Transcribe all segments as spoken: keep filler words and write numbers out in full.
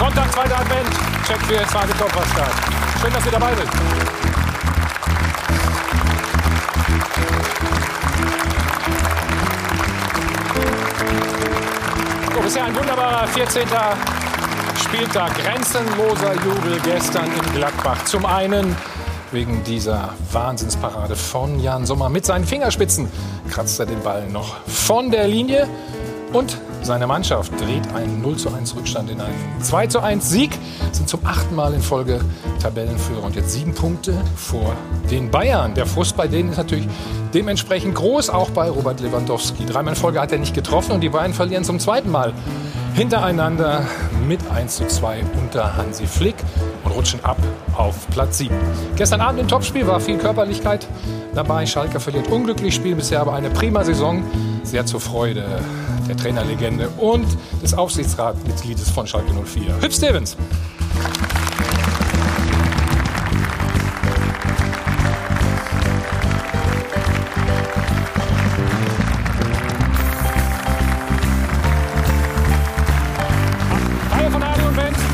Sonntag, zweiter Advent. Check für den zweiten Top-Start. Schön, dass ihr dabei seid. So, bisher ein wunderbarer vierzehnten Spieltag. Grenzenloser Jubel gestern in Gladbach. Zum einen wegen dieser Wahnsinnsparade von Jan Sommer. Mit seinen Fingerspitzen kratzt er den Ball noch von der Linie. Und seine Mannschaft dreht einen null zu eins Rückstand in einen zwei zu eins Sieg. Sind zum achten Mal in Folge Tabellenführer und jetzt sieben Punkte vor den Bayern. Der Frust bei denen ist natürlich dementsprechend groß, auch bei Robert Lewandowski. Dreimal in Folge hat er nicht getroffen und die Bayern verlieren zum zweiten Mal hintereinander mit eins zu zwei unter Hansi Flick und rutschen ab auf Platz sieben. Gestern Abend im Topspiel war viel Körperlichkeit dabei. Schalke verliert unglücklich, spielen bisher aber eine prima Saison. Sehr zur Freude der Trainerlegende und des Aufsichtsratsmitgliedes von Schalke null vier. Hüb Stevens. Reihe von Adel und Wendt.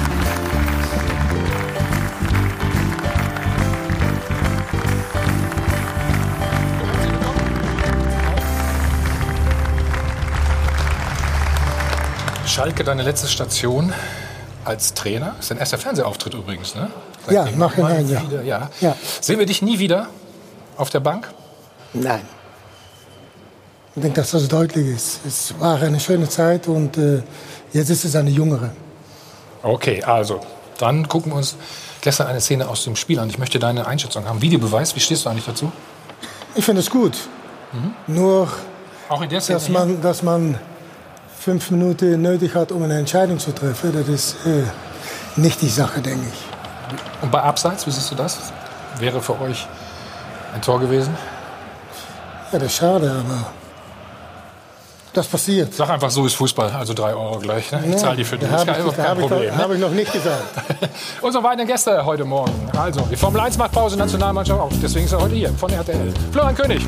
Schalke, deine letzte Station als Trainer. Das ist dein erster Fernsehauftritt übrigens, ne? Ja, nachhinein, ja. Wieder, ja. ja. Sehen wir dich nie wieder auf der Bank? Nein. Ich denke, dass das deutlich ist. Es war eine schöne Zeit und äh, jetzt ist es eine jüngere. Okay, also, dann gucken wir uns gestern eine Szene aus dem Spiel an. Ich möchte deine Einschätzung haben. Videobeweis, wie stehst du eigentlich dazu? Ich finde es gut. Mhm. Nur, auch in der Szene, dass man, dass man fünf Minuten nötig hat, um eine Entscheidung zu treffen, das ist äh, nicht die Sache, denke ich. Und bei Abseits, wie siehst du das? Wäre für euch ein Tor gewesen? Ja, das ist schade, aber das passiert. Sag einfach, so ist Fußball, also drei Euro gleich. Ne? Ich zahle die für dich, das kein habe Problem. ich, hab ich noch nicht gesagt. Unsere beiden Gäste heute Morgen. Also, die Formel eins macht Pause, Nationalmannschaft auch. Deswegen ist er heute hier, von R T L. Florian König.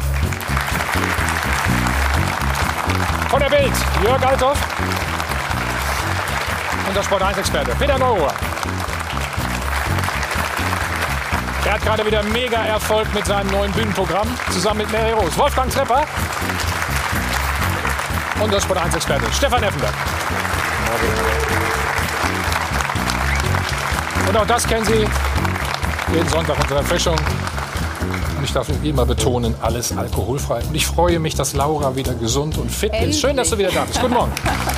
Von der Bild, Jörg Althoff. Und der Sport eins Experte, Peter Neururer. Er hat gerade wieder mega Erfolg mit seinem neuen Bühnenprogramm, zusammen mit Mary Rose. Wolfgang Trepper. Und der Sport eins Experte, Stefan Effenberg. Und auch das kennen Sie jeden Sonntag unter der Frischung. Und ich darf wie immer betonen, alles alkoholfrei. Und ich freue mich, dass Laura wieder gesund und fit ist. Schön, dass du wieder da bist. Guten Morgen.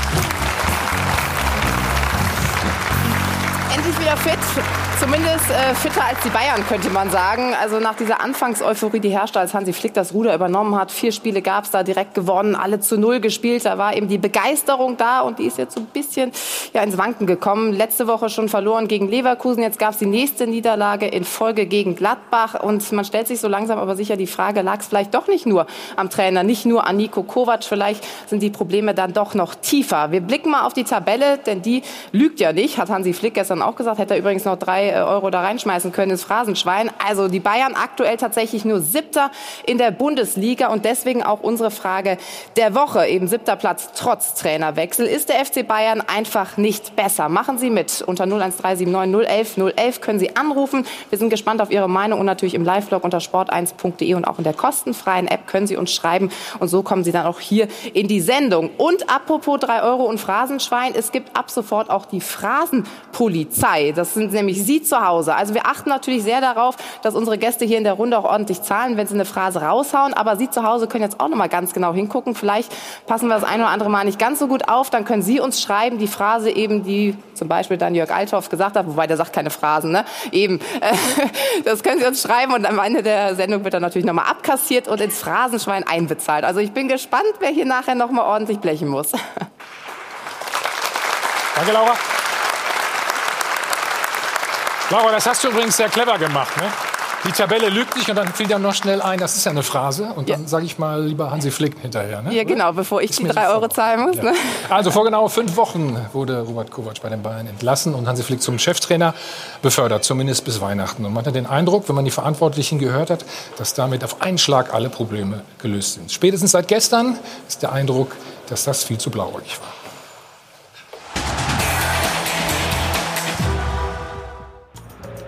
Endlich wieder fit. Zumindest äh, fitter als die Bayern, könnte man sagen. Also nach dieser Anfangseuphorie, die herrschte, als Hansi Flick das Ruder übernommen hat. Vier Spiele gab es da, direkt gewonnen, alle zu null gespielt. Da war eben die Begeisterung da und die ist jetzt so ein bisschen ja, ins Wanken gekommen. Letzte Woche schon verloren gegen Leverkusen. Jetzt gab es die nächste Niederlage in Folge gegen Gladbach. Und man stellt sich so langsam aber sicher die Frage, lag es vielleicht doch nicht nur am Trainer, nicht nur an Niko Kovac. Vielleicht sind die Probleme dann doch noch tiefer. Wir blicken mal auf die Tabelle, denn die lügt ja nicht, hat Hansi Flick gestern auch gesagt. Hätte er übrigens noch drei Euro da reinschmeißen können ins Phrasenschwein. Also die Bayern aktuell tatsächlich nur Siebter in der Bundesliga und deswegen auch unsere Frage der Woche. Eben siebter Platz trotz Trainerwechsel. Ist der F C Bayern einfach nicht besser? Machen Sie mit. Unter null eins drei sieben neun null elf null elf können Sie anrufen. Wir sind gespannt auf Ihre Meinung und natürlich im Live-Blog unter sport eins punkt de und auch in der kostenfreien App können Sie uns schreiben und so kommen Sie dann auch hier in die Sendung. Und apropos drei Euro und Phrasenschwein, es gibt ab sofort auch die Phrasenpolizei. Das sind nämlich Sie zu Hause. Also wir achten natürlich sehr darauf, dass unsere Gäste hier in der Runde auch ordentlich zahlen, wenn sie eine Phrase raushauen. Aber Sie zu Hause können jetzt auch noch mal ganz genau hingucken. Vielleicht passen wir das ein oder andere Mal nicht ganz so gut auf. Dann können Sie uns schreiben, die Phrase eben, die zum Beispiel dann Jörg Althoff gesagt hat, wobei der sagt keine Phrasen, ne? Eben. Das können Sie uns schreiben und am Ende der Sendung wird dann natürlich noch mal abkassiert und ins Phrasenschwein einbezahlt. Also ich bin gespannt, wer hier nachher noch mal ordentlich blechen muss. Danke, Laura. Laura, das hast du übrigens sehr clever gemacht, ne? Die Tabelle lügt nicht und dann fiel dir noch schnell ein, das ist ja eine Phrase. Und dann ja. sage ich mal lieber Hansi Flick hinterher. Ne? Ja, genau, bevor ich ist die drei Euro zahlen muss. Ja. Ne? Also vor genau fünf Wochen wurde Robert Kovac bei den Bayern entlassen und Hansi Flick zum Cheftrainer befördert, zumindest bis Weihnachten. Und man hat den Eindruck, wenn man die Verantwortlichen gehört hat, dass damit auf einen Schlag alle Probleme gelöst sind. Spätestens seit gestern ist der Eindruck, dass das viel zu blauäugig war.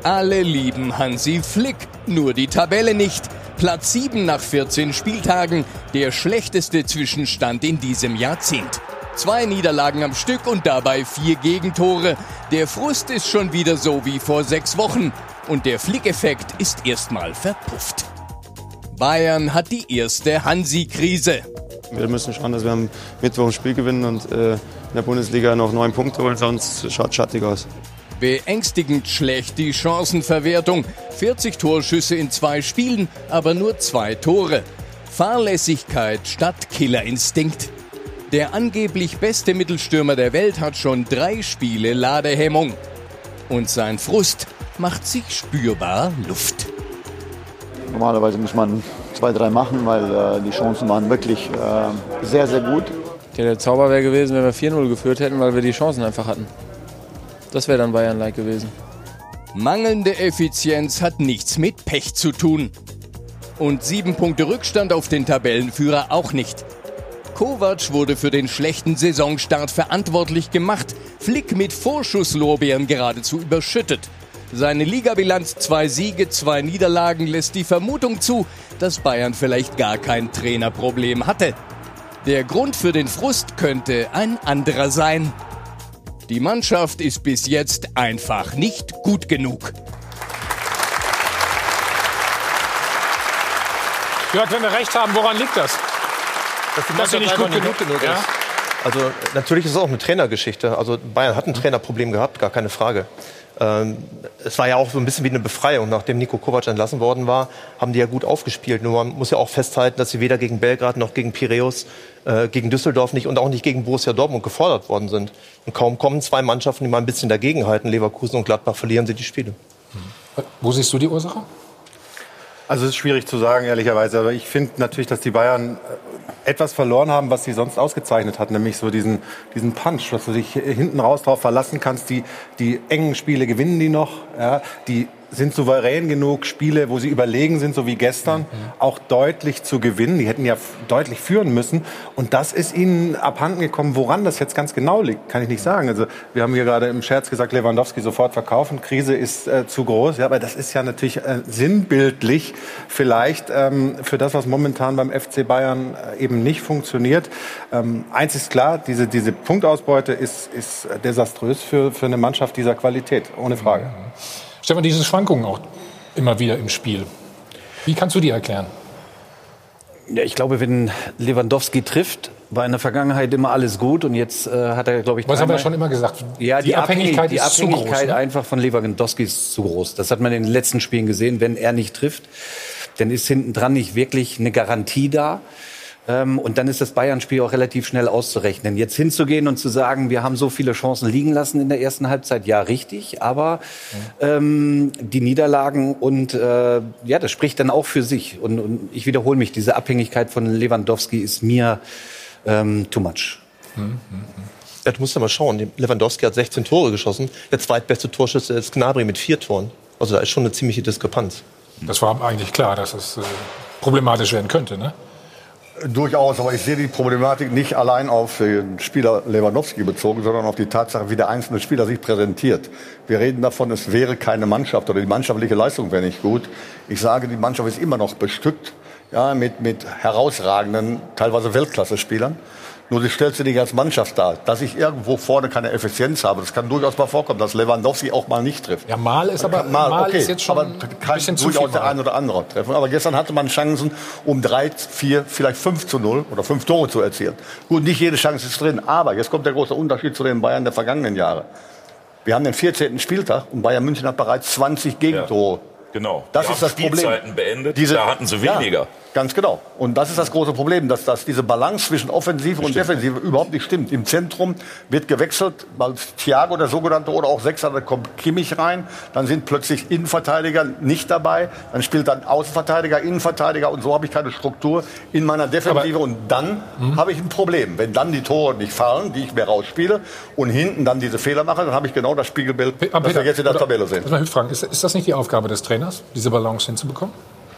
Alle lieben Hansi Flick, nur die Tabelle nicht. Platz sieben nach vierzehn Spieltagen, der schlechteste Zwischenstand in diesem Jahrzehnt. Zwei Niederlagen am Stück und dabei vier Gegentore. Der Frust ist schon wieder so wie vor sechs Wochen. Und der Flick-Effekt ist erstmal verpufft. Bayern hat die erste Hansi-Krise. Wir müssen schauen, dass wir am Mittwoch ein Spiel gewinnen und äh, in der Bundesliga noch neun Punkte holen, sonst schaut schattig aus. Beängstigend schlecht die Chancenverwertung. vierzig Torschüsse in zwei Spielen, aber nur zwei Tore. Fahrlässigkeit statt Killerinstinkt. Der angeblich beste Mittelstürmer der Welt hat schon drei Spiele Ladehemmung. Und sein Frust macht sich spürbar Luft. Normalerweise muss man zwei, drei machen, weil äh, die Chancen waren wirklich äh, sehr, sehr gut. Ja, der Zauber wäre gewesen, wenn wir vier null geführt hätten, weil wir die Chancen einfach hatten. Das wäre dann Bayern-like gewesen. Mangelnde Effizienz hat nichts mit Pech zu tun. Und sieben Punkte Rückstand auf den Tabellenführer auch nicht. Kovac wurde für den schlechten Saisonstart verantwortlich gemacht. Flick mit Vorschusslorbeeren geradezu überschüttet. Seine Ligabilanz zwei Siege, zwei Niederlagen lässt die Vermutung zu, dass Bayern vielleicht gar kein Trainerproblem hatte. Der Grund für den Frust könnte ein anderer sein. Die Mannschaft ist bis jetzt einfach nicht gut genug. Jörg, wenn wir recht haben, woran liegt das? Dass, die Dass sie nicht gut nicht genug, genug ja? ist. Also natürlich ist es auch eine Trainergeschichte. Also Bayern hat ein Trainerproblem gehabt, gar keine Frage. Ähm, es war ja auch so ein bisschen wie eine Befreiung. Nachdem Niko Kovac entlassen worden war, haben die ja gut aufgespielt. Nur man muss ja auch festhalten, dass sie weder gegen Belgrad noch gegen Piräus, äh, gegen Düsseldorf nicht und auch nicht gegen Borussia Dortmund gefordert worden sind. Und kaum kommen zwei Mannschaften, die mal ein bisschen dagegenhalten, Leverkusen und Gladbach, verlieren sie die Spiele. Mhm. Wo siehst du die Ursache? Also es ist schwierig zu sagen, ehrlicherweise. Aber ich finde natürlich, dass die Bayern etwas verloren haben, was sie sonst ausgezeichnet hat. Nämlich so diesen, diesen Punch, dass du dich hinten raus drauf verlassen kannst. Die, die engen Spiele gewinnen die noch. Ja, die sind souverän genug, Spiele, wo sie überlegen sind, so wie gestern, mhm. auch deutlich zu gewinnen. Die hätten ja deutlich führen müssen. Und das ist ihnen abhanden gekommen. Woran das jetzt ganz genau liegt, kann ich nicht sagen. Also wir haben hier gerade im Scherz gesagt, Lewandowski sofort verkaufen. Krise ist äh, zu groß. Ja, aber das ist ja natürlich äh, sinnbildlich vielleicht ähm, für das, was momentan beim F C Bayern äh, eben nicht funktioniert. Ähm, eins ist klar, diese, diese Punktausbeute ist, ist desaströs für, für eine Mannschaft dieser Qualität, ohne Frage. Mhm. Stefan, diese Schwankungen auch immer wieder im Spiel. Wie kannst du die erklären? Ja, ich glaube, wenn Lewandowski trifft, war in der Vergangenheit immer alles gut. Und jetzt äh, hat er, glaube ich... Was haben wir schon immer gesagt? Ja, die, die Abhängigkeit, die ist Abhängigkeit zu groß, ne? einfach von Lewandowski ist zu groß. Das hat man in den letzten Spielen gesehen. Wenn er nicht trifft, dann ist hinten dran nicht wirklich eine Garantie da. Und dann ist das Bayern-Spiel auch relativ schnell auszurechnen. Jetzt hinzugehen und zu sagen, wir haben so viele Chancen liegen lassen in der ersten Halbzeit, ja, richtig. Aber ja. ähm, die Niederlagen und äh, ja, das spricht dann auch für sich. Und, und ich wiederhole mich, diese Abhängigkeit von Lewandowski ist mir ähm, too much. Mhm. Ja, du musst ja mal schauen, Lewandowski hat sechzehn Tore geschossen. Der zweitbeste Torschütze ist Gnabry mit vier Toren. Also da ist schon eine ziemliche Diskrepanz. Das war eigentlich klar, dass es äh, problematisch werden könnte, ne? Durchaus, aber ich sehe die Problematik nicht allein auf den Spieler Lewandowski bezogen, sondern auf die Tatsache, wie der einzelne Spieler sich präsentiert. Wir reden davon, es wäre keine Mannschaft oder die mannschaftliche Leistung wäre nicht gut. Ich sage, die Mannschaft ist immer noch bestückt, ja, mit, mit herausragenden, teilweise Weltklasse-Spielern. Nur sie stellt sie nicht als Mannschaft dar. Dass ich irgendwo vorne keine Effizienz habe, das kann durchaus mal vorkommen, dass Lewandowski auch mal nicht trifft. Ja, mal ist aber mal, mal okay, ist jetzt schon aber ein bisschen zu viel. Durchaus der ein oder andere treffen. Aber gestern hatte man Chancen, um drei, vier, vielleicht fünf zu null oder fünf Tore zu erzielen. Gut, nicht jede Chance ist drin, aber jetzt kommt der große Unterschied zu den Bayern der vergangenen Jahre. Wir haben den vierzehnten Spieltag und Bayern München hat bereits zwanzig Gegentore. Ja, genau. Das die ist das Problem. Spielzeiten beendet, Diese, da hatten sie weniger. Ja, ganz genau. Und das ist das große Problem, dass, dass diese Balance zwischen Offensive und Defensive überhaupt nicht stimmt. Im Zentrum wird gewechselt, weil Thiago, der sogenannte, oder auch Sechser, da kommt Kimmich rein. Dann sind plötzlich Innenverteidiger nicht dabei. Dann spielt dann Außenverteidiger, Innenverteidiger. Und so habe ich keine Struktur in meiner Defensive. Aber, und dann hm? habe ich ein Problem. Wenn dann die Tore nicht fallen, die ich mir rausspiele, und hinten dann diese Fehler mache, dann habe ich genau das Spiegelbild, Peter, das wir jetzt in der oder, Tabelle sehen. Mal fragen, ist, ist das nicht die Aufgabe des Trainers, diese Balance hinzubekommen?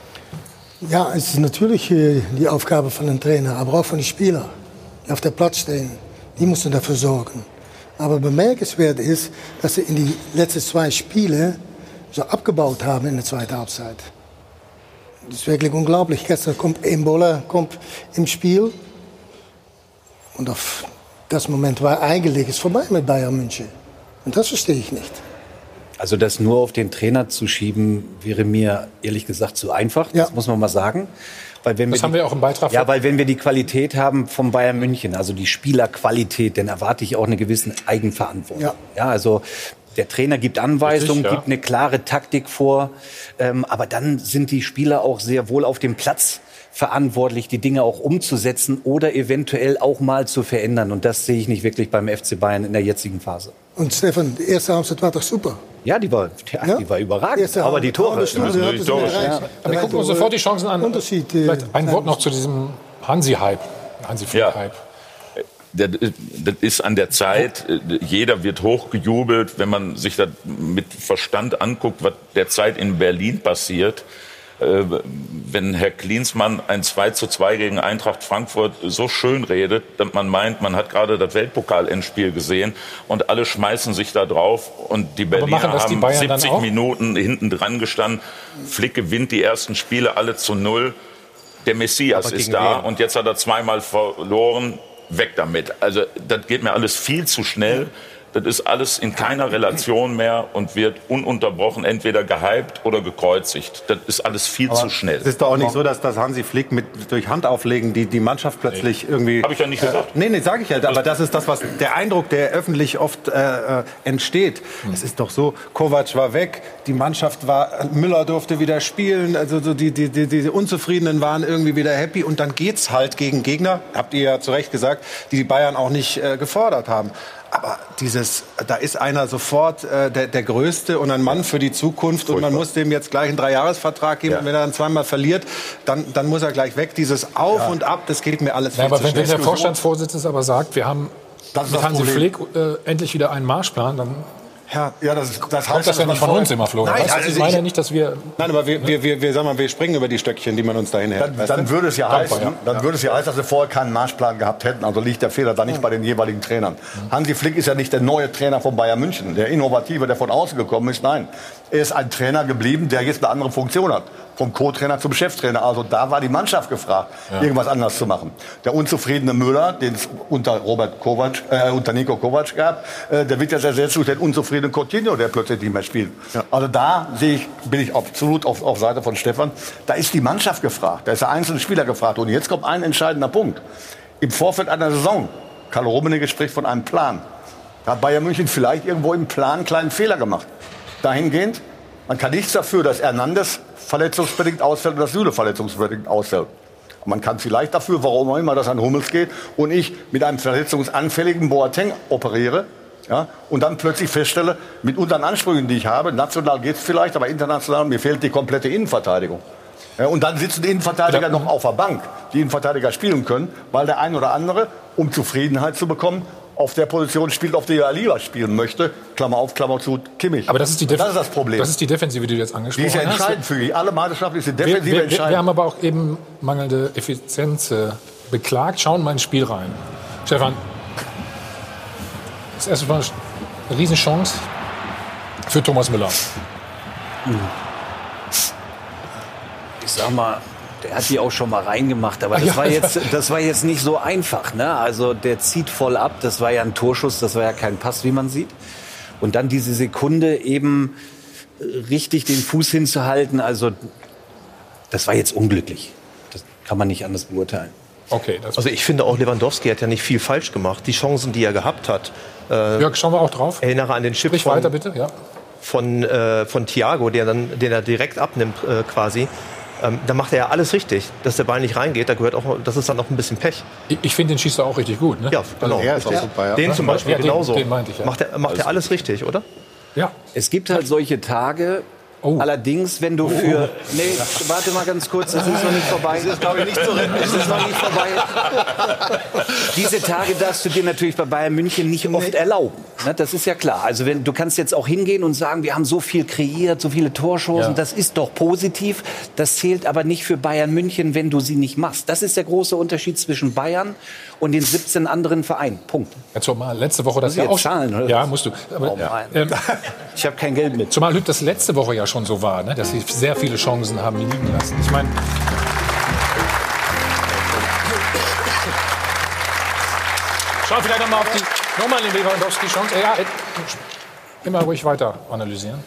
Ja, es ist natürlich äh, die Aufgabe von einem Trainer, aber auch von den Spielern, die auf dem Platz stehen. Die müssen dafür sorgen. Aber bemerkenswert ist, dass sie in die letzten zwei Spiele so abgebaut haben in der zweiten Halbzeit. Das ist wirklich unglaublich. Gestern kommt Ebola kommt im Spiel. Und auf das Moment war eigentlich es vorbei mit Bayern München. Und das verstehe ich nicht. Also das nur auf den Trainer zu schieben, wäre mir ehrlich gesagt zu einfach. Ja. Das muss man mal sagen. Weil wenn das wir haben die, wir auch im Beitrag. Ja, weil wenn wir die Qualität haben vom Bayern München, also die Spielerqualität, dann erwarte ich auch eine gewisse Eigenverantwortung. Ja, ja also der Trainer gibt Anweisungen, Richtig, ja. gibt eine klare Taktik vor. Ähm, aber dann sind die Spieler auch sehr wohl auf dem Platz verantwortlich, die Dinge auch umzusetzen oder eventuell auch mal zu verändern. Und das sehe ich nicht wirklich beim F C Bayern in der jetzigen Phase. Und Stefan, die erste Halbzeit war doch super. Ja, die war, ja, ja? Die war überragend. Aber die Tore. Ja, die Tore. Ja. Aber wir gucken uns sofort die Chancen an. Unterschied. Vielleicht ein Wort noch zu diesem Hansi-Hype. Hansi-Flick-Hype. Ja. Das, das ist an der Zeit. Jeder wird hochgejubelt, wenn man sich das mit Verstand anguckt, was derzeit in Berlin passiert. Wenn Herr Klinsmann ein zwei zu zwei gegen Eintracht Frankfurt so schön redet, dass man meint, man hat gerade das Weltpokal-Endspiel gesehen und alle schmeißen sich da drauf und die Berliner haben die siebzig Minuten hinten dran gestanden. Flick gewinnt die ersten Spiele alle zu null. Der Messias ist da wen? Und jetzt hat er zweimal verloren. Weg damit. Also das geht mir alles viel zu schnell. Das ist alles in keiner Relation mehr und wird ununterbrochen entweder gehypt oder gekreuzigt. Das ist alles viel Aber zu schnell. Es ist doch auch nicht so, dass das Hansi Flick mit durch Handauflegen die, die Mannschaft plötzlich nee. irgendwie... Habe ich ja nicht gesagt. Äh, nee, nee, sage ich halt. Aber das ist das, was der Eindruck, der öffentlich oft äh, entsteht. Hm. Es ist doch so, Kovac war weg, die Mannschaft war... Müller durfte wieder spielen, also so die, die, die, die Unzufriedenen waren irgendwie wieder happy. Und dann geht's halt gegen Gegner, habt ihr ja zu Recht gesagt, die die Bayern auch nicht äh, gefordert haben. Aber dieses, da ist einer sofort äh, der, der Größte und ein Mann für die Zukunft. Furchtbar. Und man muss dem jetzt gleich einen Dreijahresvertrag geben. Ja. Und wenn er dann zweimal verliert, dann, dann muss er gleich weg. Dieses Auf ja. und Ab, das geht mir alles ja, viel aber zu wenn, schnell. Wenn der Vorstandsvorsitzende aber sagt, wir haben mit Hansi Flick äh, endlich wieder einen Marschplan, dann... Ja, ja, das, das kommt heißt, das ja nicht von uns immer, Florian. Nein, weißt, also ich meine ich, nicht, dass wir... Nein, aber wir, wir, wir, wir, sagen mal, wir springen über die Stöckchen, die man uns dahin hält. Dann, dann würde es ja heißen, ja. dann würde es ja heißen, dass wir vorher keinen Marschplan gehabt hätten. Also liegt der Fehler da nicht ja. bei den jeweiligen Trainern. Mhm. Hansi Flick ist ja nicht der neue Trainer von Bayern München, der Innovative, der von außen gekommen ist. Nein, er ist ein Trainer geblieben, der jetzt eine andere Funktion hat. Vom Co-Trainer zum Cheftrainer. Also da war die Mannschaft gefragt, ja. irgendwas anders zu machen. Der unzufriedene Müller, den es unter Robert Kovac, äh, unter Niko Kovac gab, äh, der wird ja ersetzt durch den unzufriedenen Coutinho, der plötzlich nicht mehr spielt. Ja. Also da sehe ich, bin ich absolut auf, auf Seite von Stefan. Da ist die Mannschaft gefragt, da ist der einzelne Spieler gefragt. Und jetzt kommt ein entscheidender Punkt. Im Vorfeld einer Saison, Karl Rummenigge spricht von einem Plan. Da hat Bayern München vielleicht irgendwo im Plan einen kleinen Fehler gemacht. Dahingehend, man kann nichts dafür, dass Hernandez verletzungsbedingt ausfällt und dass Süle verletzungsbedingt ausfällt. Man kann vielleicht dafür, warum auch immer das an Hummels geht und ich mit einem verletzungsanfälligen Boateng operiere, ja, und dann plötzlich feststelle, mit unseren Ansprüchen, die ich habe, national geht es vielleicht, aber international, mir fehlt die komplette Innenverteidigung. Ja, und dann sitzen die Innenverteidiger ja. noch auf der Bank, die Innenverteidiger spielen können, weil der ein oder andere, um Zufriedenheit zu bekommen, auf der Position spielt, auf der er lieber spielen möchte. Klammer auf, Klammer zu, Kimmich. Aber das ist, die das, ist das Problem. Das ist die Defensive, die du jetzt angesprochen hast. Die ist ja entscheidend für die. Alle Meisterschaften ist die Defensive wir, wir, entscheidend. Wir haben aber auch eben mangelnde Effizienz äh, beklagt. Schauen mal ins Spiel rein. Stefan, das erste Mal eine Riesenchance für Thomas Müller. Ich sag mal, der hat die auch schon mal reingemacht, aber das, ja. war jetzt, das war jetzt nicht so einfach. Ne? Also der zieht voll ab, das war ja ein Torschuss, das war ja kein Pass, wie man sieht. Und dann diese Sekunde eben richtig den Fuß hinzuhalten, also das war jetzt unglücklich. Das kann man nicht anders beurteilen. Okay, also ich finde auch, Lewandowski hat ja nicht viel falsch gemacht. Die Chancen, die er gehabt hat. Äh, ja, schauen wir auch drauf. Erinnere an den Chip Sprich von, weiter, bitte. Ja. von, äh, von Thiago, der dann, den er direkt abnimmt äh, quasi. Ähm, da macht er ja alles richtig, dass der Ball nicht reingeht. Da gehört auch, das ist dann noch ein bisschen Pech. Ich, ich finde, den schießt er auch richtig gut. Ne? Ja, genau. Also er ist auch super, ja. Den zum Beispiel ja, genauso. Den, den meinte ich, ja. Macht er macht er alles richtig, oder? Ja. Es gibt halt solche Tage. Oh. Allerdings, wenn du für... Nee, warte mal ganz kurz, das ist noch nicht vorbei. Das ist, glaube ich, nicht zu retten. Das ist noch nicht vorbei. Diese Tage darfst du dir natürlich bei Bayern München nicht oft erlauben. Das ist ja klar. Also wenn, du kannst jetzt auch hingehen und sagen, wir haben so viel kreiert, so viele Torchancen, ja. Das ist doch positiv. Das zählt aber nicht für Bayern München, wenn du sie nicht machst. Das ist der große Unterschied zwischen Bayern und den siebzehn anderen Vereinen. Punkt. Jetzt mal letzte Woche das ja auch zahlen, oder? Ja, musst du. Aber, oh, ja. ähm, Ich habe kein Geld mit. Zumal das letzte Woche ja schon so war, ne? Dass sie sehr viele Chancen haben liegen lassen. Ich meine, schau vielleicht noch mal auf die nochmal den Lewandowski-Chance. Ja, immer ruhig weiter analysieren.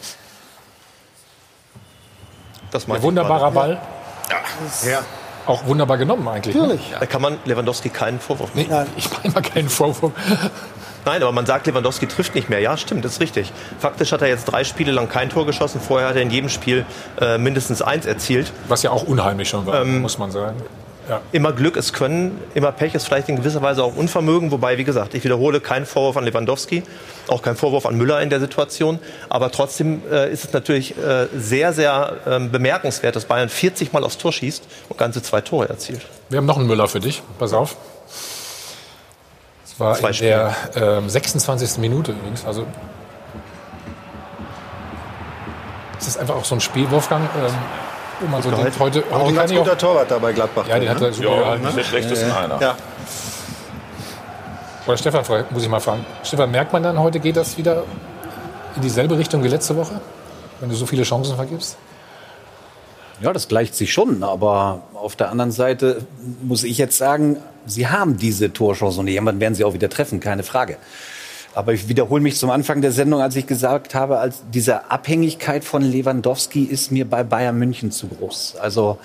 Das Ein wunderbarer Ball. Ja. ja. Auch wunderbar genommen eigentlich. Natürlich. Ne? Da kann man Lewandowski keinen Vorwurf machen. Nee, ich mache immer keinen Vorwurf. Nein, aber man sagt, Lewandowski trifft nicht mehr. Ja, stimmt, das ist richtig. Faktisch hat er jetzt drei Spiele lang kein Tor geschossen. Vorher hat er in jedem Spiel äh, mindestens eins erzielt. Was ja auch unheimlich schon war, ähm, muss man sagen. Ja. Immer Glück ist Können, immer Pech ist vielleicht in gewisser Weise auch Unvermögen. Wobei, wie gesagt, ich wiederhole, kein Vorwurf an Lewandowski, auch kein Vorwurf an Müller in der Situation. Aber trotzdem äh, ist es natürlich äh, sehr, sehr äh, bemerkenswert, dass Bayern vierzig Mal aufs Tor schießt und ganze zwei Tore erzielt. Wir haben noch einen Müller für dich. Pass auf. Das war zwei in Spiele. der äh, sechsundzwanzigsten Minute übrigens. Also es ist einfach auch so ein Spiel, Wolfgang. Ähm, wo man so denkt, heute, auch heute ein ganz kann guter Torwart da bei Gladbach. Ja, den hat er super ja, gehalten. Nicht der schlechtesten ja. einer. Ja. Oder Stefan, muss ich mal fragen. Stefan, merkt man dann, heute geht das wieder in dieselbe Richtung wie letzte Woche? Wenn du so viele Chancen vergibst? Ja, das gleicht sich schon. Aber auf der anderen Seite muss ich jetzt sagen, sie haben diese Torchance und irgendwann werden sie auch wieder treffen, keine Frage. Aber ich wiederhole mich zum Anfang der Sendung, als ich gesagt habe, als diese Abhängigkeit von Lewandowski ist mir bei Bayern München zu groß. Also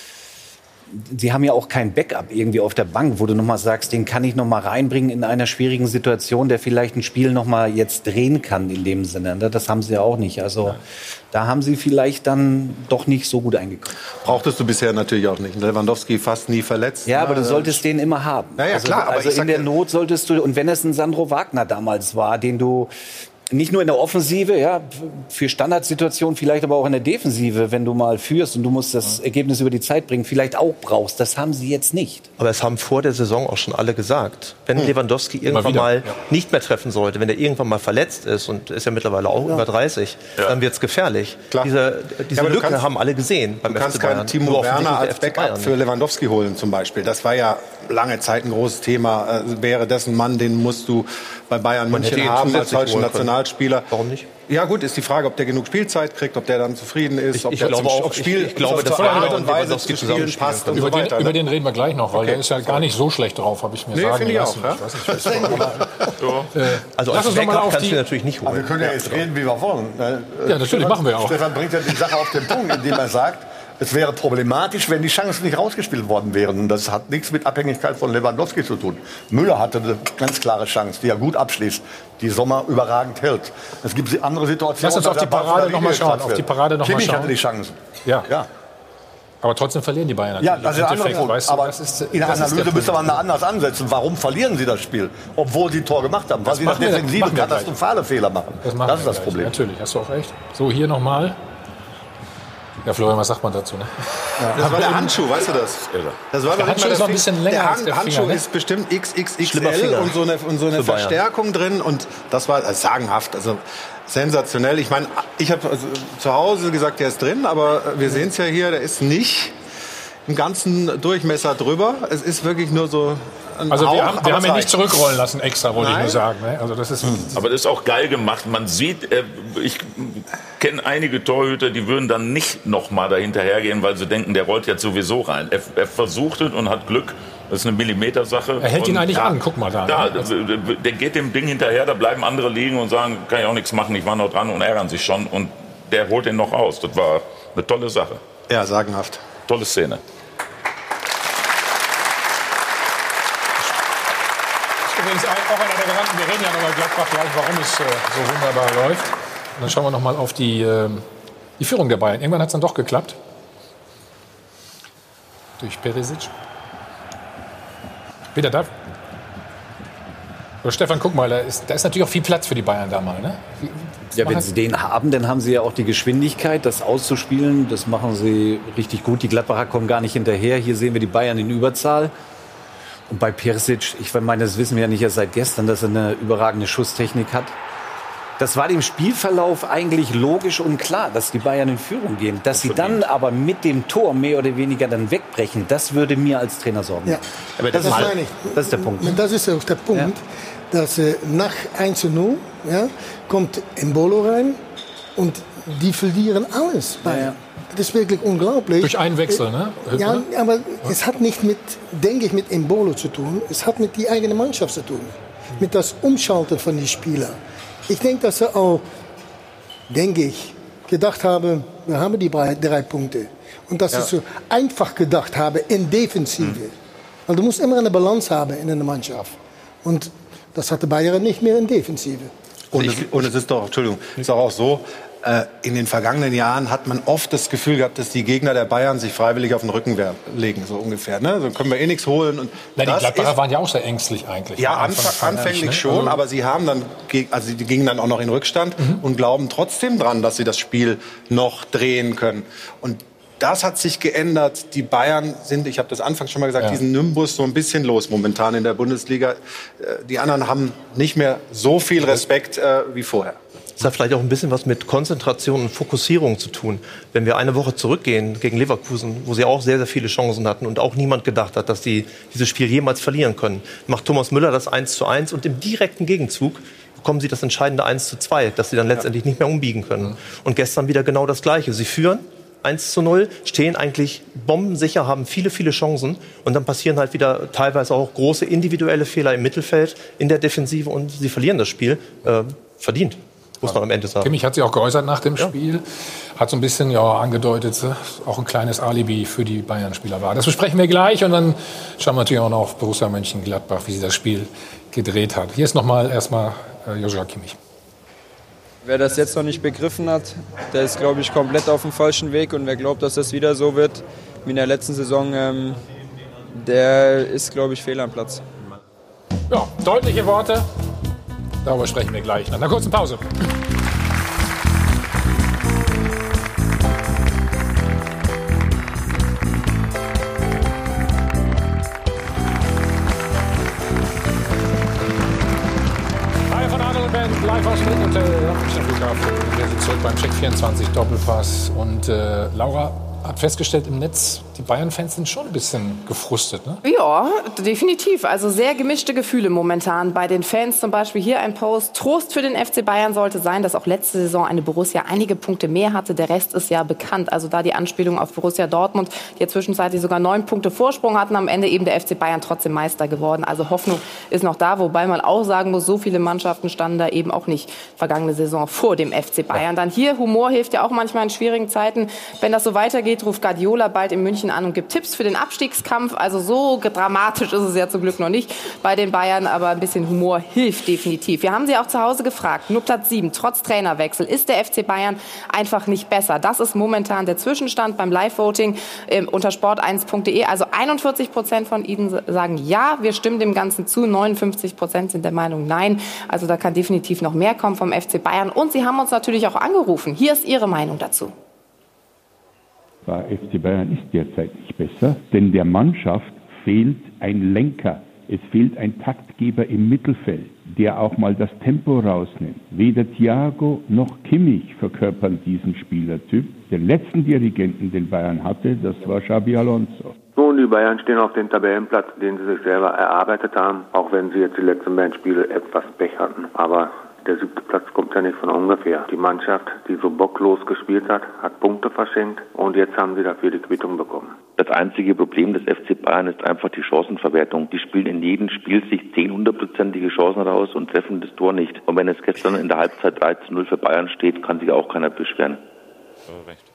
sie haben ja auch kein Backup irgendwie auf der Bank, wo du noch mal sagst, den kann ich noch mal reinbringen in einer schwierigen Situation, der vielleicht ein Spiel noch mal jetzt drehen kann in dem Sinne. Das haben sie ja auch nicht. Also ja. Da haben sie vielleicht dann doch nicht so gut eingekauft. Brauchtest du bisher natürlich auch nicht. Lewandowski fast nie verletzt. Ja, aber du solltest den immer haben. Ja, ja, also, klar. Aber also ich in der Not solltest du, und wenn es ein Sandro Wagner damals war, den du nicht nur in der Offensive, ja, für Standardsituationen, vielleicht aber auch in der Defensive, wenn du mal führst und du musst das Ergebnis über die Zeit bringen, vielleicht auch brauchst. Das haben sie jetzt nicht. Aber es haben vor der Saison auch schon alle gesagt, wenn hm. Lewandowski irgendwann mal ja. nicht mehr treffen sollte, wenn er irgendwann mal verletzt ist und ist ja mittlerweile auch ja. über dreißig, ja. dann wird es gefährlich. Klar. Diese, diese ja, Lücken kannst, haben alle gesehen beim Du kannst keinen Timo Werner als Backup für Lewandowski holen zum Beispiel. Das war ja lange Zeit ein großes Thema. Äh, wäre das ein Mann, den musst du bei Bayern München haben als deutschen Nationalspieler. Warum nicht? Ja gut, ist die Frage, ob der genug Spielzeit kriegt, ob der dann zufrieden ist, ich, ob ich der glaube zum auch, Spiel, ich, ich glaube, das zur Art und Weise zu spielen passt und über, so weiter. Den, über ne? den reden wir gleich noch, weil okay. der ist ja gar nicht so schlecht drauf, habe ich mir nee, sagen ich lassen. auch, ich weiß nicht, ja. äh, also lass uns nochmal auf die... natürlich nicht holen. Aber wir können ja jetzt reden, wie wir wollen. Ja, natürlich, Stefan, machen wir auch. Stefan bringt ja die Sache auf den Punkt, indem er sagt, es wäre problematisch, wenn die Chancen nicht rausgespielt worden wären. Und das hat nichts mit Abhängigkeit von Lewandowski zu tun. Müller hatte eine ganz klare Chance, die er gut abschließt, die Sommer überragend hält. Es gibt andere Situationen. Lass uns auf die Parade noch mal schauen. Auf die Parade noch mal Kimmich schauen. hatte die Chancen. Ja. ja. Aber trotzdem verlieren die Bayern natürlich. Ja, das ist ein anderer Punkt. Weißt du, aber das ist, in der Analyse müsste man da anders ansetzen. Warum verlieren sie das Spiel, obwohl sie ein Tor gemacht haben? Weil das sie das defensive katastrophale gleich. Fehler machen. Das, das ist das gleich. Problem. Natürlich, hast du auch recht. So, hier nochmal. Ja, Florian, was sagt man dazu? Ne? Ja, das war der Handschuh, weißt du das? Das war der Handschuh ist noch ein bisschen länger der als der Handschuh Finger, ne? ist bestimmt X X X L und so eine, und so eine Verstärkung drin. Und das war also sagenhaft, also sensationell. Ich meine, ich habe also zu Hause gesagt, der ist drin, aber wir sehen es ja hier, der ist nicht im ganzen Durchmesser drüber. Es ist wirklich nur so... Also wir haben, wir haben ihn nicht zurückrollen lassen extra, wollte Nein. ich nur sagen. Ne? Also das ist aber das ist auch geil gemacht. Man sieht, äh, ich kenne einige Torhüter, die würden dann nicht noch mal dahinterhergehen, weil sie denken, der rollt jetzt sowieso rein. Er, er versucht es und hat Glück. Das ist eine Millimetersache. Er hält und ihn eigentlich ja, an, guck mal da. da ne? Der geht dem Ding hinterher, da bleiben andere liegen und sagen, kann ich auch nichts machen, ich war noch dran und ärgern sich schon. Und der holt ihn noch raus. Das war eine tolle Sache. Ja, sagenhaft. Tolle Szene. Übrigens auch einer der Garanten, wir reden ja noch mal Gladbach gleich, warum es äh, so wunderbar läuft. Und dann schauen wir noch mal auf die, äh, die Führung der Bayern. Irgendwann hat es dann doch geklappt. Durch Perisic. Wieder da. Oder Stefan, guck mal, da ist, da ist natürlich auch viel Platz für die Bayern da mal. Ne? Wie, ja, wenn sie den haben, dann haben sie ja auch die Geschwindigkeit, das auszuspielen. Das machen sie richtig gut. Die Gladbacher kommen gar nicht hinterher. Hier sehen wir die Bayern in Überzahl. Und bei Perisic, ich meine, das wissen wir ja nicht erst seit gestern, dass er eine überragende Schusstechnik hat. Das war dem Spielverlauf eigentlich logisch und klar, dass die Bayern in Führung gehen. Dass sie dann aber mit dem Tor mehr oder weniger dann wegbrechen, das würde mir als Trainer sorgen. Ja, aber das, das, ist, meine ich. Das ist der Punkt. Das ist auch der Punkt, ja. dass äh, nach eins zu null ja, kommt Embolo rein Und die verlieren alles. Bayern. Das ist wirklich unglaublich. Durch einen Wechsel, ne? Ja, aber es hat nicht mit, denke ich, mit Embolo zu tun. Es hat mit der eigenen Mannschaft zu tun. Mit das Umschalten von den Spielern. Ich denke, dass er auch, denke ich, gedacht habe, wir haben die drei, drei Punkte. Und dass ja. sie so einfach gedacht habe in Defensive. Mhm. Weil du musst immer eine Balance haben in einer Mannschaft. Und das hatte Bayern nicht mehr in Defensive. Und es, und es ist doch, Entschuldigung, ist doch auch so, äh, in den vergangenen Jahren hat man oft das Gefühl gehabt, dass die Gegner der Bayern sich freiwillig auf den Rücken legen, so ungefähr. Ne? So können wir eh nichts holen. Und Na, die Gladbacher waren ja auch sehr ängstlich eigentlich. Ja, Anfang, anfänglich ne? schon, also aber sie haben dann, also die gingen dann auch noch in Rückstand mhm. und glauben trotzdem dran, dass sie das Spiel noch drehen können. Und das hat sich geändert. Die Bayern sind, ich habe das anfangs schon mal gesagt, ja. diesen Nimbus so ein bisschen los momentan in der Bundesliga. Die anderen haben nicht mehr so viel Respekt äh, wie vorher. Das hat vielleicht auch ein bisschen was mit Konzentration und Fokussierung zu tun. Wenn wir eine Woche zurückgehen gegen Leverkusen, wo sie auch sehr, sehr viele Chancen hatten und auch niemand gedacht hat, dass sie dieses Spiel jemals verlieren können, macht Thomas Müller das eins zu eins und im direkten Gegenzug bekommen sie das entscheidende eins zu zwei, dass sie dann letztendlich nicht mehr umbiegen können. Und gestern wieder genau das Gleiche. Sie führen eins zu null, stehen eigentlich bombensicher, haben viele, viele Chancen. Und dann passieren halt wieder teilweise auch große individuelle Fehler im Mittelfeld, in der Defensive. Und sie verlieren das Spiel äh, verdient, muss man am Ende sagen. Kimmich hat sich auch geäußert nach dem Spiel. Ja. Hat so ein bisschen ja, angedeutet, auch ein kleines Alibi für die Bayern-Spieler war. Das besprechen wir gleich. Und dann schauen wir natürlich auch noch auf Borussia Mönchengladbach, wie sie das Spiel gedreht hat. Hier ist nochmal erstmal äh, Joshua Kimmich. Wer das jetzt noch nicht begriffen hat, der ist, glaube ich, komplett auf dem falschen Weg. Und wer glaubt, dass das wieder so wird wie in der letzten Saison, ähm, der ist, glaube ich, fehl am Platz. Ja, deutliche Worte. Darüber sprechen wir gleich nach einer kurzen Pause. Live aus dem Hotel am Flughafen. Wir sind zurück beim Check vierundzwanzig Doppelpass. Und äh, Laura hat festgestellt im Netz, die Bayern-Fans sind schon ein bisschen gefrustet, ne? Ja, definitiv. Also sehr gemischte Gefühle momentan bei den Fans. Zum Beispiel hier ein Post. Trost für den F C Bayern sollte sein, dass auch letzte Saison eine Borussia einige Punkte mehr hatte. Der Rest ist ja bekannt. Also da die Anspielung auf Borussia Dortmund, die ja zwischenzeitlich sogar neun Punkte Vorsprung hatten. Am Ende eben der F C Bayern trotzdem Meister geworden. Also Hoffnung ist noch da. Wobei man auch sagen muss, so viele Mannschaften standen da eben auch nicht vergangene Saison vor dem F C Bayern. Dann hier, Humor hilft ja auch manchmal in schwierigen Zeiten. Wenn das so weitergeht, ruft Guardiola bald in München an und gibt Tipps für den Abstiegskampf. Also so dramatisch ist es ja zum Glück noch nicht bei den Bayern, aber ein bisschen Humor hilft definitiv. Wir haben sie auch zu Hause gefragt. Nur Platz sieben, trotz Trainerwechsel. Ist der F C Bayern einfach nicht besser? Das ist momentan der Zwischenstand beim Live-Voting äh, unter sport eins punkt de. Also einundvierzig Prozent von Ihnen sagen ja, wir stimmen dem Ganzen zu. neunundfünfzig Prozent sind der Meinung nein. Also da kann definitiv noch mehr kommen vom F C Bayern. Und Sie haben uns natürlich auch angerufen. Hier ist Ihre Meinung dazu. Der F C Bayern ist derzeit nicht besser, denn der Mannschaft fehlt ein Lenker. Es fehlt ein Taktgeber im Mittelfeld, der auch mal das Tempo rausnimmt. Weder Thiago noch Kimmich verkörpern diesen Spielertyp. Den letzten Dirigenten, den Bayern hatte, das war Xabi Alonso. Nun, die Bayern stehen auf dem Tabellenplatz, den sie sich selber erarbeitet haben, auch wenn sie jetzt die letzten beiden Spiele etwas Pech hatten. Aber der siebte Platz kommt ja nicht von ungefähr. Die Mannschaft, die so bocklos gespielt hat, hat Punkte verschenkt und jetzt haben sie dafür die Quittung bekommen. Das einzige Problem des F C Bayern ist einfach die Chancenverwertung. Die spielen in jedem Spiel sich zehn hundertprozentige Chancen raus und treffen das Tor nicht. Und wenn es gestern in der Halbzeit drei zu null für Bayern steht, kann sich auch keiner beschweren. Oh, recht.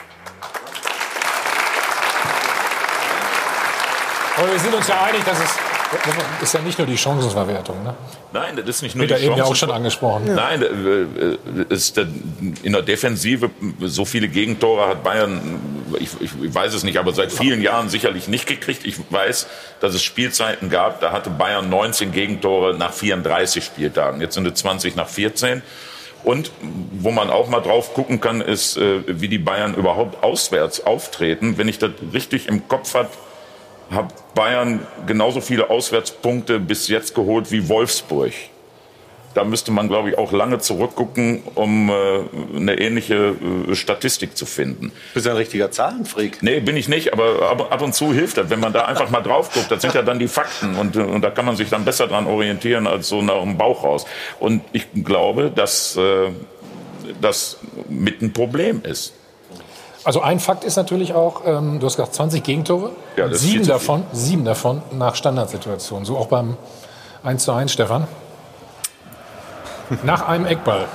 Aber wir sind uns ja einig, dass es das ist ja nicht nur die Chancenverwertung, ne? Nein, das ist nicht nur Peter die eben ja auch schon angesprochen. Ja. Nein, ist in der Defensive so viele Gegentore hat Bayern, ich, ich weiß es nicht, aber seit vielen Jahren sicherlich nicht gekriegt. Ich weiß, dass es Spielzeiten gab, da hatte Bayern neunzehn Gegentore nach vierunddreißig Spieltagen. Jetzt sind es zwanzig nach vierzehn. Und wo man auch mal drauf gucken kann, ist, wie die Bayern überhaupt auswärts auftreten. Wenn ich das richtig im Kopf habe, hat Bayern genauso viele Auswärtspunkte bis jetzt geholt wie Wolfsburg. Da müsste man, glaube ich, auch lange zurückgucken, um äh, eine ähnliche äh, Statistik zu finden. Bist du ein richtiger Zahlenfreak? Nee, bin ich nicht, aber ab, ab und zu hilft das, wenn man da einfach mal drauf guckt. Das sind ja dann die Fakten und, und da kann man sich dann besser dran orientieren als so nach dem Bauch raus. Und ich glaube, dass äh, das mit ein Problem ist. Also ein Fakt ist natürlich auch, ähm, du hast gesagt zwanzig Gegentore, Ja, das ist viel sieben zu viel. davon, sieben davon nach Standardsituationen. So auch beim eins zu eins, Stefan. Nach einem Eckball.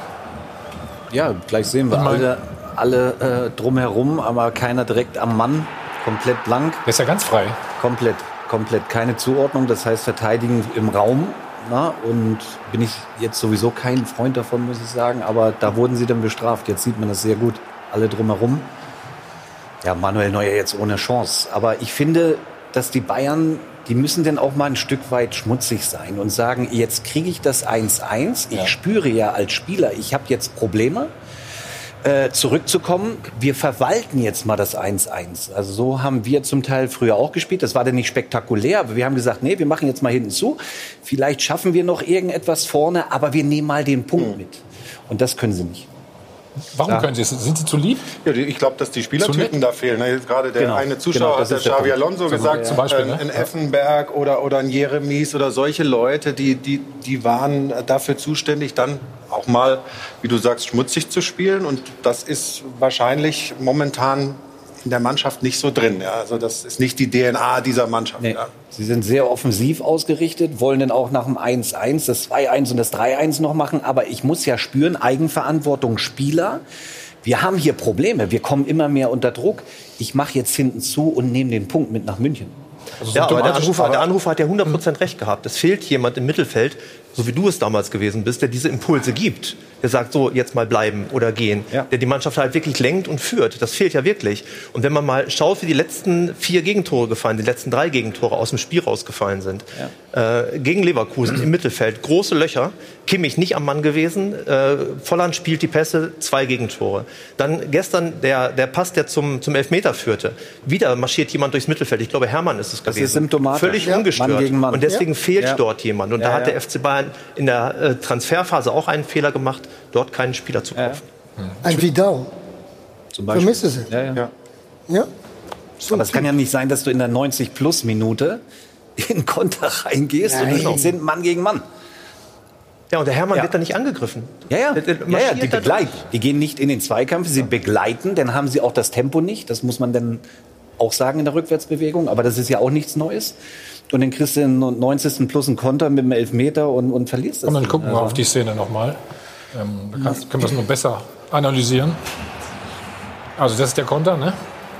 Ja, gleich sehen wir Ich mein- alle, alle äh, drumherum, aber keiner direkt am Mann, komplett blank. Der ist ja ganz frei. Komplett, komplett keine Zuordnung, das heißt verteidigen im Raum. Na, und bin ich jetzt sowieso kein Freund davon, muss ich sagen, aber da wurden sie dann bestraft. Jetzt sieht man das sehr gut, alle drumherum. Ja, Manuel Neuer jetzt ohne Chance. Aber ich finde, dass die Bayern, die müssen dann auch mal ein Stück weit schmutzig sein und sagen, jetzt kriege ich das eins eins. Ich Ja. spüre ja als Spieler, ich habe jetzt Probleme. Äh, zurückzukommen, wir verwalten jetzt mal das eins eins. Also so haben wir zum Teil früher auch gespielt. Das war dann nicht spektakulär, aber wir haben gesagt, nee, wir machen jetzt mal hinten zu. Vielleicht schaffen wir noch irgendetwas vorne, aber wir nehmen mal den Punkt mit. Und das können sie nicht. Warum Ja. können sie es? Sind sie zu lieb? Ja, die- ich glaube, dass die Zu Spielertypen nett? da fehlen. Ne, jetzt gerade der Genau. eine Zuschauer Genau, hat das der ist der Xavi Punkt. Alonso Zum- gesagt, zum Beispiel, ähm, ne? ein Effenberg oder, oder ein Jeremies oder solche Leute, die, die, die waren dafür zuständig, dann auch mal, wie du sagst, schmutzig zu spielen. Und das ist wahrscheinlich momentan in der Mannschaft nicht so drin. Ja. Also das ist nicht die D N A dieser Mannschaft. Nee. Ja. Sie sind sehr offensiv ausgerichtet, wollen dann auch nach dem eins eins das zwei eins und das drei eins noch machen. Aber ich muss ja spüren, Eigenverantwortung Spieler. Wir haben hier Probleme, wir kommen immer mehr unter Druck. Ich mache jetzt hinten zu und nehme den Punkt mit nach München. Also Ja, aber der symptomatisch, Anrufer, aber- der Anrufer hat ja hundert Prozent recht gehabt. Es fehlt jemand im Mittelfeld, so wie du es damals gewesen bist, der diese Impulse gibt. Der sagt, so, jetzt mal bleiben oder gehen. Ja. Der die Mannschaft halt wirklich lenkt und führt. Das fehlt ja wirklich. Und wenn man mal schaut, wie die letzten vier Gegentore gefallen, die letzten drei Gegentore aus dem Spiel rausgefallen sind. Äh, gegen Leverkusen im Mittelfeld, große Löcher. Kimmich nicht am Mann gewesen. Äh, Volland spielt die Pässe, zwei Gegentore. Dann gestern der, der Pass, der zum, zum Elfmeter führte. Wieder marschiert jemand durchs Mittelfeld. Ich glaube, Hermann ist es Das gewesen. ist symptomatisch. Völlig Ja. ungestört. Mann gegen Mann. Und deswegen Ja. fehlt Ja. dort jemand. Und Ja, da hat ja. der F C Bayern in der äh, Transferphase auch einen Fehler gemacht, dort keinen Spieler zu kaufen. Ein Vidal. Zum Beispiel. Vermisse sie. Ja, ja. Ja? Aber es kann ja nicht sein, dass du in der neunzig-Plus-Minute in Konter reingehst Nein. und sind Mann gegen Mann. Ja, und der Hermann Ja. wird da nicht angegriffen. Ja, ja, Der- der ja, ja marschiert die da begleiten. Die gehen nicht in den Zweikampf, sie begleiten, dann haben sie auch das Tempo nicht. Das muss man dann auch sagen in der Rückwärtsbewegung. Aber das ist ja auch nichts Neues. Und dann kriegst du in den neunzigsten plus einen Konter mit einem Elfmeter und, und verlierst das. Und dann Ding. gucken wir Also- auf die Szene nochmal. Ähm, da kannst- können wir es nur besser analysieren. Also das ist der Konter, ne?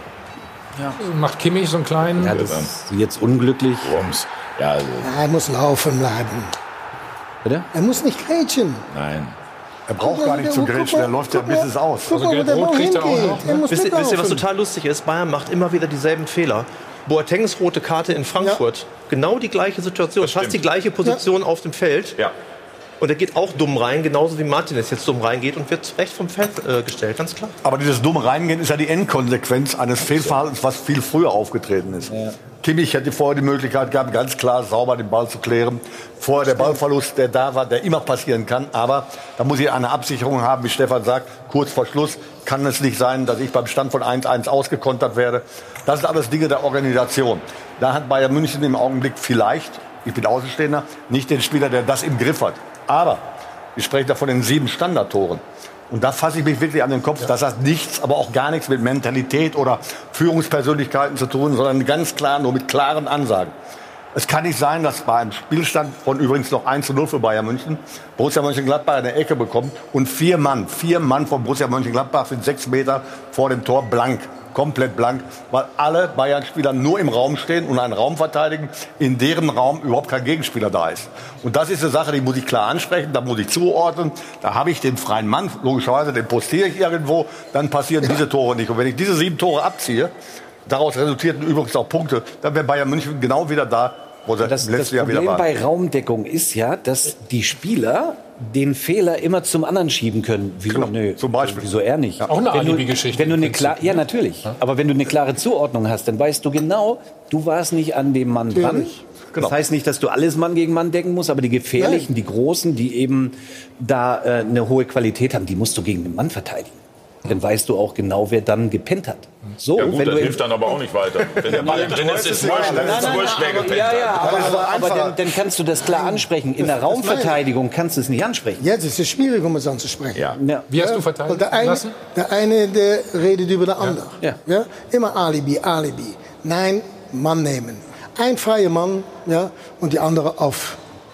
Ja. Macht Kimmich so einen kleinen... Ja, das ist jetzt unglücklich. Worms. Ja, also, Er muss laufen bleiben. Bitte? Er muss nicht grätschen. nein. Er braucht gar nicht zu grätschen, er läuft ja bis es aus. Guck mal, wo der Ball hingeht. Er muss Wisst ihr, wisst ihr, was mitlaufen. total lustig ist? Bayern macht immer wieder dieselben Fehler. Boatengs rote Karte in Frankfurt. Genau die gleiche Situation. Fast die gleiche Position auf dem Feld. Ja. Und er geht auch dumm rein, genauso wie Martinez jetzt dumm reingeht und wird recht vom Feld äh, gestellt, ganz klar. Aber dieses dumme Reingehen ist ja die Endkonsequenz eines Fehlverhaltens, was viel früher aufgetreten ist. Kimmich hätte vorher die Möglichkeit gehabt, ganz klar sauber den Ball zu klären. Vorher der Ballverlust, der da war, der immer passieren kann. Aber da muss ich eine Absicherung haben, wie Stefan sagt, kurz vor Schluss kann es nicht sein, dass ich beim Stand von eins eins ausgekontert werde. Das sind alles Dinge der Organisation. Da hat Bayern München im Augenblick vielleicht, ich bin Außenstehender, nicht den Spieler, der das im Griff hat. Aber wir sprechen da von den sieben Standardtoren. Und da fasse ich mich wirklich an den Kopf. Das hat nichts, aber auch gar nichts mit Mentalität oder Führungspersönlichkeiten zu tun, sondern ganz klar nur mit klaren Ansagen. Es kann nicht sein, dass bei einem Spielstand von übrigens noch eins zu null für Bayern München Borussia Mönchengladbach eine Ecke bekommt und vier Mann, vier Mann von Borussia Mönchengladbach sind sechs Meter vor dem Tor blank. Komplett blank, weil alle Bayern-Spieler nur im Raum stehen und einen Raum verteidigen, in deren Raum überhaupt kein Gegenspieler da ist. Und das ist eine Sache, die muss ich klar ansprechen, da muss ich zuordnen. Da habe ich den freien Mann, logischerweise, den postiere ich irgendwo, dann passieren diese Tore nicht. Und wenn ich diese sieben Tore abziehe, daraus resultierten übrigens auch Punkte, dann wäre Bayern München genau wieder da, wo sie Das, im das letzten Jahr wieder Problem waren. bei Raumdeckung ist ja, dass die Spieler den Fehler immer zum anderen schieben können. Wieso, Genau, nö, zum Beispiel. wieso er nicht? Auch eine Wenn du- Alibi-Geschichte Wenn du im eine Prinzip, klar, ja, natürlich. Aber wenn du eine klare Zuordnung hast, dann weißt du genau, du warst nicht an dem Mann dran. Natürlich. Genau. Das heißt nicht, dass du alles Mann gegen Mann decken musst, aber die gefährlichen, die großen, die eben da äh, eine hohe Qualität haben, die musst du gegen den Mann verteidigen. dann weißt du auch genau, wer dann gepennt hat. So, ja gut, wenn das du hilft dann aber auch nicht weiter. Wenn der Ball im drin ist, ist es wurscht, wer gepennt ja, ja, hat. aber, aber, aber dann, dann kannst du das klar ansprechen. In der Raumverteidigung kannst du es nicht ansprechen. Jetzt ist es schwierig, um es anzusprechen. Ja. Ja. Wie hast du verteidigt der eine, lassen? Der eine, der redet über den anderen. Ja. Ja. Immer Alibi, Alibi. Nein, Mann nehmen. Ein freier Mann, ja, und die andere auf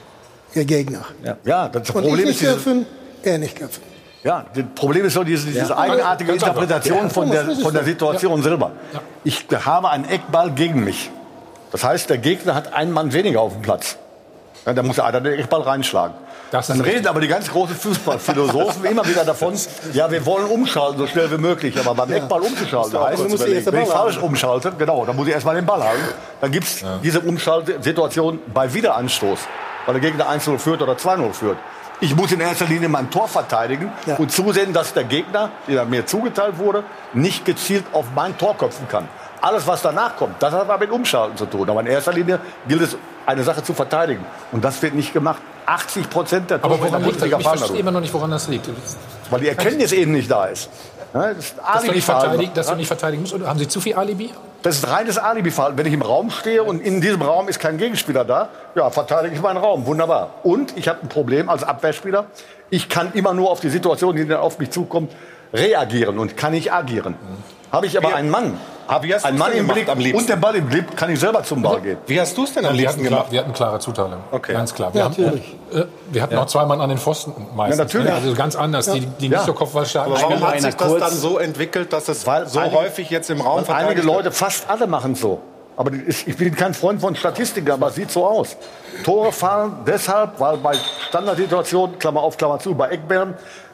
ihr Gegner. Ja, ja das und Problem ich ist nicht köpfen, er nicht köpfen. Ja, das Problem ist so diese, diese Ja. eigenartige Ganz einfach. Interpretation Ja, von, der, von der Situation ja. selber. Ja. Ich habe einen Eckball gegen mich. Das heißt, der Gegner hat einen Mann weniger auf dem Platz. Ja, da muss einer den Eckball reinschlagen. Das Dann richtig. reden aber die ganz großen Fußballphilosophen immer wieder davon, ja, wir wollen umschalten, so schnell wie möglich. Aber beim Eckball umzuschalten heißt, wenn ich falsch umschalte, genau, dann muss ich erstmal den Ball halten. Dann gibt es ja. diese Umschaltsituation bei Wiederanstoß, weil der Gegner eins null führt oder zwei null führt. Ich muss in erster Linie mein Tor verteidigen ja. und zusehen, dass der Gegner, der mir zugeteilt wurde, nicht gezielt auf mein Tor köpfen kann. Alles, was danach kommt, das hat mit Umschalten zu tun. Aber in erster Linie gilt es, eine Sache zu verteidigen. Und das wird nicht gemacht. achtzig Prozent der Tore Aber woran liegt das? Ich verstehe immer noch nicht, woran das liegt. Weil die Erkenntnis eben nicht da ist. Ja, das ist dass, du nicht verteidigen, dass du nicht verteidigen musst? Oder haben Sie zu viel Alibi? Das ist reines Alibi-Verhalten. Wenn ich im Raum stehe und in diesem Raum ist kein Gegenspieler da, ja, verteidige ich meinen Raum. Wunderbar. Und ich habe ein Problem als Abwehrspieler. Ich kann immer nur auf die Situation, die dann auf mich zukommt, reagieren und kann nicht agieren. Mhm. Habe ich aber einen Mann, einen Mann im Blick und den Ball im Blick, kann ich selber zum Ball gehen. Wie hast du es denn am liebsten wir gemacht? Klar, wir hatten klare Zuteilung. Okay. Ganz klar. Wir, Ja, haben, äh, wir hatten Ja. auch zwei Mann an den Pfosten meistens. Ja, natürlich. Ne? Also ganz anders, die, die Ja. nicht so kopfballstark Aber warum spielen. hat sich das kurz- dann so entwickelt, dass es Weil so einige- häufig jetzt im Raum Und verteidigt einige wird? Leute, fast alle machen es so. Aber ich ich bin kein Freund von Statistiken, aber es sieht so aus. Tore fallen deshalb, weil bei Standardsituationen, Klammer auf, Klammer zu, bei Eckbällen,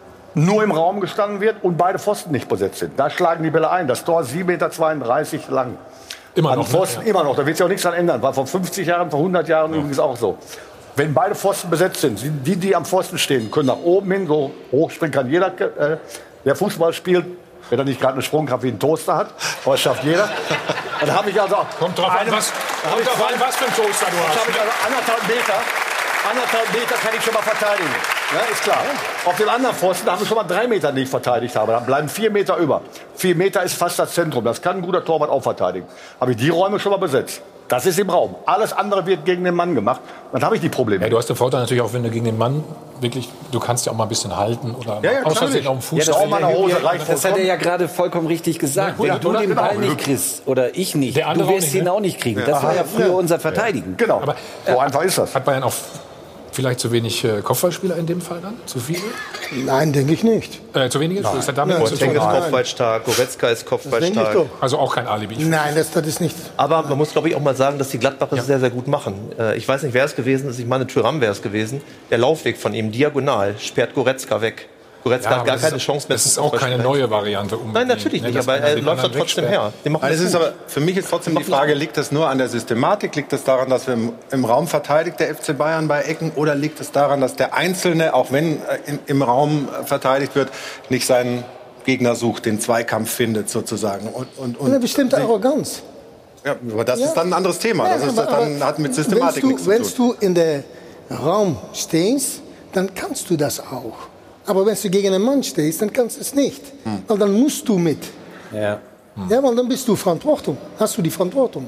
nur im Raum gestanden wird und beide Pfosten nicht besetzt sind. Da schlagen die Bälle ein. Das Tor ist sieben Meter zweiunddreißig lang. Immer An noch, Pfosten ne? immer noch. Da wird sich auch nichts dran ändern. War vor fünfzig Jahren, vor hundert Jahren übrigens auch so. Wenn beide Pfosten besetzt sind, sind die, die am Pfosten stehen, können nach oben hin, so hoch springen kann jeder, äh, der Fußball spielt, wenn er nicht gerade eine Sprungkraft wie ein Toaster hat, aber das schafft jeder. Dann habe ich also Kommt drauf an, eine- was, da hab kommt ich drauf an, zwei- was für ein Toaster du Jetzt hast. habe ich also anderthalb Meter, anderthalb Meter kann ich schon mal verteidigen. Ja, ist klar. Auf dem anderen Pfosten haben wir schon mal drei Meter, die ich verteidigt habe. Dann bleiben vier Meter über. Vier Meter ist fast das Zentrum. Das kann ein guter Torwart auch verteidigen. Habe ich die Räume schon mal besetzt. Das ist im Raum. Alles andere wird gegen den Mann gemacht. Dann habe ich die Probleme. Ja, du hast den Vorteil natürlich auch, wenn du gegen den Mann wirklich, du kannst ja auch mal ein bisschen halten oder Ja, ja, aus Versehen natürlich. auf den Fuß. Ja, das, stellen. auch meine Hose reicht Das hat er ja gerade vollkommen richtig gesagt. Ja, Wenn gut, du oder? den Genau. Ball nicht kriegst oder ich nicht, Der andere du wirst auch nicht, ihn ne? auch nicht kriegen. Das Ja. war ja früher Ja. unser Verteidigen. Genau. Aber so einfach ist das. Hat Bayern auch vielleicht zu wenig äh, Kopfballspieler in dem Fall dann? Zu viele? Nein, denke ich nicht. Äh, zu wenige? Das hat damit nichts zu Boateng tun. ist kopfballstark, Goretzka ist Das denke ich kopfballstark. doch. Also auch kein Alibi. Nein, das, das ist nicht. Aber man muss, glaube ich, auch mal sagen, dass die Gladbacher es sehr, sehr gut machen. Äh, ich weiß nicht, wer es gewesen ist. Ich meine, Thuram wäre es gewesen. Der Laufweg von ihm, diagonal, sperrt Goretzka weg. Goretzka Ja, hat gar aber das keine ist- Chance mehr. Das ist zum auch keine Fußballspielen. neue Variante. Unbedingt, Nein, natürlich ne, nicht, dass aber einer er den läuft anderen doch trotzdem wegsperrt. her. Den macht Also es ist gut. aber, für mich ist trotzdem die Frage, liegt das nur an der Systematik? Liegt es daran, dass wir im, im Raum verteidigt, der F C Bayern bei Ecken? Oder liegt es daran, dass der Einzelne, auch wenn äh, in, im Raum äh, verteidigt wird, nicht seinen Gegner sucht, den Zweikampf findet sozusagen? Und, und, und Eine bestimmte Arroganz. Ja, aber das Ja. ist dann ein anderes Thema. Ja, Das ist, aber- dann, aber hat mit Systematik wenn nichts du, zu Wenn tun. du in der Raum stehst, dann kannst du das auch. Aber wenn du gegen einen Mann stehst, dann kannst du es nicht. Hm. Weil dann musst du mit. Ja. Ja, weil dann bist du Verantwortung. Hast du die Verantwortung.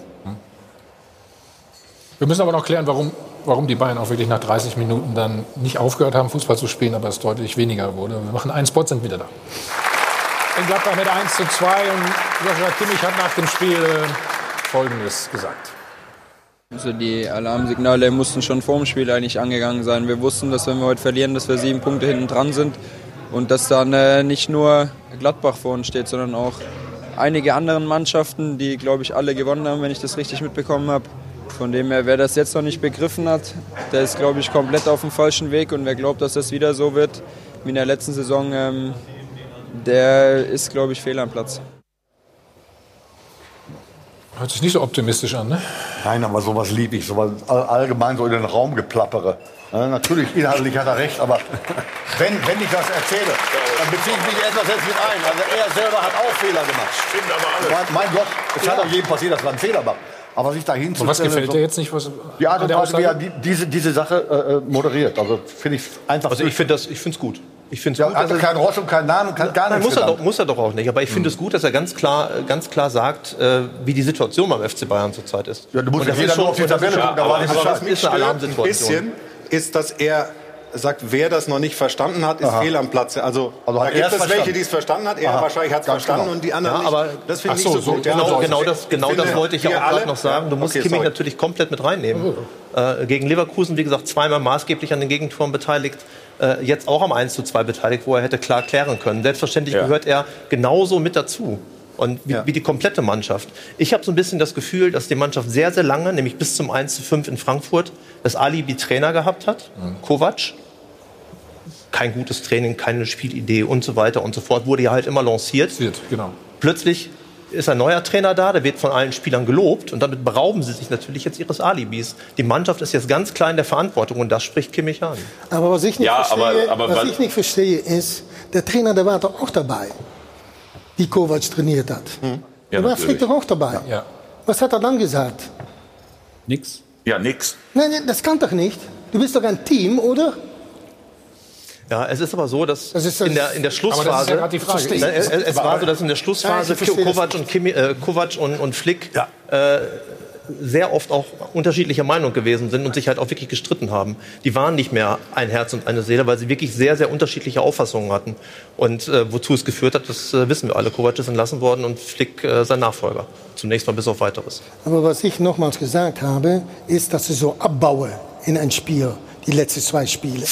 Wir müssen aber noch klären, warum, warum die Bayern auch wirklich nach dreißig Minuten dann nicht aufgehört haben, Fußball zu spielen, aber es deutlich weniger wurde. Wir machen einen Spot, sind wieder da. In Gladbach mit eins zu zwei und Joshua Kimmich hat nach dem Spiel äh, Folgendes gesagt. Also die Alarmsignale mussten schon vor dem Spiel eigentlich angegangen sein. Wir wussten, dass wenn wir heute verlieren, dass wir sieben Punkte hinten dran sind und dass dann äh, nicht nur Gladbach vor uns steht, sondern auch einige andere Mannschaften, die, glaube ich, alle gewonnen haben, wenn ich das richtig mitbekommen habe. Von dem her, wer das jetzt noch nicht begriffen hat, der ist, glaube ich, komplett auf dem falschen Weg. Und wer glaubt, dass das wieder so wird wie in der letzten Saison, ähm, der ist, glaube ich, fehl am Platz. Hört sich nicht so optimistisch an, ne? Nein, aber sowas liebe ich, sowas all- allgemein so in den Raum geplappere. Ja, natürlich, inhaltlich hat er recht, aber wenn, wenn ich das erzähle, dann beziehe ich mich etwas jetzt mit ein. Also er selber hat auch Fehler gemacht. Stimmt aber alles. Mein, mein Gott, es hat auch jedem passiert, dass man einen Fehler macht. Aber sich dahin Und was gefällt dir jetzt nicht? Was, Die Art und der Weise, wie er Aussage? die, diese, diese Sache äh, moderiert. Also finde ich einfach. Also ich finde das, ich finde es gut. Ich finde ja, es gut, hat er keinen Ross und keinen Namen, kann gar nichts. Muss er, doch, muss er doch auch nicht. Aber ich finde es gut, dass er ganz klar, ganz klar sagt, äh, wie die Situation beim F C Bayern zurzeit ist. Ja, du musst ja wieder nur auf die Tabelle gucken. Aber was mich stört ein bisschen, ist, dass er sagt, wer das noch nicht verstanden hat, ist Aha. fehl am Platze. Also, Also da hat er gibt es es verstanden? welche, die es verstanden hat. Er Aha. wahrscheinlich hat es Ganz verstanden genau. und die anderen Ja, nicht. aber Das finde ich Ach so, nicht so gut. Genau, Ja, genau das, genau finde, das wollte ich ja wir auch gerade alle- noch sagen. Du musst Okay, Kimmich sorry. natürlich komplett mit reinnehmen. Äh, gegen Leverkusen, wie gesagt, zweimal maßgeblich an den Gegentoren beteiligt. Äh, jetzt auch am eins zu zwei beteiligt, wo er hätte klar klären können. Selbstverständlich Ja. gehört er genauso mit dazu. Und wie, Ja. wie die komplette Mannschaft. Ich habe so ein bisschen das Gefühl, dass die Mannschaft sehr, sehr lange, nämlich bis zum eins zu fünf in Frankfurt, das Alibi-Trainer gehabt hat. Mhm. Kovac. Kein gutes Training, keine Spielidee und so weiter und so fort. Wurde ja halt immer lanciert. Genau. Plötzlich ist ein neuer Trainer da, der wird von allen Spielern gelobt und damit berauben sie sich natürlich jetzt ihres Alibis. Die Mannschaft ist jetzt ganz klar in der Verantwortung und das spricht Kimmich an. Aber was ich nicht, Ja, verstehe, aber- aber was weil- ich nicht verstehe, ist, der Trainer, der war doch auch dabei, die Kovac trainiert hat. Ja, der war natürlich. Flick doch auch dabei. Ja. Was hat er dann gesagt? Nix. Ja, nix. Nein, nein, das kann doch nicht. Du bist doch ein Team, oder? Ja, es ist aber so, dass Das ist das- in, der, in der Aber Schlussphase, das ist ja gerade die Frage. Nein, es, es war so, dass in der Schlussphase Ja, ich verstehe das Kovac und, Kimi, äh, Kovac und, und Flick äh, sehr oft auch unterschiedlicher Meinung gewesen sind und sich halt auch wirklich gestritten haben. Die waren nicht mehr ein Herz und eine Seele, weil sie wirklich sehr, sehr unterschiedliche Auffassungen hatten. Und äh, wozu es geführt hat, das äh, wissen wir alle. Kovac ist entlassen worden und Flick äh, sein Nachfolger. Zunächst mal bis auf Weiteres. Aber was ich nochmals gesagt habe, ist, dass ich so abbaue in ein Spiel, die letzten zwei Spiele.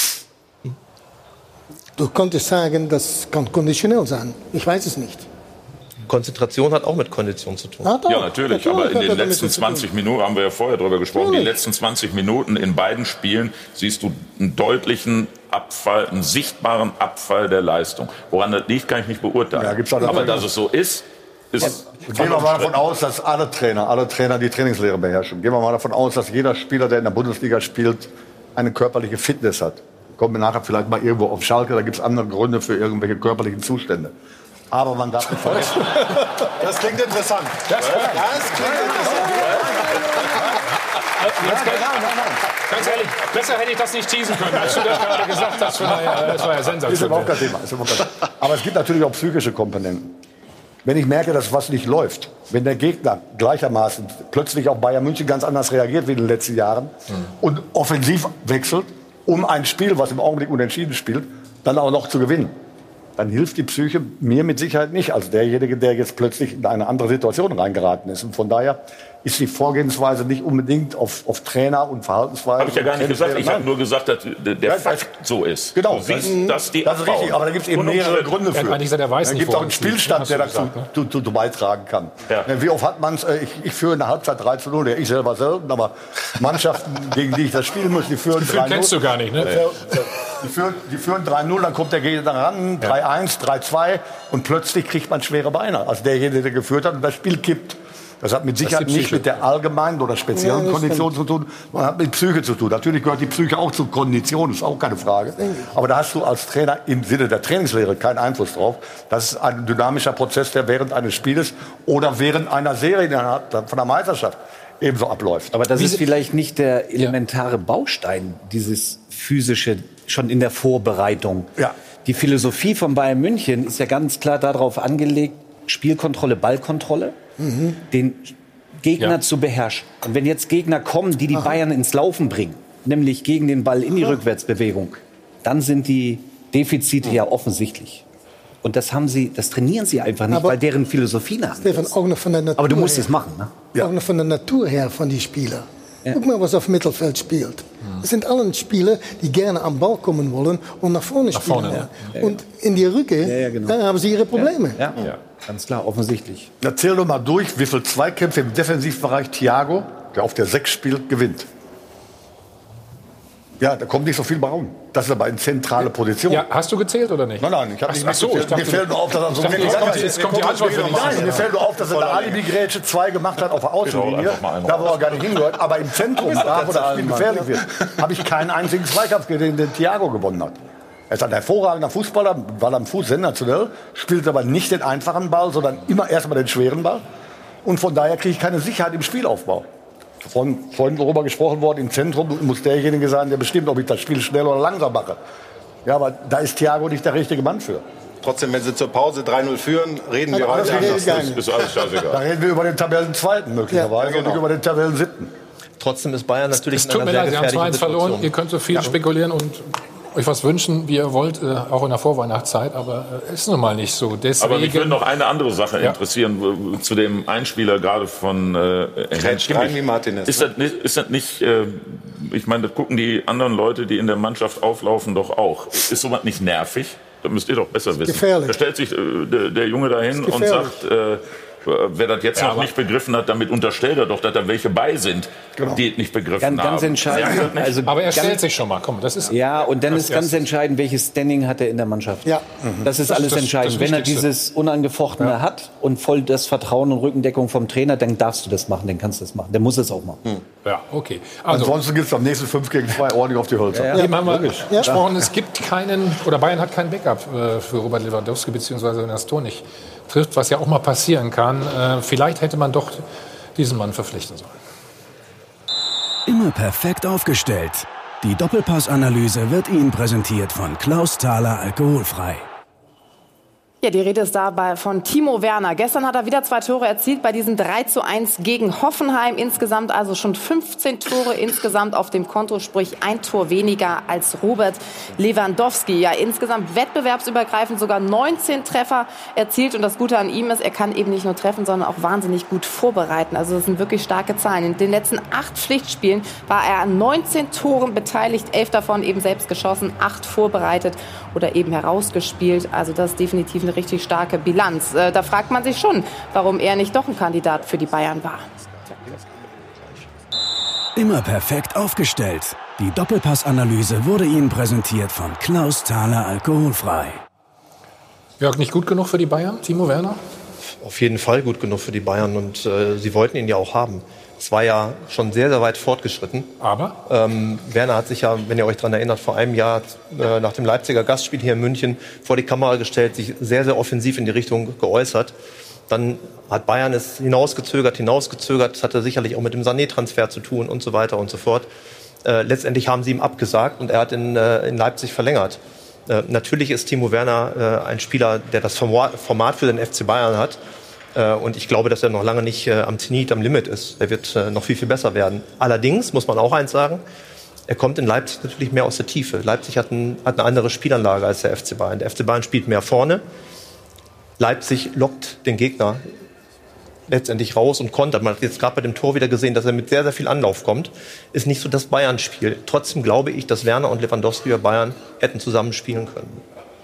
Du konntest sagen, das kann konditionell sein. Ich weiß es nicht. Konzentration hat auch mit Kondition zu tun. Ah, doch. Ja, natürlich. Aber in hat er den damit letzten zu tun. zwanzig Minuten, haben wir ja vorher drüber gesprochen, die Natürlich. letzten zwanzig Minuten in beiden Spielen siehst du einen deutlichen Abfall, einen sichtbaren Abfall der Leistung. Woran das liegt, kann ich nicht beurteilen. Ja, gibt's auch Aber natürlich. dass es so ist, ist Gehen wir mal davon aus, dass alle Trainer, alle Trainer die Trainingslehre beherrschen. Gehen wir mal davon aus, dass jeder Spieler, der in der Bundesliga spielt, eine körperliche Fitness hat. Kommen wir nachher vielleicht mal irgendwo auf Schalke, da gibt es andere Gründe für irgendwelche körperlichen Zustände. Aber man darf nicht vergessen. Das klingt interessant. Das, das klingt interessant. Jetzt, ganz ehrlich, besser hätte ich das nicht teasen können, als du das gerade gesagt hast. Von daher, das war ja Ist überhaupt sensationell. kein Thema. Ist überhaupt kein Thema. Aber es gibt natürlich auch psychische Komponenten. Wenn ich merke, dass was nicht läuft, wenn der Gegner gleichermaßen plötzlich auf Bayern München ganz anders reagiert wie in den letzten Jahren und offensiv wechselt, um ein Spiel, was im Augenblick unentschieden spielt, dann auch noch zu gewinnen, dann hilft die Psyche mir mit Sicherheit nicht als derjenige, der jetzt plötzlich in eine andere Situation reingeraten ist. Und von daher ist die Vorgehensweise nicht unbedingt auf, auf Trainer und Verhaltensweise. habe ich ja gar nicht gesagt. Ich habe nur gesagt, dass der der Ja, Fakt so ist. Genau, Du siehst, das, dass die das ist richtig, abbauen. aber da gibt es eben mehrere Unumstritten. Gründe Er hat für. eigentlich gesagt, er weiß Da nicht, gibt es auch woran einen es liegt. Spielstand, Hast der du dazu gesagt, ne? zu, zu, zu beitragen kann. Ja. Wie oft hat man es, ich, ich führe in der Halbzeit drei zu null, ja, ich selber selten, aber Mannschaften, gegen die ich das spielen muss, die führen Gefühl drei null. kennst du gar nicht, ne? Die führen, die führen drei null, dann kommt der Gegner ran, drei eins, drei zwei und plötzlich kriegt man schwere Beine. Also derjenige, der geführt hat und das Spiel kippt. Das hat mit Sicherheit die nicht Psyche. mit der allgemeinen oder speziellen Ja, das Kondition zu tun, man hat mit Psyche zu tun. Natürlich gehört die Psyche auch zur Kondition, ist auch keine Frage. Aber da hast du als Trainer im Sinne der Trainingslehre keinen Einfluss drauf. Das ist ein dynamischer Prozess, der während eines Spieles oder während einer Serie innerhalb von der Meisterschaft ebenso abläuft. Aber das ist vielleicht nicht der elementare Baustein, dieses physische, schon in der Vorbereitung. Ja. Die Philosophie von Bayern München ist ja ganz klar darauf angelegt, Spielkontrolle, Ballkontrolle, Mhm. den Gegner Ja. zu beherrschen. Und wenn jetzt Gegner kommen, die die Bayern ins Laufen bringen, nämlich gegen den Ball in die Rückwärtsbewegung, dann sind die Defizite ja offensichtlich. Und das haben sie, das trainieren sie einfach nicht, Aber weil deren Philosophie nach. Stefan, auch noch von der Natur Aber du musst her. es machen, ne? Auch noch von der Natur her von die Spieler. Guck mal, was auf Mittelfeld spielt. Es sind alle Spieler, die gerne am Ball kommen wollen und nach vorne Nach spielen vorne, wollen. ja. Ja, Und in die Rücke, Ja, ja, genau. da haben sie ihre Probleme. Ja, ja. Ganz klar, offensichtlich. Erzähl doch mal durch, wie viele Zweikämpfe im Defensivbereich Thiago, der auf der sechs spielt, gewinnt. Ja, da kommt nicht so viel bei rum. Das ist aber eine zentrale Position. Ja, hast du gezählt oder nicht? Nein, nein, ich habe nicht Ach so, mitgezählt. ich dachte, Mir fällt nur auf, dass er so ich dachte, wenig- jetzt kommt die- jetzt kommt die Antwort für dich. Nein, mir fällt nur auf, dass er eine Alibi-Grätsche zwei gemacht hat auf der Außenlinie, einfach mal einen da wo er gar nicht hingehört. Aber im Zentrum, da wo das Spiel gefährlich wird, habe ich keinen einzigen Zweikampf gesehen, den Thiago gewonnen hat. Er ist ein hervorragender Fußballer, war am Fuß sensationell, spielt aber nicht den einfachen Ball, sondern immer erstmal den schweren Ball. Und von daher kriege ich keine Sicherheit im Spielaufbau. Von, vorhin darüber gesprochen worden, im Zentrum muss derjenige sein, der bestimmt, ob ich das Spiel schnell oder langsam mache. Ja, aber da ist Thiago nicht der richtige Mann für. Trotzdem, wenn sie zur Pause drei null führen, reden wir Also, heute das anders. ist Ist alles scheißegal. Da reden wir über den Tabellenzweiten möglicherweise Ja, genau. und nicht über den Tabellensiebten. Trotzdem ist Bayern natürlich Es tut in mir einer leid, sehr Sie haben zwei gefährlichen eins verloren. Situation. Ihr könnt so viel Ja. spekulieren und euch was wünschen, wie ihr wollt, äh, auch in der Vorweihnachtszeit, aber es äh, ist nun mal nicht so. Deswegen, Aber mich würde noch eine andere Sache Ja. interessieren, wo- zu dem Einspieler gerade von äh, Herrn Kretsch rein wie Kimmich. Martinez, Ist ne? das nicht, ist das nicht äh, ich meine, das gucken die anderen Leute, die in der Mannschaft auflaufen, doch auch. Ist sowas nicht nervig? Das müsst ihr doch besser wissen. gefährlich. Da stellt sich äh, der, der Junge dahin und gefährlich. sagt, äh, wer das jetzt Ja, noch aber- nicht begriffen hat, damit unterstellt er doch, dass da welche bei sind, die es nicht begriffen Ganz, haben. ganz entscheidend. Merkt ihr das nicht? Also aber er ganz, stellt sich schon mal. Komm, das ist Ja, und dann das ist ganz Erste. entscheidend, welches Standing hat er in der Mannschaft. Ja. Das ist Das- alles das- entscheidend. das Wenn er Wichtigste. dieses Unangefochtene hat und voll das Vertrauen und Rückendeckung vom Trainer, dann darfst du das machen, dann kannst du das machen. Dann muss es auch machen. Ja, okay. Also, Ansonsten gibt es am nächsten fünf gegen zwei ordentlich auf die Hölzer. Ja, eben haben wir logisch. gesprochen, es gibt keinen, oder Bayern hat keinen Backup äh, für Robert Lewandowski, beziehungsweise wenn er das Tor nicht trifft, was ja auch mal passieren kann. Äh, vielleicht hätte man doch diesen Mann verpflichten sollen. Immer perfekt aufgestellt. Die Doppelpassanalyse wird Ihnen präsentiert von Klaus Thaler Alkoholfrei. Ja, die Rede ist dabei von Timo Werner. Gestern hat er wieder zwei Tore erzielt bei diesem drei zu eins gegen Hoffenheim. Insgesamt also schon fünfzehn Tore insgesamt auf dem Konto, sprich ein Tor weniger als Robert Lewandowski. Ja, insgesamt wettbewerbsübergreifend sogar neunzehn Treffer erzielt. Und das Gute an ihm ist, er kann eben nicht nur treffen, sondern auch wahnsinnig gut vorbereiten. Also das sind wirklich starke Zahlen. In den letzten acht Pflichtspielen war er an neunzehn Toren beteiligt, elf davon eben selbst geschossen, acht vorbereitet oder eben herausgespielt. Also das ist definitiv eine richtig starke Bilanz. Äh, da fragt man sich schon, warum er nicht doch ein Kandidat für die Bayern war. Immer perfekt aufgestellt. Die Doppelpassanalyse wurde Ihnen präsentiert von Klaus Thaler Alkoholfrei. Jörg, nicht gut genug für die Bayern, Timo Werner? Auf jeden Fall gut genug für die Bayern und äh, sie wollten ihn ja auch haben. Es war ja schon sehr, sehr weit fortgeschritten. Aber? Ähm, Werner hat sich ja, wenn ihr euch daran erinnert, vor einem Jahr äh, nach dem Leipziger Gastspiel hier in München vor die Kamera gestellt, sich sehr, sehr offensiv in die Richtung geäußert. Dann hat Bayern es hinausgezögert, hinausgezögert. Das hatte sicherlich auch mit dem Sané-Transfer zu tun und so weiter und so fort. Äh, letztendlich haben sie ihm abgesagt und er hat in, äh, in Leipzig verlängert. Äh, natürlich ist Timo Werner äh, ein Spieler, der das Format für den F C Bayern hat. Äh, und ich glaube, dass er noch lange nicht äh, am Zenit, am Limit ist. Er wird äh, noch viel, viel besser werden. Allerdings muss man auch eins sagen, er kommt in Leipzig natürlich mehr aus der Tiefe. Leipzig hat, ein, hat eine andere Spielanlage als der F C Bayern. Der F C Bayern spielt mehr vorne. Leipzig lockt den Gegner letztendlich raus und kontert. Man hat jetzt gerade bei dem Tor wieder gesehen, dass er mit sehr, sehr viel Anlauf kommt. Ist nicht so das Bayern-Spiel. Trotzdem glaube ich, dass Werner und Lewandowski bei Bayern hätten zusammen spielen können.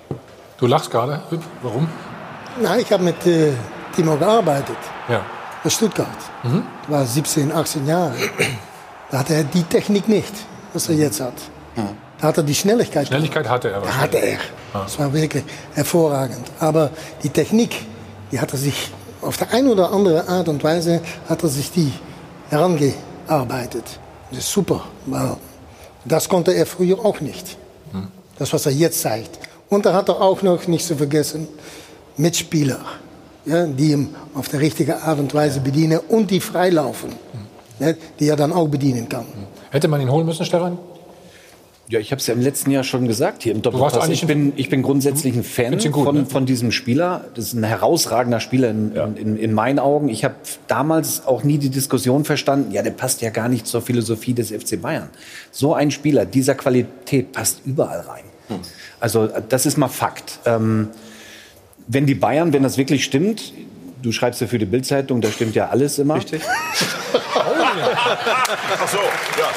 Du lachst gerade. Warum? Nein, ich habe mit äh, Timo gearbeitet. Ja. Bei Stuttgart. Mhm. War siebzehn, achtzehn Jahre. Da hatte er die Technik nicht, was er jetzt hat. Da hat er die Schnelligkeit. Schnelligkeit hatte er. Da hatte er. Das war wirklich hervorragend. Aber die Technik, die hat er sich auf der eine oder andere Art und Weise hat er sich die herangearbeitet. Das ist super. Weil das konnte er früher auch nicht. Das, was er jetzt zeigt. Und da hat er auch noch, nicht zu vergessen, Mitspieler, ja, die ihm auf die richtige Art und Weise bedienen und die freilaufen, ja, die er dann auch bedienen kann. Hätte man ihn holen müssen, Stefan? Ja, ich habe es ja im letzten Jahr schon gesagt hier im warst Doppelpass. eigentlich Ich bin, ich bin grundsätzlich ein Fan Findest ihn gut, von, ne? von diesem Spieler. Das ist ein herausragender Spieler in, in, in meinen Augen. Ich habe damals auch nie die Diskussion verstanden, ja, der passt ja gar nicht zur Philosophie des F C Bayern. So ein Spieler dieser Qualität passt überall rein. Hm. Also das ist mal Fakt. Ähm, wenn die Bayern, wenn das wirklich stimmt, du schreibst ja für die Bild-Zeitung, da stimmt ja alles immer. Richtig. Ach so, ja.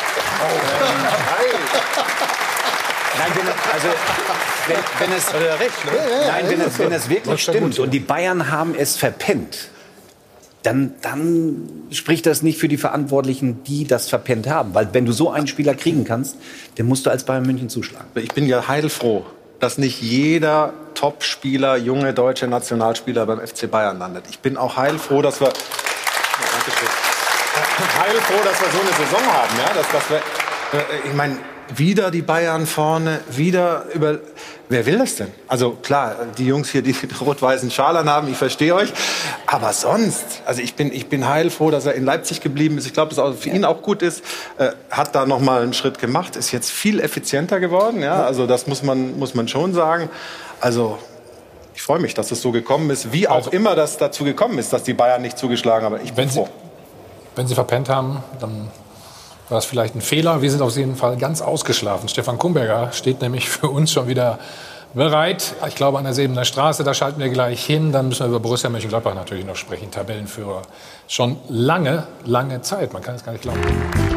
Nein, wenn, also, wenn, wenn es, nein, wenn es, wenn es wirklich stimmt und die Bayern haben es verpennt, dann, dann spricht das nicht für die Verantwortlichen, die das verpennt haben. Weil wenn du so einen Spieler kriegen kannst, dann musst du als Bayern München zuschlagen. Ich bin ja heilfroh, dass nicht jeder Top-Spieler, junge deutsche Nationalspieler beim F C Bayern landet. Ich bin auch heilfroh, dass wir, heilfroh, dass wir so eine Saison haben. Ja? Dass, dass wir, ich meine, wieder die Bayern vorne, wieder über... Wer will das denn? Also klar, die Jungs hier, die den rot-weißen Schal haben, ich verstehe euch. Aber sonst, also ich bin, ich bin heilfroh, dass er in Leipzig geblieben ist. Ich glaube, dass es für ihn auch gut ist. Äh, hat da noch mal einen Schritt gemacht, ist jetzt viel effizienter geworden. Ja, also das muss man, muss man schon sagen. Also ich freue mich, dass es so gekommen ist, wie auch also, immer das dazu gekommen ist, dass die Bayern nicht zugeschlagen haben. Aber ich bin wenn froh. Sie, wenn Sie verpennt haben, dann war es vielleicht ein Fehler. Wir sind auf jeden Fall ganz ausgeschlafen. Stefan Kumberger steht nämlich für uns schon wieder bereit. Ich glaube, an der Sebener Straße, da schalten wir gleich hin. Dann müssen wir über Borussia Mönchengladbach natürlich noch sprechen. Tabellenführer schon lange, lange Zeit. Man kann es gar nicht glauben.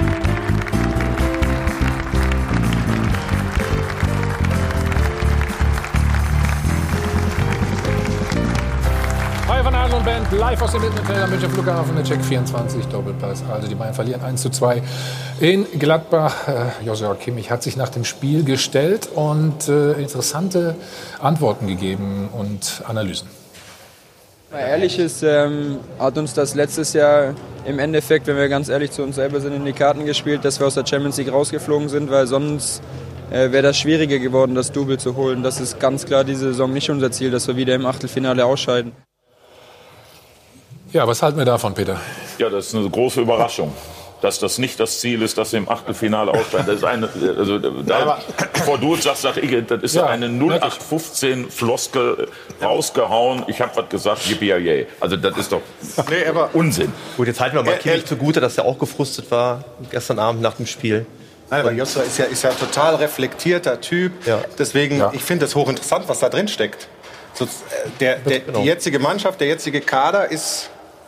Van Adel und Band live aus dem Mittelfelder München Flughafen mit Check vierundzwanzig Doppelpass. Also die Bayern verlieren eins zu zwei in Gladbach. Äh, Joshua Kimmich hat sich nach dem Spiel gestellt und äh, interessante Antworten gegeben und Analysen. Mal ehrlich ist, ähm, hat uns das letztes Jahr im Endeffekt, wenn wir ganz ehrlich zu uns selber sind, in die Karten gespielt, dass wir aus der Champions League rausgeflogen sind, weil sonst äh, wäre das schwieriger geworden, das Double zu holen. Das ist ganz klar diese Saison nicht unser Ziel, dass wir wieder im Achtelfinale ausscheiden. Ja, was halten wir davon, Peter? Ja, das ist eine große Überraschung. Dass das nicht das Ziel ist, dass wir im Achtelfinale ausscheiden. Das ist eine, also, da, bevor du es sagst, sag ich, das ist ja eine null acht fünfzehn Floskel rausgehauen. Ich habe was gesagt, yippie. Also das ist doch nee, aber Unsinn. Gut, jetzt halten wir mal Kimmich zugute, dass er auch gefrustet war gestern Abend nach dem Spiel. Nein, aber Joshua ist ja, ist ja total reflektierter Typ. Ja. Deswegen, ja. ich finde es hochinteressant, was da drin steckt. So, der, der, die jetzige Mannschaft, der jetzige Kader ist...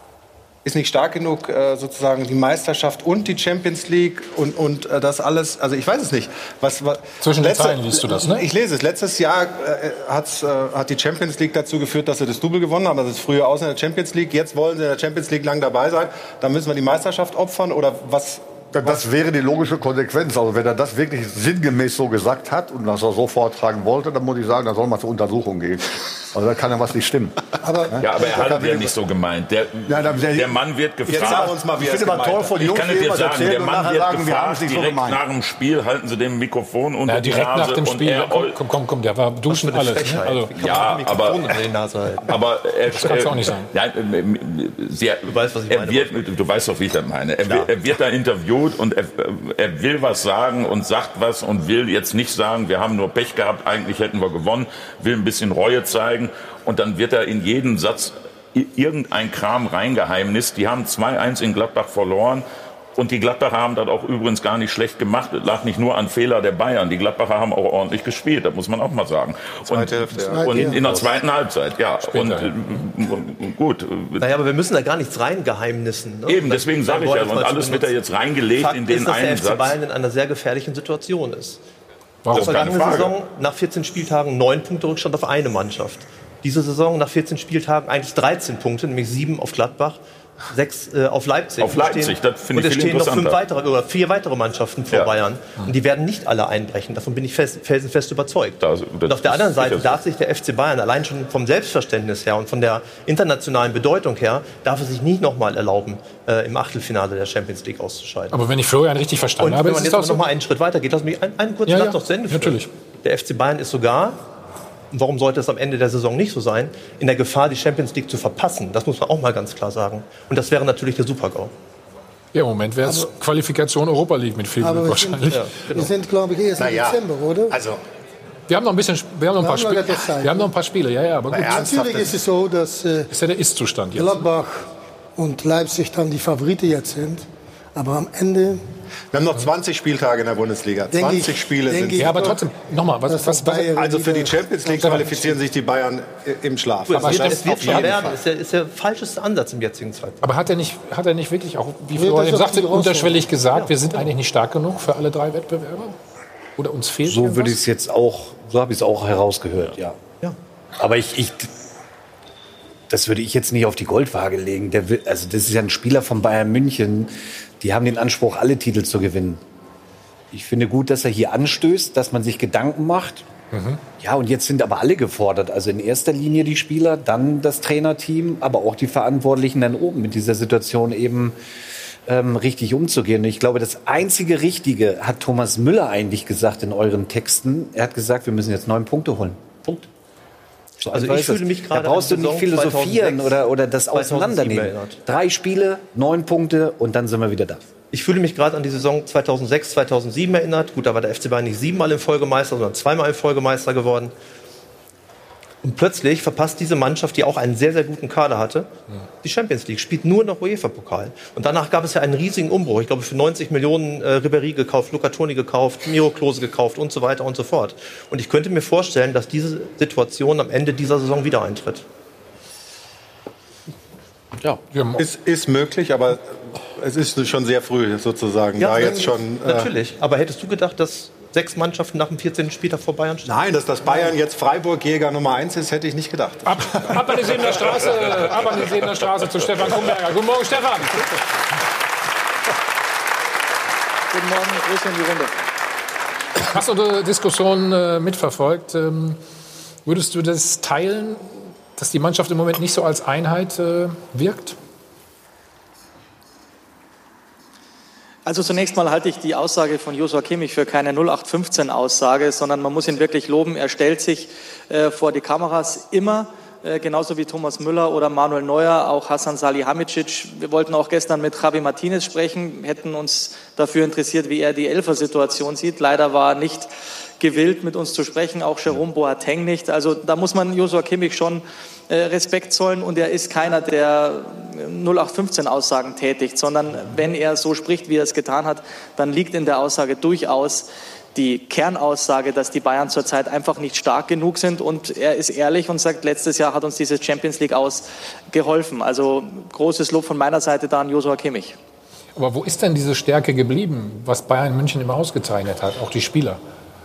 ist nicht stark genug, äh, sozusagen die Meisterschaft und die Champions League und, und äh, das alles, also ich weiß es nicht. Was, was, Zwischen den Zeilen liest du das, ne? Ich lese es. Letztes Jahr äh, hat's, äh, hat die Champions League dazu geführt, dass sie das Double gewonnen haben. Das ist früher aus in der Champions League. Jetzt wollen sie in der Champions League lang dabei sein. Dann müssen wir die Meisterschaft opfern oder was... Das wäre die logische Konsequenz. Also wenn er das wirklich sinngemäß so gesagt hat und das er so vortragen wollte, dann muss ich sagen, dann soll man zur Untersuchung gehen. Also da kann ja was nicht stimmen. Aber, ja, aber er hat es ja nicht so gemeint. Der, ja, der, der Mann wird gefragt. Jetzt sagen uns mal, wie ich finde mal toll von die Jungs, ich kann es dir sagen, der Mann wird sagen, gefragt, wir direkt so nach dem Spiel halten sie dem Mikrofon unter ja, die direkt Nase. Nach dem Spiel, er, komm, komm, komm, komm, der war duschen alles. Ne? Also, ja, aber, aber er, das kannst du auch nicht sagen. Nein, sehr, du weißt, was ich meine. Wird, du weißt doch, wie ich das meine. Er, ja. er wird da interviewt und er, er will was sagen und sagt was und will jetzt nicht sagen, wir haben nur Pech gehabt, eigentlich hätten wir gewonnen, will ein bisschen Reue zeigen. Und dann wird er in jeden Satz irgendein Kram reingeheimnist. Die haben zwei eins in Gladbach verloren. Und die Gladbacher haben das auch übrigens gar nicht schlecht gemacht. Das lag nicht nur an Fehler der Bayern. Die Gladbacher haben auch ordentlich gespielt, das muss man auch mal sagen. Und, Hälfte, ja. und in, in der zweiten Halbzeit, ja. Und, äh, gut. Naja, aber wir müssen da gar nichts reingeheimnissen. Ne? Eben, deswegen sage ich ja. Und alles wird da jetzt reingelegt Fakt in den ist, dass einen der F C Satz. Bayern in einer sehr gefährlichen Situation ist. Warum? Das vergangene Saison nach vierzehn Spieltagen neun Punkte Rückstand auf eine Mannschaft. Diese Saison nach vierzehn Spieltagen eigentlich dreizehn Punkte, nämlich sieben auf Gladbach, sechs äh, auf Leipzig. Auf Leipzig, stehen, das finde ich viel interessanter. Und es stehen noch fünf weitere, oder vier weitere Mannschaften vor ja. Bayern. Und die werden nicht alle einbrechen. Davon bin ich fest, felsenfest überzeugt. Das, das und auf der anderen Seite darf sich der F C Bayern allein schon vom Selbstverständnis her und von der internationalen Bedeutung her, darf es sich nicht nochmal erlauben, äh, im Achtelfinale der Champions League auszuscheiden. Aber wenn ich Florian richtig verstanden und habe, wenn man ist jetzt es auch noch mal einen Schritt weiter geht, lass mich einen, einen kurzen ja, Satz ja, noch zu Ende führen. Natürlich. Der F C Bayern ist sogar, warum sollte es am Ende der Saison nicht so sein, in der Gefahr, die Champions League zu verpassen. Das muss man auch mal ganz klar sagen. Und das wäre natürlich der Super-GAU. Ja, im Moment wäre es Qualifikation Europa League mit viel Glück wahrscheinlich. Ja, genau. Wir sind, glaube ich, erst im ja. Dezember, oder? Also, wir haben noch ein bisschen, wir haben noch ein paar Spiele. Wir haben noch ein paar Spiele, ja, ja. Aber gut. Natürlich ist es so, dass äh, ist ja der Ist-Zustand jetzt. Gladbach und Leipzig dann die Favoriten jetzt sind. Aber am Ende... Wir haben noch zwanzig Spieltage in der Bundesliga. zwanzig ich, Spiele sind Ja, aber trotzdem, nochmal, was, was, was also für die Champions League qualifizieren sich die Bayern im Schlaf. Aber es wird, es wird schon werden. Das ist der, ist der falscheste Ansatz im jetzigen Zeitpunkt. Aber hat er nicht, hat er nicht wirklich auch, wie Florian sagte, unterschwellig gesagt, ja, wir sind eigentlich nicht stark genug für alle drei Wettbewerbe? Oder uns fehlt So würde ich es jetzt auch, so habe ich es auch herausgehört, ja. ja. Aber ich, ich, das würde ich jetzt nicht auf die Goldwaage legen. Der will, also das ist ja ein Spieler von Bayern München. Die haben den Anspruch, alle Titel zu gewinnen. Ich finde gut, dass er hier anstößt, dass man sich Gedanken macht. Mhm. Ja, und jetzt sind aber alle gefordert. Also in erster Linie die Spieler, dann das Trainerteam, aber auch die Verantwortlichen dann oben mit dieser Situation eben ähm, richtig umzugehen. Und ich glaube, das einzige Richtige hat Thomas Müller eigentlich gesagt in euren Texten. Er hat gesagt, wir müssen jetzt neun Punkte holen. Punkt. So, also ich fühle mich gerade da brauchst du nicht philosophieren oder, oder das auseinandernehmen. Erinnert. Drei Spiele, neun Punkte und dann sind wir wieder da. Ich fühle mich gerade an die Saison zweitausendsechs, zweitausendsieben erinnert. Gut, da war der F C Bayern nicht siebenmal in Folge Meister, sondern zweimal in Folge Meister geworden. Und plötzlich verpasst diese Mannschaft, die auch einen sehr, sehr guten Kader hatte, die Champions League, spielt nur noch UEFA-Pokal. Und danach gab es ja einen riesigen Umbruch. Ich glaube, für neunzig Millionen äh, Ribéry gekauft, Luca Toni gekauft, Miro Klose gekauft und so weiter und so fort. Und ich könnte mir vorstellen, dass diese Situation am Ende dieser Saison wieder eintritt. Ja, ist, ist möglich, aber es ist schon sehr früh sozusagen. Ja, da jetzt schon, äh natürlich. Aber hättest du gedacht, dass sechs Mannschaften nach dem vierzehnten Spieltag vor Bayern stehen? Nein, dass das Bayern jetzt Freiburg-Jäger Nummer eins ist, hätte ich nicht gedacht. Ab, ab an die Sebener Straße, ab an die Sebener Straße zu Stefan Kumberger. Guten Morgen, Stefan. Guten Morgen, Grüße in die Runde. Hast du die Diskussion äh, mitverfolgt? Ähm, würdest du das teilen, dass die Mannschaft im Moment nicht so als Einheit äh, wirkt? Also zunächst mal halte ich die Aussage von Joshua Kimmich für keine null acht fünfzehn Aussage, sondern man muss ihn wirklich loben. Er stellt sich äh, vor die Kameras immer, äh, genauso wie Thomas Müller oder Manuel Neuer, auch Hasan Salihamidzic. Wir wollten auch gestern mit Javi Martinez sprechen, hätten uns dafür interessiert, wie er die Elfer-Situation sieht. Leider war er nicht gewillt, mit uns zu sprechen, auch Jerome Boateng nicht. Also da muss man Joshua Kimmich schon äh, Respekt zollen und er ist keiner, der null acht fünfzehn Aussagen tätigt, sondern wenn er so spricht, wie er es getan hat, dann liegt in der Aussage durchaus die Kernaussage, dass die Bayern zurzeit einfach nicht stark genug sind und er ist ehrlich und sagt, letztes Jahr hat uns diese Champions League aus geholfen. Also großes Lob von meiner Seite da an Joshua Kimmich. Aber wo ist denn diese Stärke geblieben, was Bayern München immer ausgezeichnet hat, auch die Spieler?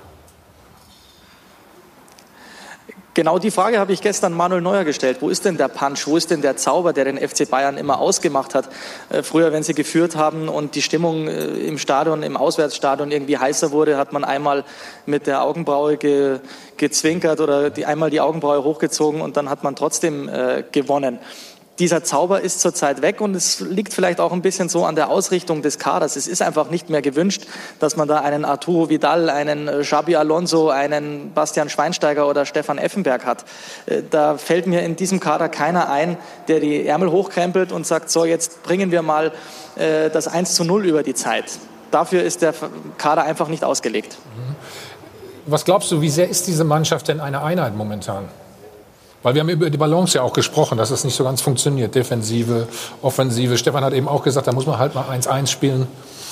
Genau die Frage habe ich gestern Manuel Neuer gestellt. Wo ist denn der Punch? Wo ist denn der Zauber, der den F C Bayern immer ausgemacht hat? Äh, früher, wenn sie geführt haben und die Stimmung äh, im Stadion, im Auswärtsstadion irgendwie heißer wurde, hat man einmal mit der Augenbraue ge, gezwinkert oder die, einmal die Augenbraue hochgezogen und dann hat man trotzdem äh, gewonnen. Dieser Zauber ist zurzeit weg und es liegt vielleicht auch ein bisschen so an der Ausrichtung des Kaders. Es ist einfach nicht mehr gewünscht, dass man da einen Arturo Vidal, einen Xabi Alonso, einen Bastian Schweinsteiger oder Stefan Effenberg hat. Da fällt mir in diesem Kader keiner ein, der die Ärmel hochkrempelt und sagt, so jetzt bringen wir mal das eins zu null über die Zeit. Dafür ist der Kader einfach nicht ausgelegt. Was glaubst du, wie sehr ist diese Mannschaft denn eine Einheit momentan? Weil wir haben über die Balance ja auch gesprochen, dass es nicht so ganz funktioniert. Defensive, Offensive. Stefan hat eben auch gesagt, da muss man halt mal eins eins spielen.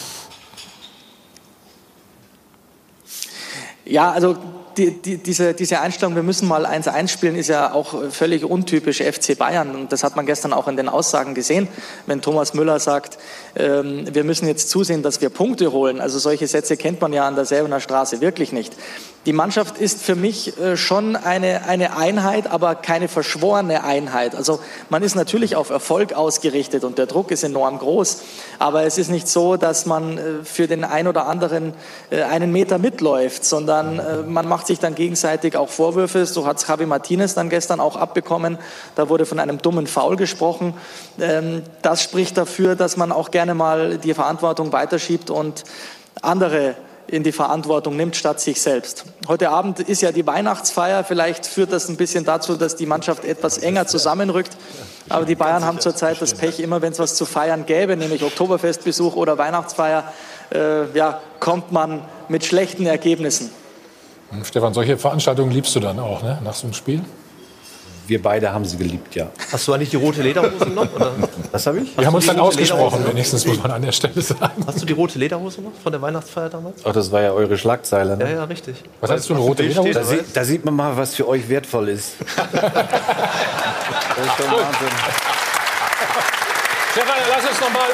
Ja, also die, die, diese, diese Einstellung, wir müssen mal eins eins spielen, ist ja auch völlig untypisch F C Bayern. Und das hat man gestern auch in den Aussagen gesehen, wenn Thomas Müller sagt, ähm, wir müssen jetzt zusehen, dass wir Punkte holen. Also solche Sätze kennt man ja an der Säbener Straße wirklich nicht. Die Mannschaft ist für mich äh, schon eine, eine Einheit, aber keine verschworene Einheit. Also man ist natürlich auf Erfolg ausgerichtet und der Druck ist enorm groß. Aber es ist nicht so, dass man äh, für den ein oder anderen äh, einen Meter mitläuft, sondern äh, man macht sich dann gegenseitig auch Vorwürfe. So hat Javi Martinez dann gestern auch abbekommen. Da wurde von einem dummen Foul gesprochen. Ähm, das spricht dafür, dass man auch gerne mal die Verantwortung weiterschiebt und andere in die Verantwortung nimmt, statt sich selbst. Heute Abend ist ja die Weihnachtsfeier. Vielleicht führt das ein bisschen dazu, dass die Mannschaft etwas enger zusammenrückt. Aber die Bayern haben zurzeit das Pech, immer wenn es was zu feiern gäbe, nämlich Oktoberfestbesuch oder Weihnachtsfeier, äh, ja, kommt man mit schlechten Ergebnissen. Stefan, solche Veranstaltungen liebst du dann auch, ne? Nach so einem Spiel? Wir beide haben sie geliebt, ja. Hast du eigentlich die rote Lederhose noch? Oder? Was habe ich? Wir haben uns dann ausgesprochen, wenigstens muss man an der Stelle sagen. Hast du die rote Lederhose noch von der Weihnachtsfeier damals? Ach, das war ja eure Schlagzeile. Ne? Ja, ja, richtig. Was hast du, eine rote Lederhose? Da, sie, da sieht man mal, was für euch wertvoll ist. Das ist schon Wahnsinn. Stefan, lass uns noch mal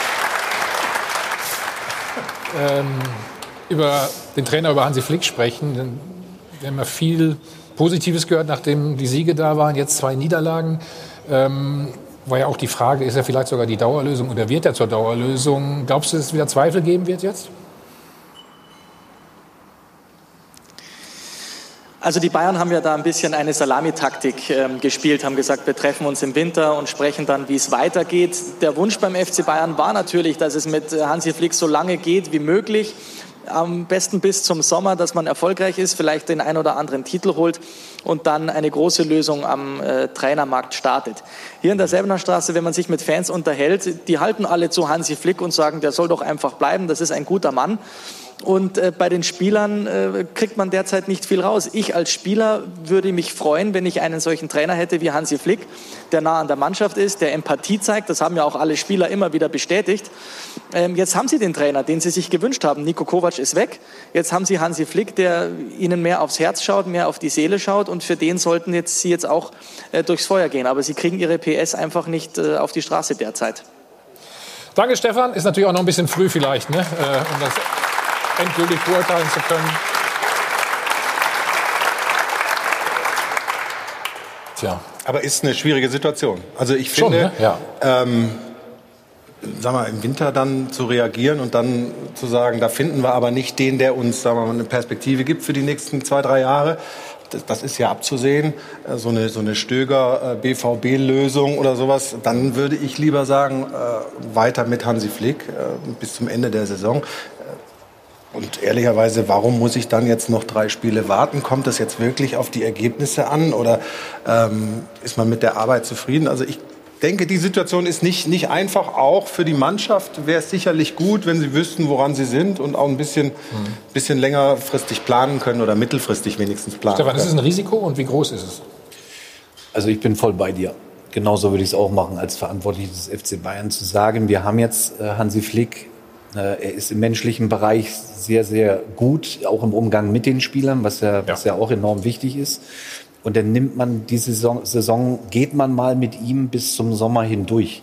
ähm, ähm, über den Trainer, über Hansi Flick sprechen. Wir haben ja viel Positives gehört, nachdem die Siege da waren, jetzt zwei Niederlagen. Ähm, war ja auch die Frage, ist er vielleicht sogar die Dauerlösung oder wird er zur Dauerlösung? Glaubst du, dass es wieder Zweifel geben wird jetzt? Also die Bayern haben ja da ein bisschen eine Salamitaktik ähm, gespielt, haben gesagt, wir treffen uns im Winter und sprechen dann, wie es weitergeht. Der Wunsch beim F C Bayern war natürlich, dass es mit Hansi Flick so lange geht wie möglich. Am besten bis zum Sommer, dass man erfolgreich ist, vielleicht den ein oder anderen Titel holt und dann eine große Lösung am äh, Trainermarkt startet. Hier in der Säbener Straße, wenn man sich mit Fans unterhält, die halten alle zu Hansi Flick und sagen, der soll doch einfach bleiben, das ist ein guter Mann. Und äh, bei den Spielern äh, kriegt man derzeit nicht viel raus. Ich als Spieler würde mich freuen, wenn ich einen solchen Trainer hätte wie Hansi Flick, der nah an der Mannschaft ist, der Empathie zeigt. Das haben ja auch alle Spieler immer wieder bestätigt. Ähm, jetzt haben sie den Trainer, den sie sich gewünscht haben. Niko Kovac ist weg. Jetzt haben sie Hansi Flick, der ihnen mehr aufs Herz schaut, mehr auf die Seele schaut. Und für den sollten jetzt sie jetzt auch äh, durchs Feuer gehen. Aber sie kriegen ihre P S einfach nicht äh, auf die Straße derzeit. Danke, Stefan. Ist natürlich auch noch ein bisschen früh vielleicht, ne? äh, um das endgültig beurteilen zu können. Tja. Aber ist eine schwierige Situation. Also ich Schon, finde, ne? Ja. ähm, sag mal, im Winter dann zu reagieren und dann zu sagen, da finden wir aber nicht den, der uns, sagen wir mal, eine Perspektive gibt für die nächsten zwei, drei Jahre. Das, das ist ja abzusehen. So eine, so eine Stöger-B V B-Lösung oder sowas. Dann würde ich lieber sagen, äh, weiter mit Hansi Flick äh, bis zum Ende der Saison. Und ehrlicherweise, warum muss ich dann jetzt noch drei Spiele warten? Kommt das jetzt wirklich auf die Ergebnisse an oder ähm, ist man mit der Arbeit zufrieden? Also ich denke, die Situation ist nicht, nicht einfach. Auch für die Mannschaft wäre es sicherlich gut, wenn sie wüssten, woran sie sind und auch ein bisschen, mhm. bisschen längerfristig planen können oder mittelfristig wenigstens planen Stefan, können. ist es ein Risiko und wie groß ist es? Also ich bin voll bei dir. Genauso würde ich es auch machen, als Verantwortlicher des F C Bayern zu sagen, wir haben jetzt äh, Hansi Flick. Er ist im menschlichen Bereich sehr, sehr gut, auch im Umgang mit den Spielern, was ja, was ja auch enorm wichtig ist. Und dann nimmt man die Saison, Saison, geht man mal mit ihm bis zum Sommer hindurch.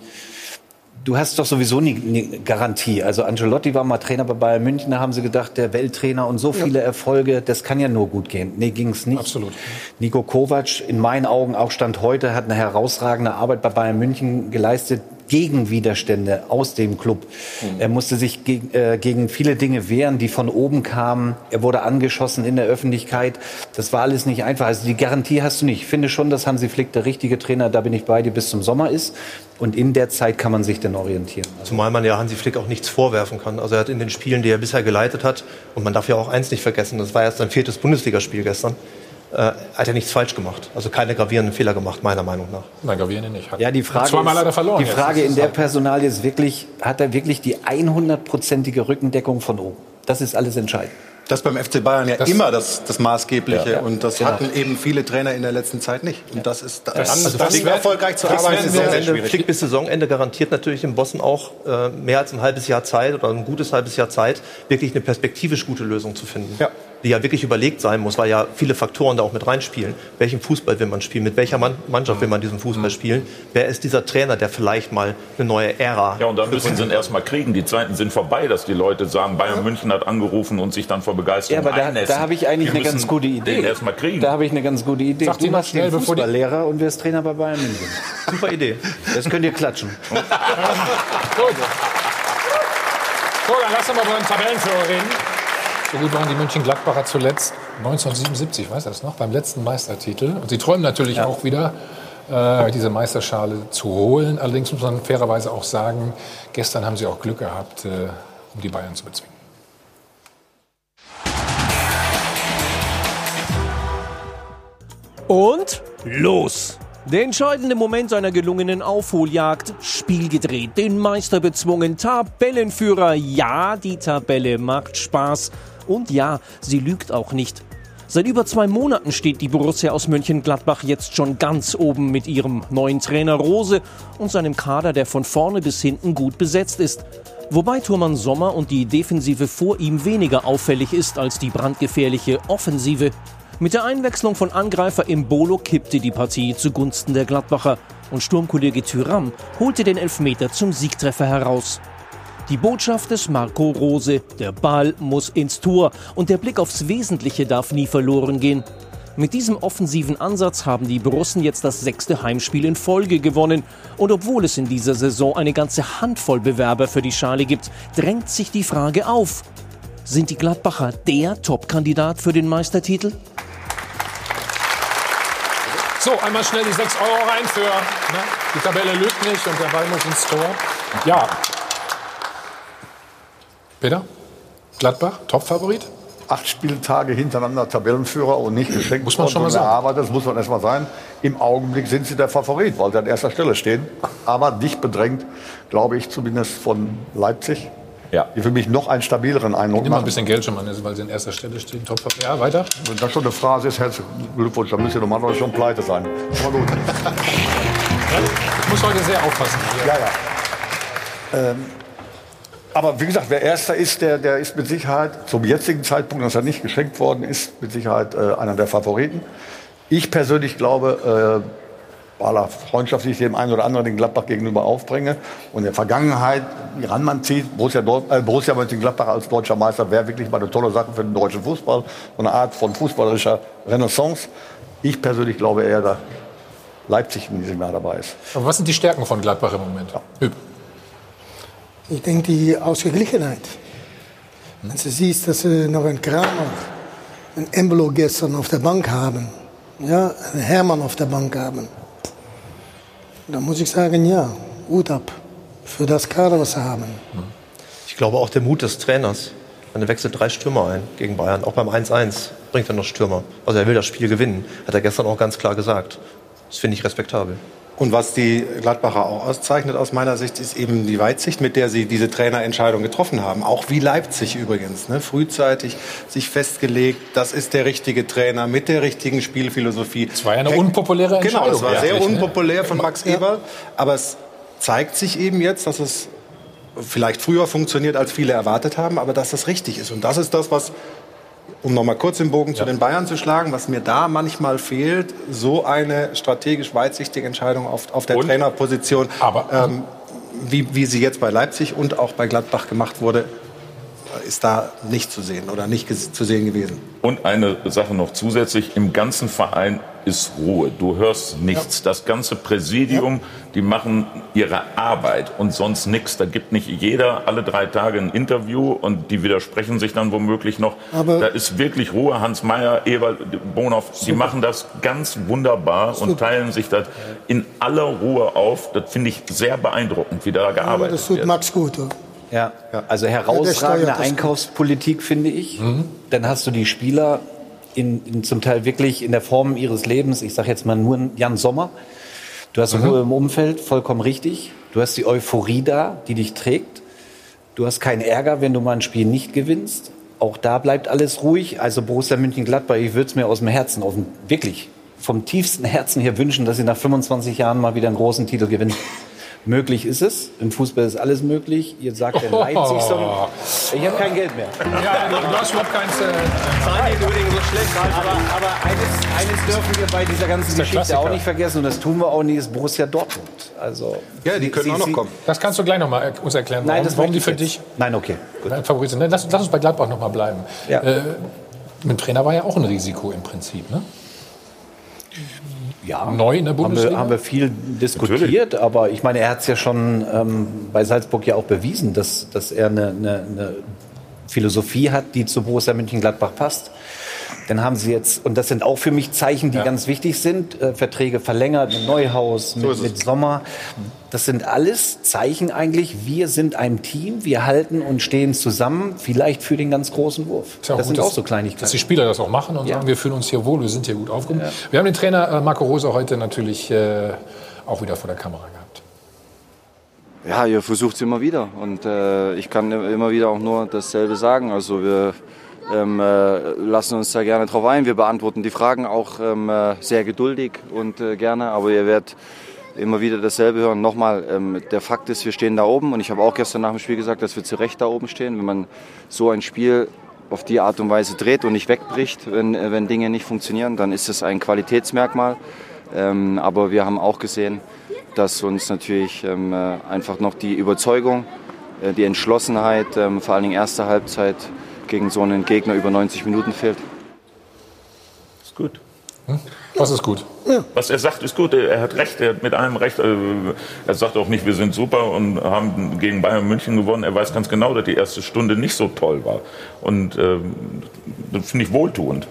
Du hast doch sowieso nie eine Garantie. Also Ancelotti war mal Trainer bei Bayern München, da haben sie gedacht, der Welttrainer und so viele ja. Erfolge, das kann ja nur gut gehen. Nee, ging es nicht. Absolut. Niko Kovac, in meinen Augen auch Stand heute, hat eine herausragende Arbeit bei Bayern München geleistet, gegen Widerstände aus dem Club. Mhm. Er musste sich gegen, äh, gegen viele Dinge wehren, die von oben kamen. Er wurde angeschossen in der Öffentlichkeit. Das war alles nicht einfach. Also die Garantie hast du nicht. Ich finde schon, dass Hansi Flick der richtige Trainer, da bin ich bei dir, bis zum Sommer ist. Und in der Zeit kann man sich dann orientieren. Also Zumal man ja Hansi Flick auch nichts vorwerfen kann. Also er hat in den Spielen, die er bisher geleitet hat, und man darf ja auch eins nicht vergessen, das war erst sein viertes Bundesligaspiel gestern, äh, hat er nichts falsch gemacht. Also keine gravierenden Fehler gemacht, meiner Meinung nach. Nein, gravierende nicht. Hat ja, die Frage zweimal hat er verloren. Die Frage in der Personalie ist wirklich, hat er wirklich die hundertprozentige Rückendeckung von oben? Das ist alles entscheidend. Das ist beim F C Bayern ja das immer das, das Maßgebliche. Ja, ja. Und das genau. hatten eben viele Trainer in der letzten Zeit nicht. Und das ist das, das, also das Flick erfolgreich zu arbeiten, ist sehr, sehr schwierig. Flick bis Saisonende garantiert natürlich dem Bossen auch äh, mehr als ein halbes Jahr Zeit oder ein gutes halbes Jahr Zeit, wirklich eine perspektivisch gute Lösung zu finden. Ja. Die ja wirklich überlegt sein muss, weil ja viele Faktoren da auch mit reinspielen. Welchen Fußball will man spielen? Mit welcher Mann- Mannschaft will man diesen Fußball spielen? Wer ist dieser Trainer, der vielleicht mal eine neue Ära... Ja, und dann müssen sie ihn erst mal kriegen. Die Zeiten sind vorbei, dass die Leute sagen, Bayern München hat angerufen und sich dann vor Begeisterung Ja, aber da, einnässen. da habe ich eigentlich Wir eine ganz gute Idee. Den erst mal kriegen. Da habe ich eine ganz gute Idee. Sag du machst schnell, den bevor die- Fußballlehrer und wirst Trainer bei Bayern München. Super Idee. Das könnt ihr klatschen. Gut. So, dann lassen wir mal über den Tabellenführer reden. So gut waren die Mönchengladbacher zuletzt neunzehnhundertsiebenundsiebzig, weißt du das noch, beim letzten Meistertitel. Und sie träumen natürlich ja. auch wieder, äh, diese Meisterschale zu holen. Allerdings muss man fairerweise auch sagen, gestern haben sie auch Glück gehabt, äh, um die Bayern zu bezwingen. Und los! Der entscheidende Moment einer gelungenen Aufholjagd, Spiel gedreht, den Meister bezwungen, Tabellenführer, ja, die Tabelle macht Spaß und ja, sie lügt auch nicht. Seit über zwei Monaten steht die Borussia aus Mönchengladbach jetzt schon ganz oben mit ihrem neuen Trainer Rose und seinem Kader, der von vorne bis hinten gut besetzt ist. Wobei Thurmann Sommer und die Defensive vor ihm weniger auffällig ist als die brandgefährliche Offensive. Mit der Einwechslung von Angreifer Embolo kippte die Partie zugunsten der Gladbacher und Sturmkollege Thuram holte den Elfmeter zum Siegtreffer heraus. Die Botschaft des Marco Rose: Der Ball muss ins Tor und der Blick aufs Wesentliche darf nie verloren gehen. Mit diesem offensiven Ansatz haben die Borussen jetzt das sechste Heimspiel in Folge gewonnen. Und obwohl es in dieser Saison eine ganze Handvoll Bewerber für die Schale gibt, drängt sich die Frage auf: Sind die Gladbacher der Top-Kandidat für den Meistertitel? So, einmal schnell die sechs Euro rein für, ne? Die Tabelle lügt nicht und der Ball muss ins Tor. Ja. Peter? Gladbach, Topfavorit? Acht Spieltage hintereinander Tabellenführer und nicht geschenkt. Muss man schon mal sagen. Aber das muss man erst mal sein. Im Augenblick sind sie der Favorit, weil sie an erster Stelle stehen. Aber dicht bedrängt, glaube ich, zumindest von Leipzig. Ja. Die für mich noch einen stabileren Eindruck Nimm mal ein machen. bisschen Geld schon mal, weil sie an erster Stelle stehen. Topfavorit. Ja, weiter. Wenn das schon eine Phrase ist, herzlichen Glückwunsch, dann müsst ihr normalerweise schon pleite sein. Aber gut. Ich muss heute sehr aufpassen. Hier. Ja, ja. Ähm, aber wie gesagt, wer Erster ist, der, der ist mit Sicherheit, zum jetzigen Zeitpunkt, dass er nicht geschenkt worden ist, mit Sicherheit äh, einer der Favoriten. Ich persönlich glaube, äh, weil er freundschaftlich dem einen oder anderen den Gladbach gegenüber aufbringe und in der Vergangenheit die Ranmann zieht, Borussia, äh, Borussia Mönchengladbach als deutscher Meister wäre wirklich mal eine tolle Sache für den deutschen Fußball. So eine Art von fußballerischer Renaissance. Ich persönlich glaube eher, dass Leipzig in diesem Jahr dabei ist. Aber was sind die Stärken von Gladbach im Moment? Ja. Ich denke, die Ausgeglichenheit. Wenn du siehst, dass sie noch einen Kramer, einen Embolo gestern auf der Bank haben, ja, einen Hermann auf der Bank haben, dann muss ich sagen, ja, Hut ab für das Kader, was sie haben. Ich glaube auch der Mut des Trainers. Er wechselt drei Stürmer ein gegen Bayern. Auch beim eins eins bringt er noch Stürmer. Also er will das Spiel gewinnen. Hat er gestern auch ganz klar gesagt. Das finde ich respektabel. Und was die Gladbacher auch auszeichnet aus meiner Sicht, ist eben die Weitsicht, mit der sie diese Trainerentscheidung getroffen haben. Auch wie Leipzig übrigens. Ne? Frühzeitig sich festgelegt, das ist der richtige Trainer mit der richtigen Spielphilosophie. Es war ja eine unpopuläre Entscheidung. Genau, das war sehr eigentlich, unpopulär ne? von Max Eberl. Aber es zeigt sich eben jetzt, dass es vielleicht früher funktioniert, als viele erwartet haben, aber dass das richtig ist. Und das ist das, was, um noch mal kurz den Bogen ja. zu den Bayern zu schlagen, was mir da manchmal fehlt, so eine strategisch weitsichtige Entscheidung auf, auf der und? Trainerposition, aber, ähm, wie, wie sie jetzt bei Leipzig und auch bei Gladbach gemacht wurde, ist da nicht zu sehen oder nicht zu sehen gewesen. Und eine Sache noch zusätzlich, im ganzen Verein ist Ruhe. Du hörst nichts. Ja. Das ganze Präsidium, ja. die machen ihre Arbeit und sonst nichts. Da gibt nicht jeder alle drei Tage ein Interview und die widersprechen sich dann womöglich noch. Aber da ist wirklich Ruhe. Hans Meyer, Eberl, Bonhoff, die machen das ganz wunderbar super. Und teilen sich das in aller Ruhe auf. Das finde ich sehr beeindruckend, wie da gearbeitet wird. Das tut wird. Max gut. Oder? Ja, also herausragende ja, Einkaufspolitik, finde ich. Mhm. Dann hast du die Spieler in, in zum Teil wirklich in der Form ihres Lebens. Ich sage jetzt mal nur Jan Sommer. Du hast mhm. Ruhe im Umfeld, vollkommen richtig. Du hast die Euphorie da, die dich trägt. Du hast keinen Ärger, wenn du mal ein Spiel nicht gewinnst. Auch da bleibt alles ruhig. Also Borussia Mönchengladbach, ich würde es mir aus dem Herzen, aus dem, wirklich vom tiefsten Herzen her wünschen, dass sie nach fünfundzwanzig Jahren mal wieder einen großen Titel gewinnen. Möglich ist es. Im Fußball ist alles möglich. Ihr sagt der Leipzig so. Ich habe kein Geld mehr. Ja, du hast überhaupt keins. Äh, Nein, so schlecht. Aber, aber eines, eines dürfen wir bei dieser ganzen Geschichte auch nicht vergessen. Und das tun wir auch nicht, ist Borussia Dortmund. Also, ja, die können sie, auch noch kommen. Das kannst du gleich noch mal uns erklären. Warum, Nein, das warum die für jetzt. dich Nein, okay. Gut. Favorit sind. Lass, lass uns bei Gladbach noch mal bleiben. Ja. Äh, mit dem Trainer war ja auch ein Risiko im Prinzip, ne? Ja, neu in der Bundesliga? Haben wir, haben wir viel diskutiert, Natürlich. Aber ich meine, er hat es ja schon ähm, bei Salzburg ja auch bewiesen, dass, dass er eine, eine, eine Philosophie hat, die zu Borussia Mönchengladbach passt. Dann haben sie jetzt, und das sind auch für mich Zeichen, die ja. ganz wichtig sind, äh, Verträge verlängert mit Neuhaus, mit, so mit Sommer. Das sind alles Zeichen eigentlich, wir sind ein Team, wir halten und stehen zusammen, vielleicht für den ganz großen Wurf. Ja das gut, sind auch dass, so Kleinigkeiten. Dass die Spieler das auch machen und ja. sagen, wir fühlen uns hier wohl, wir sind hier gut aufgehoben. Ja. Wir haben den Trainer äh, Marco Rose heute natürlich äh, auch wieder vor der Kamera gehabt. Ja, ihr versucht es immer wieder und äh, ich kann immer wieder auch nur dasselbe sagen. Also wir ähm, äh, lassen uns da gerne drauf ein. Wir beantworten die Fragen auch ähm, äh, sehr geduldig und äh, gerne, aber ihr werdet immer wieder dasselbe hören. Nochmal, ähm, der Fakt ist, wir stehen da oben und ich habe auch gestern nach dem Spiel gesagt, dass wir zu Recht da oben stehen. Wenn man so ein Spiel auf die Art und Weise dreht und nicht wegbricht, wenn, äh, wenn Dinge nicht funktionieren, dann ist das ein Qualitätsmerkmal. Ähm, aber wir haben auch gesehen, dass uns natürlich ähm, äh, einfach noch die Überzeugung, äh, die Entschlossenheit, ähm, vor allen Dingen erste Halbzeit gegen so einen Gegner über neunzig Minuten fehlt. Ist gut. Hm? Was ist gut? Ja. Was er sagt, ist gut. Er hat recht, er hat mit allem recht. Er sagt auch nicht, wir sind super und haben gegen Bayern München gewonnen. Er weiß ganz genau, dass die erste Stunde nicht so toll war. Und äh, das finde ich wohltuend.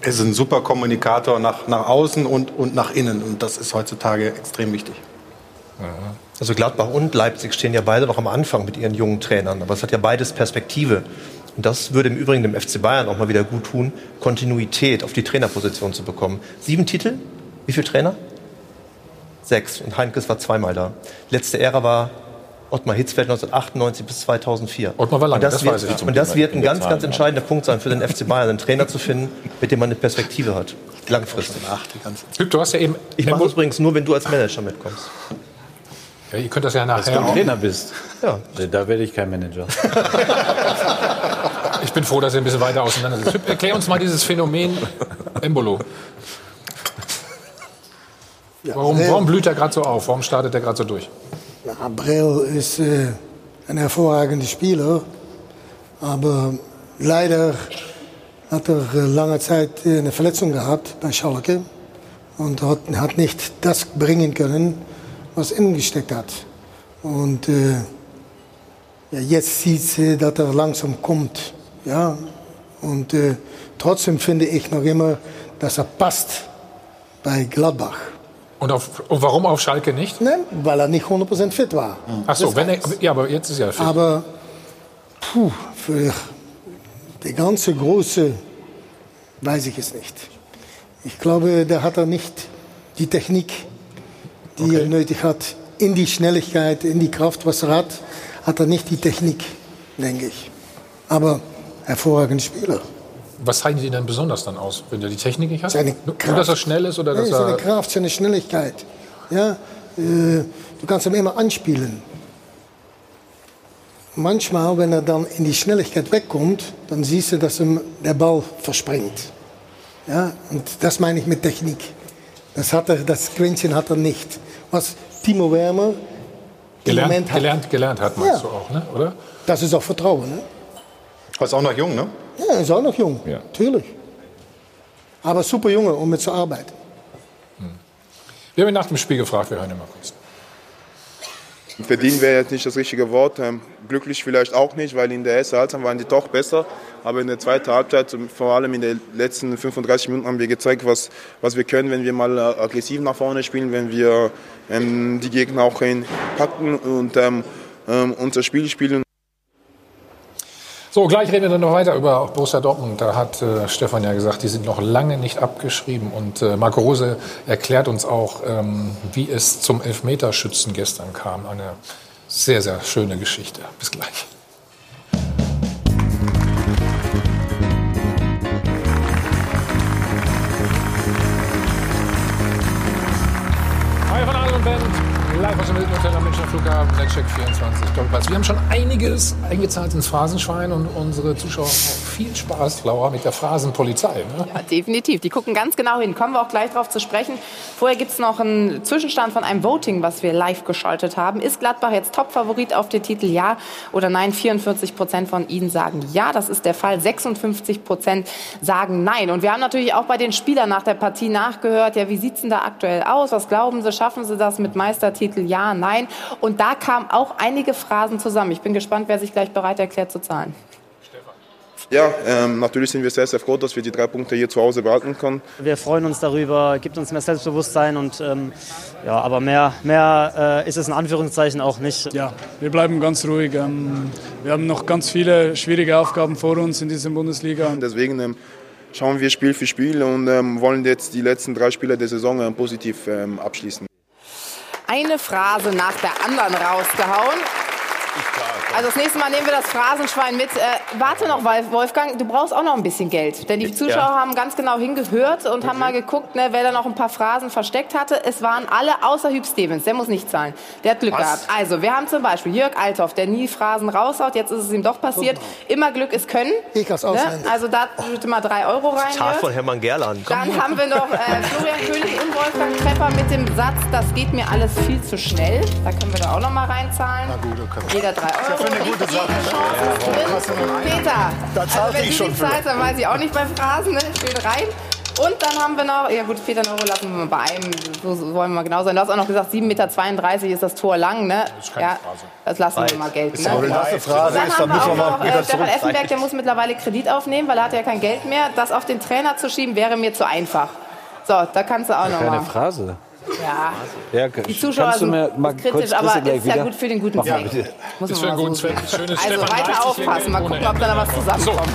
ist ein super Kommunikator nach, nach außen und, und nach innen. Und das ist heutzutage extrem wichtig. Also Gladbach und Leipzig stehen ja beide noch am Anfang mit ihren jungen Trainern. Aber es hat ja beides Perspektive. Und das würde im Übrigen dem F C Bayern auch mal wieder gut tun, Kontinuität auf die Trainerposition zu bekommen. Sieben Titel? Wie viele Trainer? Sechs. Und Heinkes war zweimal da. Letzte Ära war Ottmar Hitzfeld neunzehnhundertachtundneunzig bis zweitausendvier. Ottmar war lange, und das, das weiß wird, ich. und das wird ein ganz, ganz entscheidender Punkt sein für den F C Bayern, einen Trainer zu finden, mit dem man eine Perspektive hat. Langfristig. Hüb, du hast ja eben... Ich mache es übrigens nur, wenn du als Manager mitkommst. Ja, ihr könnt das ja nachher... Als du Trainer bist. Ja. Da werde ich kein Manager. Ich bin froh, dass ihr ein bisschen weiter auseinander seid. Hüb, erklär uns mal dieses Phänomen Embolo. Warum, warum blüht er gerade so auf? Warum startet er gerade so durch? Na, Bril ist äh, ein hervorragender Spieler, aber leider hat er äh, lange Zeit äh, eine Verletzung gehabt bei Schalke und hat, hat nicht das bringen können, was innen gesteckt hat. Und äh, ja, jetzt sieht äh, dass er langsam kommt. Ja? Und äh, trotzdem finde ich noch immer, dass er passt bei Gladbach. Und, auf, und warum auf Schalke nicht? Nein, weil er nicht hundert Prozent fit war. Ach so, wenn er, ja, aber jetzt ist er fit. Aber puh, für die ganze große weiß ich es nicht. Ich glaube, da hat er nicht die Technik, die okay. er nötig hat, in die Schnelligkeit, in die Kraft, was er hat, hat er nicht die Technik, denke ich. Aber hervorragender Spieler. Was zeichnet ihn denn besonders dann aus, wenn er die Technik nicht hat? Seine Nur, dass er schnell ist oder dass ja, seine er... Kraft, seine Schnelligkeit. Ja, äh, du kannst ihn immer anspielen. Manchmal, wenn er dann in die Schnelligkeit wegkommt, dann siehst du, dass ihm der Ball verspringt. Ja, und das meine ich mit Technik. Das, hat er, das Quäntchen hat er nicht. Was Timo Werner gelernt, im Moment hat. Gelernt, gelernt hat, meinst ja. du auch, ne? Oder? Das ist auch Vertrauen. Ne? Er ist auch noch jung, ne? Ja, er ist auch noch jung, ja. natürlich. Aber super Junge, um mit zu arbeiten. Hm. Wir haben ihn nach dem Spiel gefragt, wir hören ihn mal kurz. Verdient wäre jetzt nicht das richtige Wort, ähm, glücklich vielleicht auch nicht, weil in der ersten Halbzeit waren die doch besser. Aber in der zweiten Halbzeit, vor allem in den letzten fünfunddreißig Minuten, haben wir gezeigt, was, was wir können, wenn wir mal aggressiv nach vorne spielen, wenn wir ähm, die Gegner auch packen und ähm, ähm, unser Spiel spielen. So, gleich reden wir dann noch weiter über Borussia Dortmund. Da hat äh, Stefan ja gesagt, die sind noch lange nicht abgeschrieben. Und äh, Marco Rose erklärt uns auch, ähm, wie es zum Elfmeterschützen gestern kam. Eine sehr, sehr schöne Geschichte. Bis gleich. Hi von Adel und Band. Live aus dem Hilton Hotel am Münchner Flughafen, Blackcheck vierundzwanzig, Doppelpass. Wir haben schon einiges eingezahlt ins Phrasenschwein und unsere Zuschauer haben auch viel Spaß, Laura, mit der Phrasenpolizei. Ne? Ja, definitiv. Die gucken ganz genau hin. Kommen wir auch gleich drauf zu sprechen. Vorher gibt es noch einen Zwischenstand von einem Voting, was wir live geschaltet haben. Ist Gladbach jetzt Topfavorit auf den Titel, ja oder nein? vierundvierzig Prozent von Ihnen sagen ja, das ist der Fall. sechsundfünfzig Prozent sagen nein. Und wir haben natürlich auch bei den Spielern nach der Partie nachgehört, ja, wie sieht es denn da aktuell aus? Was glauben Sie, schaffen Sie das mit Meistertitel? Ja, nein. Und da kamen auch einige Phrasen zusammen. Ich bin gespannt, wer sich gleich bereit erklärt zu zahlen. Ja, ähm, natürlich sind wir sehr, sehr froh, dass wir die drei Punkte hier zu Hause behalten können. Wir freuen uns darüber, gibt uns mehr Selbstbewusstsein und ähm, ja, aber mehr, mehr äh, ist es in Anführungszeichen auch nicht. Ja, wir bleiben ganz ruhig. Ähm, wir haben noch ganz viele schwierige Aufgaben vor uns in dieser Bundesliga. Und deswegen ähm, schauen wir Spiel für Spiel und ähm, wollen jetzt die letzten drei Spiele der Saison ähm, positiv ähm, abschließen. Eine Phrase nach der anderen rausgehauen. Also das nächste Mal nehmen wir das Phrasenschwein mit. Äh, warte noch, Wolfgang, du brauchst auch noch ein bisschen Geld. Denn die Zuschauer ja. haben ganz genau hingehört und okay. haben mal geguckt, ne, wer da noch ein paar Phrasen versteckt hatte. Es waren alle außer Hüb Stevens, der muss nicht zahlen. Der hat Glück Was? gehabt. Also, wir haben zum Beispiel Jörg Althoff, der nie Phrasen raushaut. Jetzt ist es ihm doch passiert. Immer Glück ist Können. Ich als ne? Also da bitte mal drei Euro rein. Tat von Hermann Gerland. Dann Komm. haben wir noch äh, Florian König und Wolfgang Trepper mit dem Satz, das geht mir alles viel zu schnell. Da können wir da auch noch mal reinzahlen. Na gut, okay. Jeder drei Euro. Das ist eine gute Sache. Ja, Peter, da zahlt also, wenn ich schon Zahlt, dann weiß ich auch nicht bei Phrasen, ne? Schön rein. Und dann haben wir noch, ja gut, Peter Neuro lassen wir mal bei einem, so, so wollen wir mal genau sein. Du hast auch noch gesagt, sieben Meter zweiunddreißig ist das Tor lang, ne? Das ist keine ja, Phrase. Das lassen Weit. wir mal gelten. Ne? Aber die Phrase ist, dann müssen wir mal wieder äh, Stefan Effenberg, der muss mittlerweile Kredit aufnehmen, weil er hat ja kein Geld mehr. Das auf den Trainer zu schieben, wäre mir zu einfach. So, da kannst du auch noch mal. Keine Phrase. Ja, ja, die Zuschauer sind kritisch, aber ist ja gut für den guten Zweck. Ja, muss ist für den guten so Zweck. Schönes also Stefan weiter aufpassen, mal gucken, ob da noch was zusammenkommt.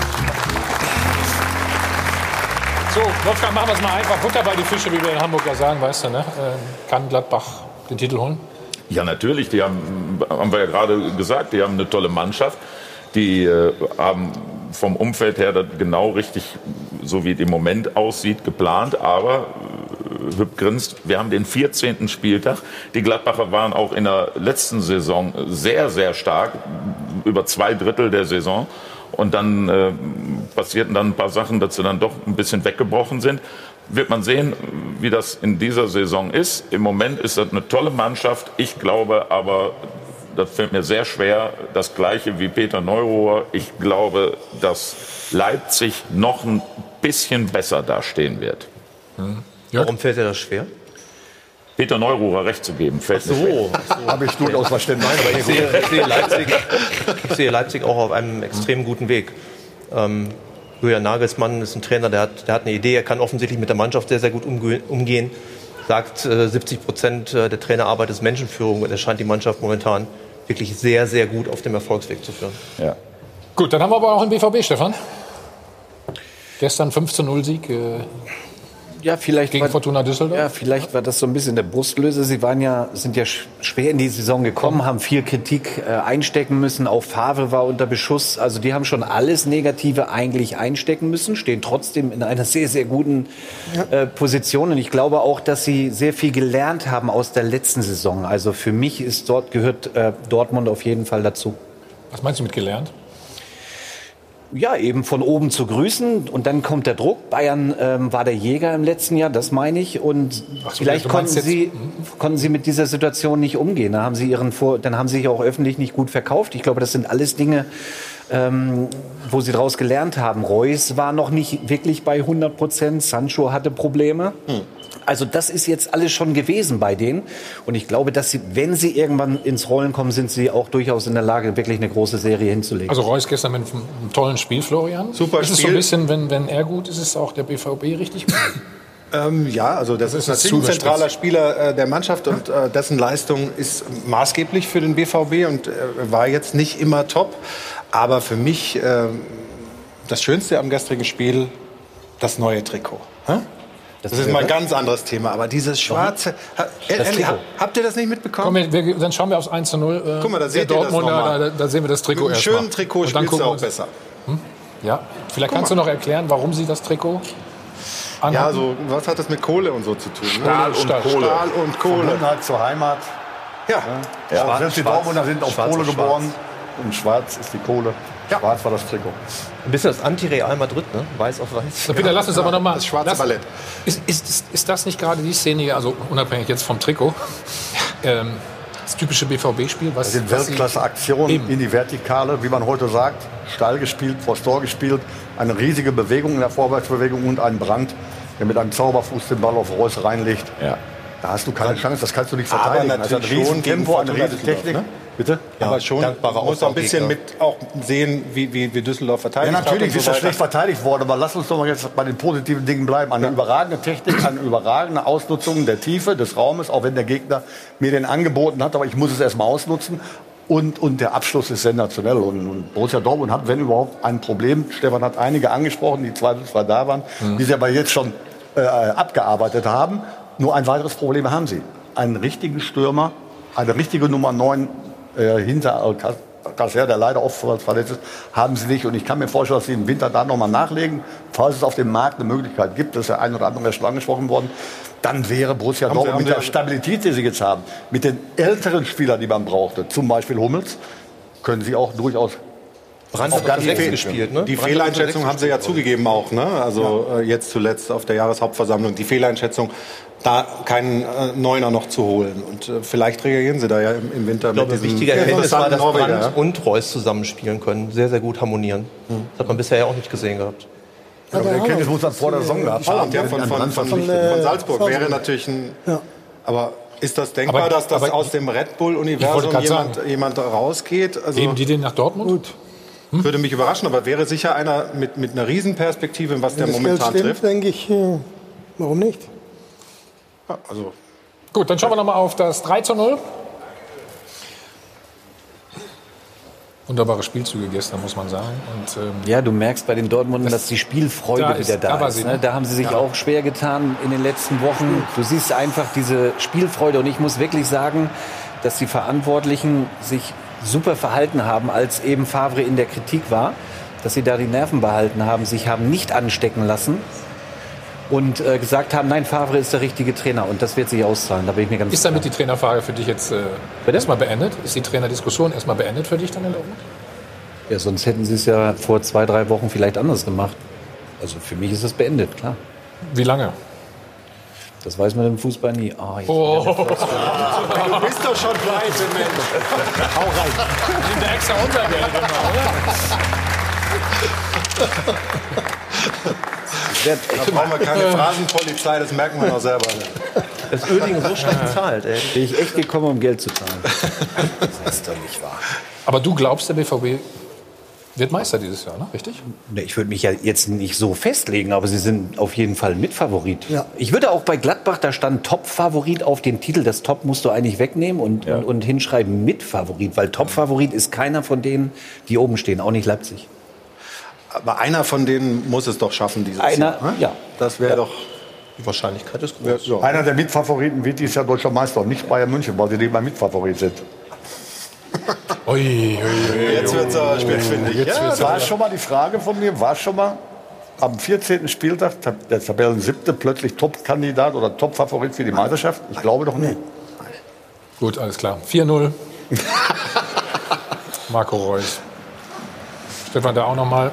So, Wolfgang, machen wir es mal einfach. Butter bei die Fische, wie wir in Hamburg ja sagen, weißt du, ne? Kann Gladbach den Titel holen? Ja, natürlich. Die haben, haben wir ja gerade gesagt, die haben eine tolle Mannschaft. Die äh, haben vom Umfeld her das genau richtig, so wie es im Moment aussieht, geplant. Aber äh, Hüb grinst, wir haben den vierzehnten Spieltag. Die Gladbacher waren auch in der letzten Saison sehr, sehr stark, über zwei Drittel der Saison. Und dann äh, passierten dann ein paar Sachen, dass sie dann doch ein bisschen weggebrochen sind. Wird man sehen, wie das in dieser Saison ist. Im Moment ist das eine tolle Mannschaft. Ich glaube aber, das fällt mir sehr schwer, das Gleiche wie Peter Neururer. Ich glaube, dass Leipzig noch ein bisschen besser dastehen wird. Hm. Warum fällt dir das schwer? Peter Neururer recht zu geben, fällt so, mir schwer. So. Habe ich durchaus Verständnis. Nein, aber ich sehe, ich, sehe Leipzig, ich sehe Leipzig auch auf einem extrem guten Weg. Ähm, Julian Nagelsmann ist ein Trainer, der hat, der hat eine Idee, er kann offensichtlich mit der Mannschaft sehr, sehr gut umge- umgehen. Sagt, äh, siebzig Prozent der Trainerarbeit ist Menschenführung und er scheint die Mannschaft momentan wirklich sehr, sehr gut auf dem Erfolgsweg zu führen. Ja. Gut, dann haben wir aber auch einen B V B, Stefan. Gestern fünf zu null Sieg. Äh Ja, vielleicht gegen war, Fortuna Düsseldorf? Ja, vielleicht war das so ein bisschen der Brustlöser. Sie waren ja, sind ja schwer in die Saison gekommen, haben viel Kritik äh, einstecken müssen. Auch Favre war unter Beschuss. Also die haben schon alles Negative eigentlich einstecken müssen, stehen trotzdem in einer sehr, sehr guten äh, Position. Und ich glaube auch, dass sie sehr viel gelernt haben aus der letzten Saison. Also für mich ist dort, gehört äh, Dortmund auf jeden Fall dazu. Was meinst du mit gelernt? Ja, eben von oben zu grüßen und dann kommt der Druck. Bayern ähm, war der Jäger im letzten Jahr, das meine ich. Und so, vielleicht konnten sie, konnten sie mit dieser Situation nicht umgehen. Da haben sie ihren Vor- dann haben sie sich auch öffentlich nicht gut verkauft. Ich glaube, das sind alles Dinge, ähm, wo sie daraus gelernt haben. Reus war noch nicht wirklich bei hundert Prozent. Sancho hatte Probleme. Hm. Also das ist jetzt alles schon gewesen bei denen. Und ich glaube, dass sie, wenn sie irgendwann ins Rollen kommen, sind sie auch durchaus in der Lage, wirklich eine große Serie hinzulegen. Also Reus gestern mit einem tollen Spiel, Florian. Super ist es Spiel. So ein bisschen, wenn, wenn er gut ist, ist auch der B V B richtig gut? Ähm, ja, also das, das ist natürlich ein zentraler Spieler äh, der Mannschaft und äh, dessen Leistung ist maßgeblich für den B V B und äh, war jetzt nicht immer top. Aber für mich äh, das Schönste am gestrigen Spiel, das neue Trikot. Hä? Das, das ist mal ein ganz anderes Thema, aber dieses schwarze... Ha, ehrlich, ha, habt ihr das nicht mitbekommen? Komm, wir, dann schauen wir aufs eins zu null. Äh, Guck mal, da seht ihr das da, da, da sehen wir das Trikot erstmal. Mit einem schönen Trikot spielst du auch besser. Hm? Ja, vielleicht kannst du noch erklären, warum sie das Trikot anhaben? Ja, so, was hat das mit Kohle und so zu tun? Stahl, Stahl und, Kohle. Stahl und Kohle. Verbundenheit zur Heimat. Ja. ja. ja. Selbst die Dortmunder sind auf Kohle geboren. Und schwarz ist die Kohle. Ja. Schwarz war das Trikot. Ein bisschen das Anti-Real Madrid, ne? Weiß auf weiß. So, Peter, lass uns aber noch mal. Das schwarze Ballett. Ist, ist, ist, ist das nicht gerade die Szene, also unabhängig jetzt vom Trikot, ähm, das typische B V B-Spiel? Das sind Weltklasse-Aktionen in die Vertikale, wie man heute sagt. Steil gespielt, vors Tor gespielt. Eine riesige Bewegung in der Vorwärtsbewegung und ein Brandt, der mit einem Zauberfuß den Ball auf Reus reinlegt. Ja. Da hast du keine Chance, das kannst du nicht verteidigen. Aber natürlich also ein schon Tempo, eine riesige Technik. Ne? Bitte? Ja, aber schon, man muss auch ein bisschen mit auch sehen, wie, wie, wie Düsseldorf verteidigt. Ja, natürlich so ist das schlecht verteidigt worden, aber lass uns doch mal jetzt bei den positiven Dingen bleiben. Eine ja. überragende Technik, eine überragende Ausnutzung der Tiefe des Raumes, auch wenn der Gegner mir den angeboten hat, aber ich muss es erstmal ausnutzen. Und, und der Abschluss ist sensationell. Und, und Borussia Dortmund hat, wenn überhaupt, ein Problem. Stefan hat einige angesprochen, die zweifelsfrei da waren, mhm. die sie aber jetzt schon äh, abgearbeitet haben. Nur ein weiteres Problem haben sie. Einen richtigen Stürmer, eine richtige Nummer neun äh, hinter Alcácer, der leider oft verletzt ist, haben sie nicht. Und ich kann mir vorstellen, dass sie im Winter da nochmal nachlegen, falls es auf dem Markt eine Möglichkeit gibt. Das ist der ein oder andere schon angesprochen worden. Dann wäre Borussia haben Dortmund sie, mit der Stabilität, die sie jetzt haben, mit den älteren Spielern, die man brauchte, zum Beispiel Hummels, können sie auch durchaus Brand hat ganz sechs gespielt, ne? Die Brand Fehleinschätzung haben sie ja zugegeben auch, ne? Also ja. äh, jetzt zuletzt auf der Jahreshauptversammlung die Fehleinschätzung, da keinen äh, Neuner noch zu holen. Und äh, vielleicht reagieren sie da ja im, im Winter ich glaube, mit diesem wichtiger Erkenntnis war, dass Brandt ja. und Reus zusammenspielen können, sehr, sehr gut harmonieren. Hm. Das hat man bisher ja auch nicht gesehen gehabt. Ja, der Kenntnis muss er vor der Saison gehabt haben. Ja, von, von, von, von, von Salzburg wäre natürlich ein... Ja. Aber ist das denkbar, aber, dass das aber, aus dem Red Bull-Universum jemand, jemand rausgeht? Also, geben die den nach Dortmund? Gut. Hm? Würde mich überraschen, aber wäre sicher einer mit, mit einer Riesenperspektive, was Wenn der das momentan Geld stimmt, trifft. denke ich, äh, warum nicht? Ja, also. Gut, dann schauen wir noch mal auf das drei zu null. Wunderbare Spielzüge gestern, muss man sagen. Und, ähm, ja, du merkst bei den Dortmundern, dass die Spielfreude da ist, wieder da, da ist. Sie, ne? Da haben sie sich ja. auch schwer getan in den letzten Wochen. Du siehst einfach diese Spielfreude. Und ich muss wirklich sagen, dass die Verantwortlichen sich super verhalten haben, als eben Favre in der Kritik war. Dass sie da die Nerven behalten haben, sich haben nicht anstecken lassen. Und äh, gesagt haben, nein, Favre ist der richtige Trainer. Und das wird sich auszahlen. Da bin ich mir ganz Ist damit die Trainerfrage für dich jetzt äh, erstmal beendet? Ist die Trainerdiskussion erstmal beendet für dich dann in Dortmund? Ja, sonst hätten sie es ja vor zwei, drei Wochen vielleicht anders gemacht. Also für mich ist es beendet, klar. Wie lange? Das weiß man im Fußball nie. Oh, jetzt oh. Du bist doch schon pleite, Mensch. Hau rein. Nimm der extra Untergeld immer, oder? Da brauchen wir keine Phrasenpolizei, das merken wir noch selber. Das ist Oerdingen so schlecht zahlt, ey. Bin ich echt gekommen, um Geld zu zahlen. Das ist doch nicht wahr. Aber du glaubst, der B V B wird Meister dieses Jahr, ne? Richtig? Ich würde mich ja jetzt nicht so festlegen, aber sie sind auf jeden Fall Mitfavorit. Ja. Ich würde auch bei Gladbach, da stand Top-Favorit auf dem Titel. Das Top musst du eigentlich wegnehmen und, ja. und, und hinschreiben Mitfavorit, weil Top-Favorit ist keiner von denen, die oben stehen, auch nicht Leipzig. Aber einer von denen muss es doch schaffen, dieses einer, Jahr. Ne? Ja. Das wäre ja. doch... Die Wahrscheinlichkeit ist groß. Ja. Einer der Mitfavoriten wird dieses Jahr deutscher Meister, nicht Bayern München, weil sie nicht mal Mitfavorit sind. Ui, ui, ui, jetzt wird es aber spielfindig. Jetzt ja, war schon mal die Frage von mir, war schon mal am vierzehnten Spieltag der Tabellensiebte plötzlich Top-Kandidat oder Top-Favorit für die Meisterschaft? Ich glaube doch nicht. Gut, alles klar. vier null. Marco Reus. Stefan, da auch noch mal.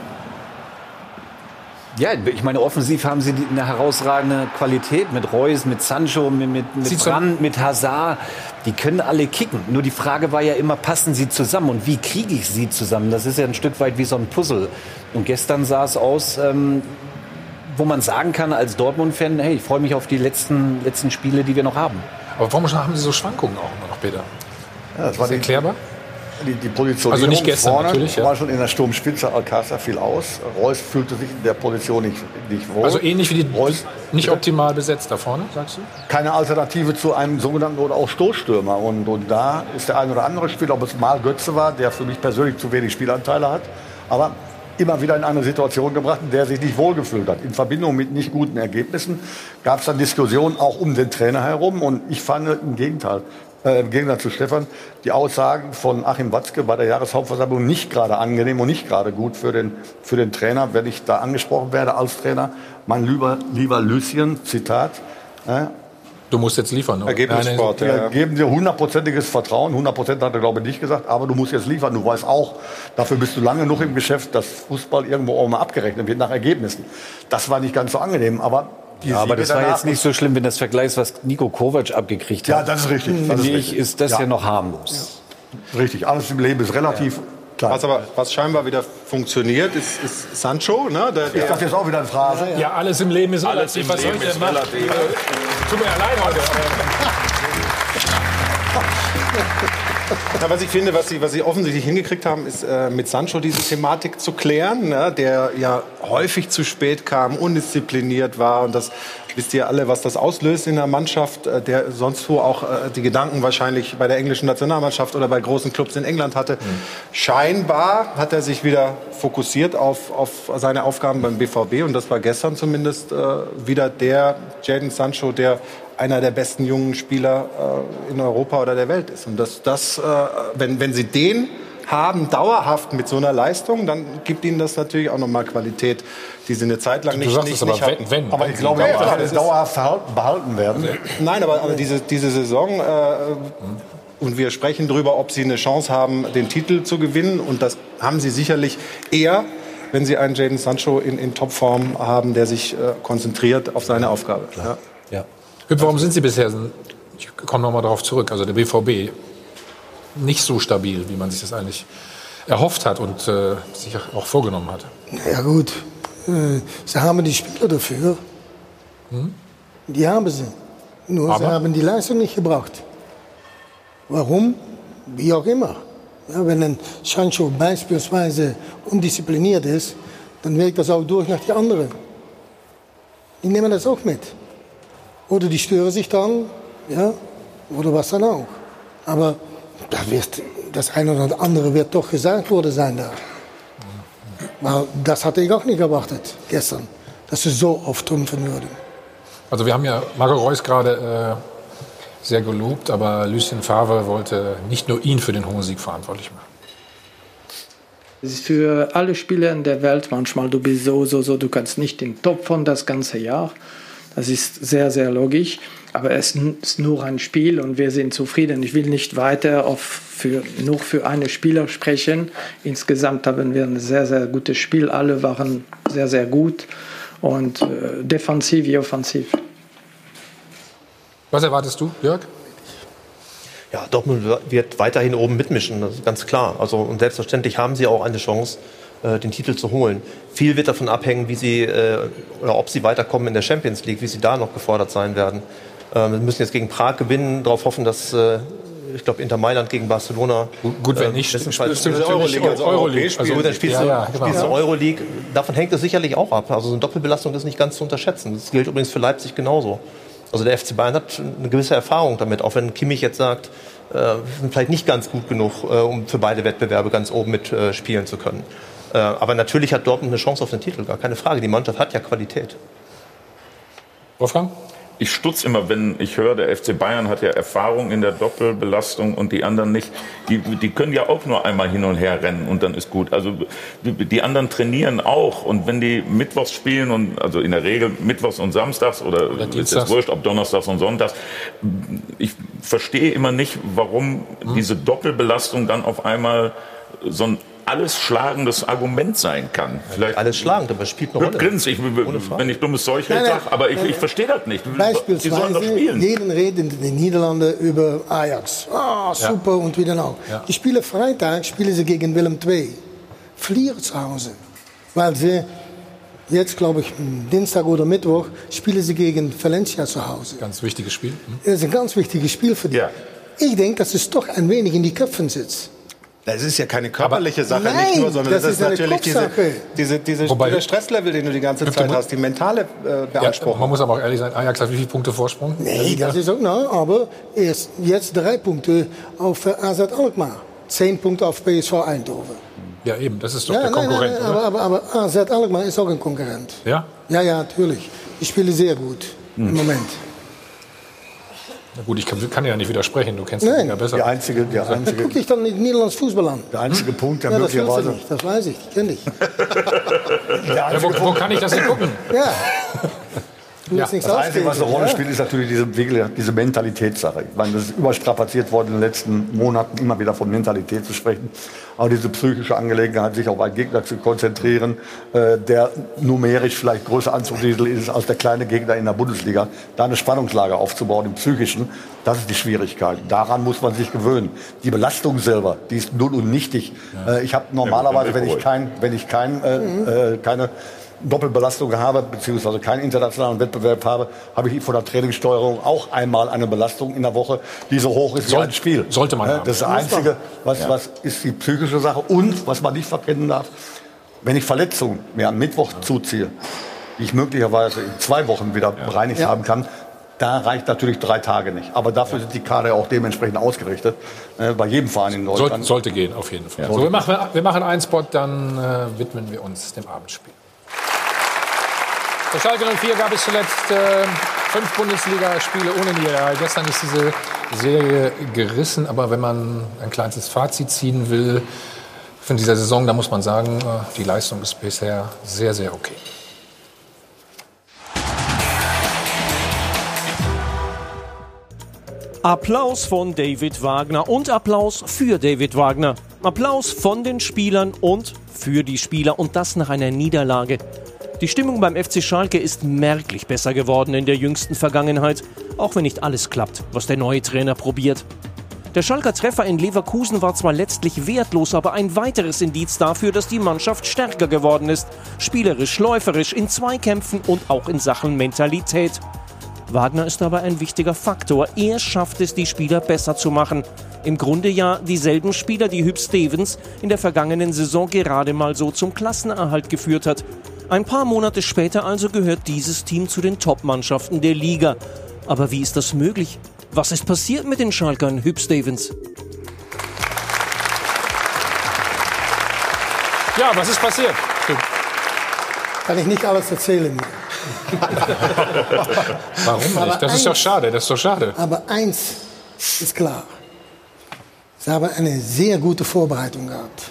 Ja, ich meine, offensiv haben sie eine herausragende Qualität mit Reus, mit Sancho, mit, mit, mit Brandt, mit Hazard. Die können alle kicken. Nur die Frage war ja immer, passen sie zusammen? Und wie kriege ich sie zusammen? Das ist ja ein Stück weit wie so ein Puzzle. Und gestern sah es aus, ähm, wo man sagen kann als Dortmund-Fan, hey, ich freue mich auf die letzten, letzten Spiele, die wir noch haben. Aber warum haben sie so Schwankungen auch immer noch, Peter? Ja, das ist war das erklärbar? Die, die Positionierung also nicht gestern vorne natürlich, ja. war schon in der Sturmspitze. Alcázar fiel aus. Reus fühlte sich in der Position nicht, nicht wohl. Also ähnlich wie die Reus, nicht optimal besetzt da vorne, sagst du? Keine Alternative zu einem sogenannten oder auch Stoßstürmer. Und, und da ist der ein oder andere Spieler, ob es mal Götze war, der für mich persönlich zu wenig Spielanteile hat, aber immer wieder in eine Situation gebracht, in der er sich nicht wohlgefühlt hat. In Verbindung mit nicht guten Ergebnissen gab es dann Diskussionen auch um den Trainer herum. Und ich fand im Gegenteil, Äh, im Gegensatz zu Stefan, die Aussagen von Achim Watzke bei der Jahreshauptversammlung nicht gerade angenehm und nicht gerade gut für den, für den Trainer, wenn ich da angesprochen werde als Trainer. Mein lieber, lieber Lucien, Zitat. Äh, du musst jetzt liefern. Oder? Ergebnissport. Wir ja. geben dir hundertprozentiges Vertrauen. hundert Prozent hat er, glaube ich, nicht gesagt. Aber du musst jetzt liefern. Du weißt auch, dafür bist du lange genug im Geschäft, dass Fußball irgendwo auch mal abgerechnet wird nach Ergebnissen. Das war nicht ganz so angenehm. Aber Ja, aber das war jetzt nicht so schlimm, wenn das vergleichst, was Nico Kovac abgekriegt hat. Ja, das ist richtig. Das Finde ist, ich, ist das ja, ja noch harmlos. Ja. Richtig, alles im Leben ist relativ ja. klar. Was aber was scheinbar wieder funktioniert, ist, ist Sancho. Ne? Der, ist das jetzt auch wieder eine Phrase? Ja, ja alles im Leben ist alles relativ. Im Was soll Leben ich denn machen? Tut mir ja leid heute. Ja, was ich finde, was sie, was sie offensichtlich hingekriegt haben, ist äh, mit Sancho diese Thematik zu klären, ne? Der ja häufig zu spät kam, undiszipliniert war. Und das wisst ihr alle, was das auslöst in der Mannschaft, äh, der sonst wo auch äh, die Gedanken wahrscheinlich bei der englischen Nationalmannschaft oder bei großen Clubs in England hatte. Mhm. Scheinbar hat er sich wieder fokussiert auf, auf seine Aufgaben beim B V B. Und das war gestern zumindest äh, wieder der Jadon Sancho, der einer der besten jungen Spieler äh, in Europa oder der Welt ist. Und das, das, äh, wenn, wenn sie den haben, dauerhaft mit so einer Leistung, dann gibt ihnen das natürlich auch nochmal Qualität, die sie eine Zeit lang nicht, du nicht, aber nicht wenn, hatten. Wenn, aber wenn ich glaube, dauerhaft, dass das dauerhaft behalten werden. Nein, aber, aber diese, diese Saison, äh, und wir sprechen darüber, ob sie eine Chance haben, den Titel zu gewinnen. Und das haben sie sicherlich eher, wenn sie einen Jadon Sancho in, in Topform haben, der sich äh, konzentriert auf seine Aufgabe. Ja. Ja. Warum sind Sie bisher, ich komme noch mal darauf zurück, also der B V B, nicht so stabil, wie man sich das eigentlich erhofft hat und äh, sich auch vorgenommen hat? Ja gut, Äh, sie haben die Spieler dafür. Hm? Die haben sie. Nur Aber? sie haben die Leistung nicht gebracht. Warum? Wie auch immer. Ja, wenn ein Sancho beispielsweise undiszipliniert ist, dann wirkt das auch durch nach die anderen. Die nehmen das auch mit. Oder die stören sich dann, ja, oder was dann auch. Aber da wird, das eine oder andere wird doch gesagt worden sein da. Weil das hatte ich auch nicht erwartet gestern, dass sie so oft trumpfen würden. Also wir haben ja Marco Reus gerade äh, sehr gelobt, aber Lucien Favre wollte nicht nur ihn für den hohen Sieg verantwortlich machen. Es ist für alle Spieler in der Welt manchmal, du bist so, so, so, du kannst nicht den Top von das ganze Jahr. Das ist sehr, sehr logisch. Aber es ist nur ein Spiel und wir sind zufrieden. Ich will nicht weiter auf für, nur für einen Spieler sprechen. Insgesamt haben wir ein sehr, sehr gutes Spiel. Alle waren sehr, sehr gut und äh, defensiv wie offensiv. Was erwartest du, Jörg? Ja, Dortmund wird weiterhin oben mitmischen, das ist ganz klar. Also, und selbstverständlich haben sie auch eine Chance, äh, den Titel zu holen. Viel wird davon abhängen, wie sie, äh, oder ob sie weiterkommen in der Champions League, wie sie da noch gefordert sein werden. Äh, wir müssen jetzt gegen Prag gewinnen, darauf hoffen, dass, äh, ich glaube, Inter Mailand gegen Barcelona. Gut, wenn nicht, äh, spielst du natürlich Euroleague. Also Euroleague. Also, dann spielst ja, du, ja, genau. spielst du Euroleague. Davon hängt es sicherlich auch ab. Also, so eine Doppelbelastung ist nicht ganz zu unterschätzen. Das gilt übrigens für Leipzig genauso. Also der F C Bayern hat eine gewisse Erfahrung damit, auch wenn Kimmich jetzt sagt, äh, wir sind vielleicht nicht ganz gut genug, äh, um für beide Wettbewerbe ganz oben mitspielen äh, zu können. Äh, aber natürlich hat Dortmund eine Chance auf den Titel, gar keine Frage. Die Mannschaft hat ja Qualität. Wolfgang? Ich stutze immer, wenn ich höre, der F C Bayern hat ja Erfahrung in der Doppelbelastung und die anderen nicht. Die, die können ja auch nur einmal hin und her rennen und dann ist gut. Also die, die anderen trainieren auch und wenn die mittwochs spielen und also in der Regel mittwochs und samstags oder, oder ist es wurscht, ob donnerstags und sonntags. Ich verstehe immer nicht, warum hm. diese Doppelbelastung dann auf einmal so ein alles schlagendes Argument sein kann. Vielleicht alles schlagend, aber es spielt eine Rolle. Grins, ich, wenn ich dummes Zeug sage, aber ich, ich verstehe das nicht. Beispielsweise, die sollen doch spielen. Jeden redet in den Niederlanden über Ajax. Ah, super, ja. Und wie dann auch. Ja. Die spielen Freitag, spielen sie gegen Willem zwei. Verlieren zu Hause. Weil sie jetzt, glaube ich, Dienstag oder Mittwoch, spielen sie gegen Valencia zu Hause. Ganz wichtiges Spiel. Hm? Das ist ein ganz wichtiges Spiel für die. Ja. Ich denke, dass es doch ein wenig in die Köpfen sitzt. Das ist ja keine körperliche Sache, Nein, nicht nur, sondern das, das ist, ist natürlich diese, diese, diese Wobei, dieser Stresslevel, den du die ganze Zeit hast, die mentale äh, Beanspruchung. Ja, man muss aber auch ehrlich sein, Ajax hat wie viele Punkte Vorsprung? Nee, das ist auch, na, aber erst jetzt drei Punkte auf A Z Alkmaar, zehn Punkte auf P S V Eindhoven. Ja, eben, das ist doch ja, der nein, Konkurrent, nein, nein, aber, aber, aber A Z Alkmaar ist auch ein Konkurrent. Ja? Ja, ja, natürlich. Die spielen sehr gut hm. im Moment. Na gut, ich kann, kann ja nicht widersprechen, du kennst Nein. ja besser. Die einzige, die einzige, guck dich dann in Niederlands Fußball an. Der einzige Punkt, der ja, das möglicherweise... Nicht, das weiß ich, ich kenne dich. ja, wo, wo kann ich das denn gucken? Ja. Ja, das Einzige, was eine Rolle ja. spielt, ist natürlich diese, diese Mentalitätssache. Ich meine, das ist überstrapaziert worden in den letzten Monaten, immer wieder von Mentalität zu sprechen. Aber diese psychische Angelegenheit, sich auf einen Gegner zu konzentrieren, äh, der numerisch vielleicht größer anzusiedeln ist als der kleine Gegner in der Bundesliga, da eine Spannungslage aufzubauen im Psychischen, das ist die Schwierigkeit. Daran muss man sich gewöhnen. Die Belastung selber, die ist null und nichtig. Ja. Äh, ich habe normalerweise, wenn ich, kein, wenn ich kein, äh, mhm. äh, keine Doppelbelastung habe, beziehungsweise keinen internationalen Wettbewerb habe, habe ich von der Trainingssteuerung auch einmal eine Belastung in der Woche, die so hoch ist wie ein Spiel. Sollte man haben. Das ist das Einzige, was, ja. was ist die psychische Sache. Und, was man nicht verkennen darf, wenn ich Verletzungen mir am Mittwoch zuziehe, die ich möglicherweise in zwei Wochen wieder ja. bereinigt ja. haben kann, da reicht natürlich drei Tage nicht. Aber dafür ja. sind die Kader auch dementsprechend ausgerichtet. Äh, bei jedem Verein in Deutschland. Soll, sollte gehen, auf jeden Fall. Ja. So, wir, machen, wir machen einen Spot, dann äh, widmen wir uns dem Abendspiel. Für Schalke null vier gab es zuletzt äh, fünf Bundesligaspiele ohne Niederlage. Gestern ist diese Serie gerissen. Aber wenn man ein kleines Fazit ziehen will von dieser Saison, dann muss man sagen, äh, die Leistung ist bisher sehr, sehr okay. Applaus von David Wagner und Applaus für David Wagner. Applaus von den Spielern und für die Spieler. Und das nach einer Niederlage. Die Stimmung beim F C Schalke ist merklich besser geworden in der jüngsten Vergangenheit, auch wenn nicht alles klappt, was der neue Trainer probiert. Der Schalker Treffer in Leverkusen war zwar letztlich wertlos, aber ein weiteres Indiz dafür, dass die Mannschaft stärker geworden ist. Spielerisch, läuferisch, in Zweikämpfen und auch in Sachen Mentalität. Wagner ist dabei ein wichtiger Faktor. Er schafft es, die Spieler besser zu machen. Im Grunde ja dieselben Spieler, die Huub Stevens in der vergangenen Saison gerade mal so zum Klassenerhalt geführt hat. Ein paar Monate später also gehört dieses Team zu den Top-Mannschaften der Liga. Aber wie ist das möglich? Was ist passiert mit den Schalkern, Huub Stevens? Ja, was ist passiert? Kann ich nicht alles erzählen. Warum nicht? Das ist doch schade, das ist doch schade. Aber eins ist klar. Sie haben eine sehr gute Vorbereitung gehabt.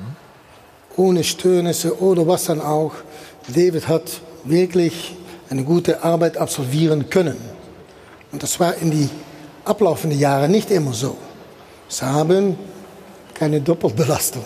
Ohne Störnisse oder was dann auch. David hat wirklich eine gute Arbeit absolvieren können. Und das war in die ablaufenden Jahren nicht immer so. Sie haben keine Doppelbelastung.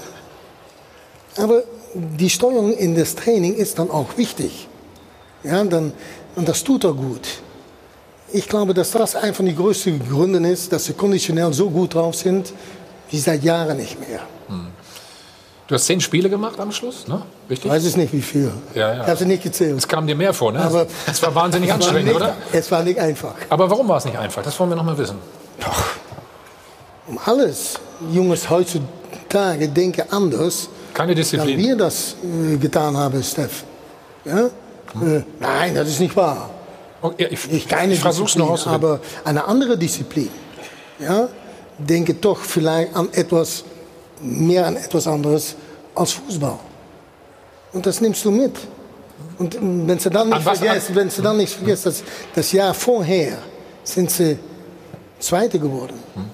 Aber die Steuerung in das Training ist dann auch wichtig. Ja, dann, und das tut er gut. Ich glaube, dass das einer von den größten Gründen ist, dass sie konditionell so gut drauf sind, wie seit Jahren nicht mehr. Hm. Du hast zehn Spiele gemacht am Schluss, ne? Richtig? Ich weiß es nicht, wie viel. Ja, ja. Ich habe sie nicht gezählt. Es kam dir mehr vor, ne? Aber es war wahnsinnig es war anstrengend, nicht, oder? Es war nicht einfach. Aber warum war es nicht einfach? Das wollen wir noch mal wissen. Doch. Um alles. Jungs heutzutage denken anders. Keine Disziplin. Als wir das äh, getan haben, Steff. Ja? Hm. Äh, nein, das ist nicht wahr. Okay, ich ich keine ich versuch's noch Disziplin, aber eine andere Disziplin. Ja? Denke doch vielleicht an etwas, mehr an etwas anderes als Fußball. Und das nimmst du mit. Und wenn sie dann nicht vergessen, wenn sie dann nicht vergessen, dass das Jahr vorher sind sie Zweite geworden. Hm.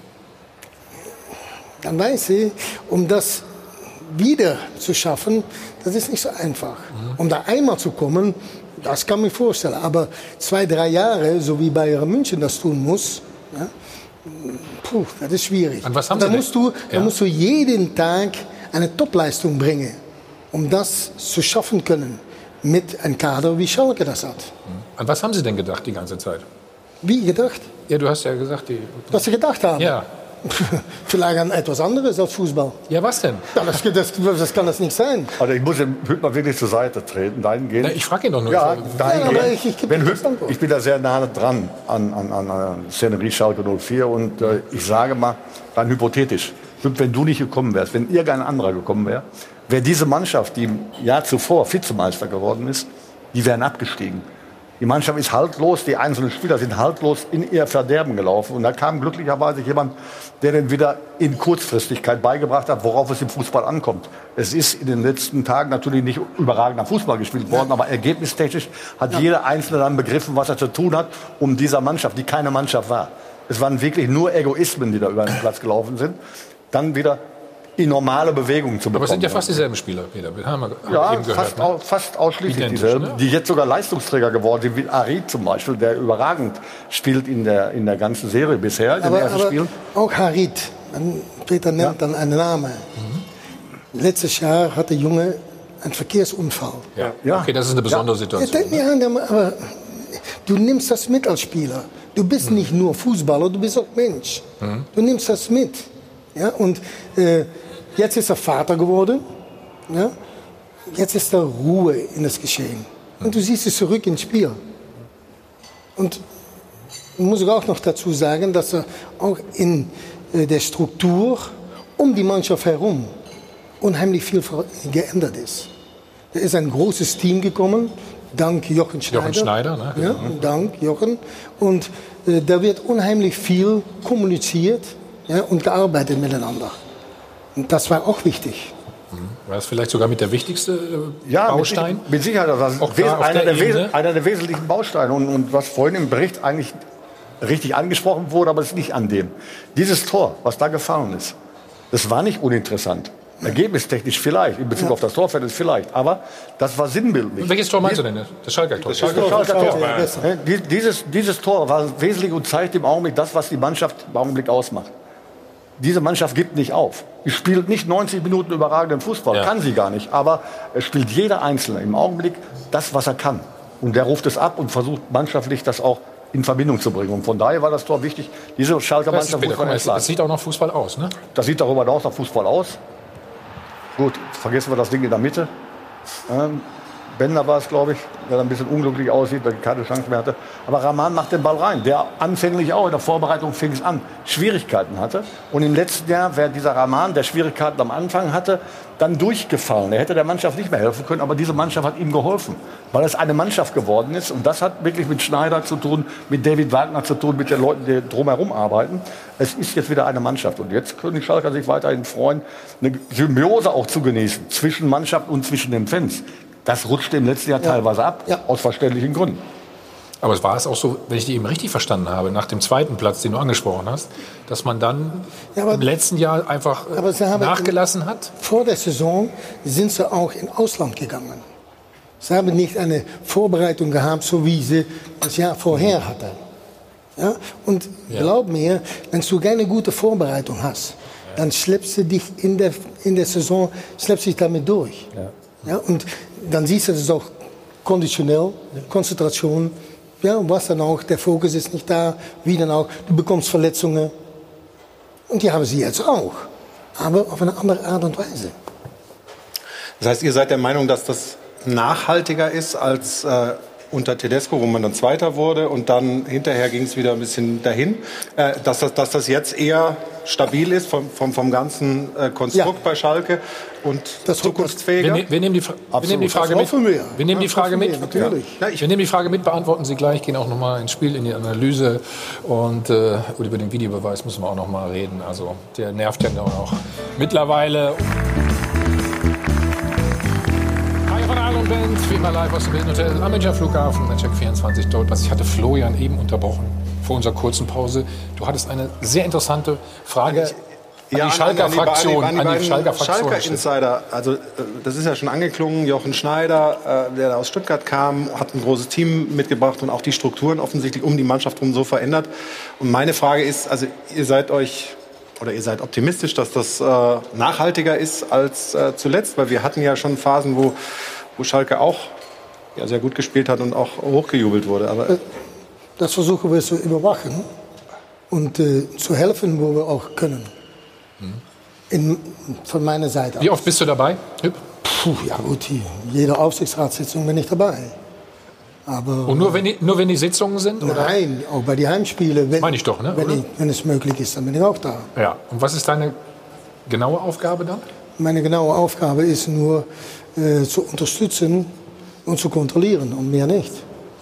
Dann weiß sie, um das wieder zu schaffen, das ist nicht so einfach. Mhm. Um da einmal zu kommen, das kann ich mir vorstellen. Aber zwei, drei Jahre, so wie Bayern München das tun muss, ja, puh, das ist schwierig. Und was haben da Sie musst du, ja. da musst du jeden Tag eine Topleistung bringen, um das zu schaffen können mit einem Kader, wie Schalke das hat. An was haben Sie denn gedacht die ganze Zeit? Wie gedacht? Ja, du hast ja gesagt, die... Was Sie gedacht haben? Ja. Vielleicht an etwas anderes als Fußball. Ja, was denn? Ja, das, das, das kann das nicht sein. Also ich muss dem Hübner wirklich zur Seite treten, dahingehend. Na, ich frage ihn doch nur. Ja, dahingehend. Ja, aber ich, ich, Wenn Hübner, ich bin da sehr nah dran an, an, an, an Szenerie Schalke null vier und äh, ich sage mal, rein hypothetisch, wenn du nicht gekommen wärst, wenn irgendein anderer gekommen wäre, wäre diese Mannschaft, die im Jahr zuvor Vizemeister geworden ist, die wären abgestiegen. Die Mannschaft ist haltlos, die einzelnen Spieler sind haltlos in ihr Verderben gelaufen. Und da kam glücklicherweise jemand, der dann wieder in Kurzfristigkeit beigebracht hat, worauf es im Fußball ankommt. Es ist in den letzten Tagen natürlich nicht überragender Fußball gespielt worden, aber ergebnistechnisch hat ja. jeder Einzelne dann begriffen, was er zu tun hat, um dieser Mannschaft, die keine Mannschaft war. Es waren wirklich nur Egoismen, die da über den Platz gelaufen sind. Dann wieder in normale Bewegungen zu bekommen. Aber es sind ja fast dieselben Spieler, Peter. Haben wir, haben ja, eben gehört, fast, ne? au, fast ausschließlich dieselben, ne? Die jetzt sogar Leistungsträger geworden sind, wie Harit zum Beispiel, der überragend spielt in der, in der ganzen Serie bisher, in den aber, ersten aber Spielen. Auch Harit, Peter nennt ja. dann einen Namen. Mhm. Letztes Jahr hat der Junge einen Verkehrsunfall. Ja. Ja. Okay, das ist eine besondere ja. Situation. Ja, ne? aber du nimmst das mit als Spieler. Du bist mhm. nicht nur Fußballer, du bist auch Mensch. Mhm. Du nimmst das mit. Ja? Und äh, jetzt ist er Vater geworden. Ja? Jetzt ist da Ruhe in das Geschehen. Und du siehst es zurück ins Spiel. Und muss ich auch noch dazu sagen, dass er auch in äh, der Struktur um die Mannschaft herum unheimlich viel geändert ist. Da ist ein großes Team gekommen, dank Jochen Schneider. Jochen Schneider, ne? Ja, dank Jochen. Und äh, da wird unheimlich viel kommuniziert, ja, und gearbeitet miteinander. Und das war auch wichtig. War das vielleicht sogar mit der wichtigste äh, ja, Baustein? Mit, mit Sicherheit. Das war auch da einer, der der einer der wesentlichen Bausteine. Und, und was vorhin im Bericht eigentlich richtig angesprochen wurde, aber es ist nicht an dem. Dieses Tor, was da gefallen ist, das war nicht uninteressant. Ergebnistechnisch vielleicht, in Bezug ja. auf das Torfeld ist vielleicht. Aber das war sinnbildlich. Und welches Tor meinst du denn? Das Schalker Tor. Das Schalker Tor. Tor. Ja. Dieses, dieses Tor war wesentlich und zeigt im Augenblick das, was die Mannschaft im Augenblick ausmacht. Diese Mannschaft gibt nicht auf. Sie spielt nicht neunzig Minuten überragenden Fußball, ja. kann sie gar nicht. Aber es spielt jeder Einzelne im Augenblick das, was er kann. Und der ruft es ab und versucht mannschaftlich das auch in Verbindung zu bringen. Und von daher war das Tor wichtig. Diese Schalker Mannschaft muss man es, es sieht auch noch Fußball aus, ne? Das sieht darüber hinaus nach Fußball aus. Gut, vergessen wir das Ding in der Mitte. Ähm, Bender war es, glaube ich, der dann ein bisschen unglücklich aussieht, weil er keine Chance mehr hatte. Aber Rahman macht den Ball rein, der anfänglich auch in der Vorbereitung fing es an, Schwierigkeiten hatte. Und im letzten Jahr wäre dieser Rahman, der Schwierigkeiten am Anfang hatte, dann durchgefallen. Er hätte der Mannschaft nicht mehr helfen können, aber diese Mannschaft hat ihm geholfen, weil es eine Mannschaft geworden ist. Und das hat wirklich mit Schneider zu tun, mit David Wagner zu tun, mit den Leuten, die drumherum arbeiten. Es ist jetzt wieder eine Mannschaft. Und jetzt können die Schalker sich weiterhin freuen, eine Symbiose auch zu genießen zwischen Mannschaft und zwischen den Fans. Das rutschte im letzten Jahr ja. teilweise ab, ja. aus verständlichen Gründen. Aber es war es auch so, wenn ich die eben richtig verstanden habe, nach dem zweiten Platz, den du angesprochen hast, dass man dann ja, aber, im letzten Jahr einfach nachgelassen hat? Vor der Saison sind sie auch ins Ausland gegangen. Sie haben nicht eine Vorbereitung gehabt, so wie sie das Jahr vorher hatten. Ja? Und ja. glaub mir, wenn du keine gute Vorbereitung hast, dann schleppst du dich in der, in der Saison schleppst dich damit durch. Ja. Ja, und dann siehst du das auch konditionell, Konzentration, ja, was dann auch, der Fokus ist nicht da, wie dann auch, du bekommst Verletzungen. Und die haben sie jetzt auch, aber auf eine andere Art und Weise. Das heißt, ihr seid der Meinung, dass das nachhaltiger ist als äh, unter Tedesco, wo man dann Zweiter wurde und dann hinterher ging es wieder ein bisschen dahin, äh, dass, das, dass das jetzt eher stabil ist vom, vom, vom ganzen äh, Konstrukt ja. bei Schalke und das zukunftsfähiger? Wir, wir, nehmen die, wir nehmen die Frage mit. Wir, wir nehmen die Frage mit. Natürlich. Ja. Wir nehmen die Frage mit, beantworten Sie gleich, gehen auch noch mal ins Spiel, in die Analyse und äh, über den Videobeweis müssen wir auch noch mal reden. Also der nervt ja auch mittlerweile. Wie immer live aus dem Hilton Hotel am Münchner Flughafen, Check vierundzwanzig Dollpass. Ich hatte Florian eben unterbrochen vor unserer kurzen Pause. Du hattest eine sehr interessante Frage an die ja, Schalker Fraktion, an die, an die Schalker Fraktion. Schalker Insider, also das ist ja schon angeklungen. Jochen Schneider, der aus Stuttgart kam, hat ein großes Team mitgebracht und auch die Strukturen offensichtlich um die Mannschaft herum so verändert. Und meine Frage ist, also ihr seid euch oder ihr seid optimistisch, dass das äh, nachhaltiger ist als äh, zuletzt, weil wir hatten ja schon Phasen, wo wo Schalke auch ja, sehr gut gespielt hat und auch hochgejubelt wurde. Aber das versuchen wir zu überwachen und äh, zu helfen, wo wir auch können. Mhm. In, von meiner Seite. Wie oft bist du dabei? Puh, ja gut, jede Aufsichtsratssitzung bin ich dabei. Aber, und nur wenn, die, nur wenn die Sitzungen sind? Nein, oder? Auch bei den Heimspielen. Wenn, meine ich doch, ne? Wenn, ich, wenn es möglich ist, dann bin ich auch da. Ja. Und was ist deine genaue Aufgabe dann? Meine genaue Aufgabe ist nur, äh, zu unterstützen und zu kontrollieren und mehr nicht.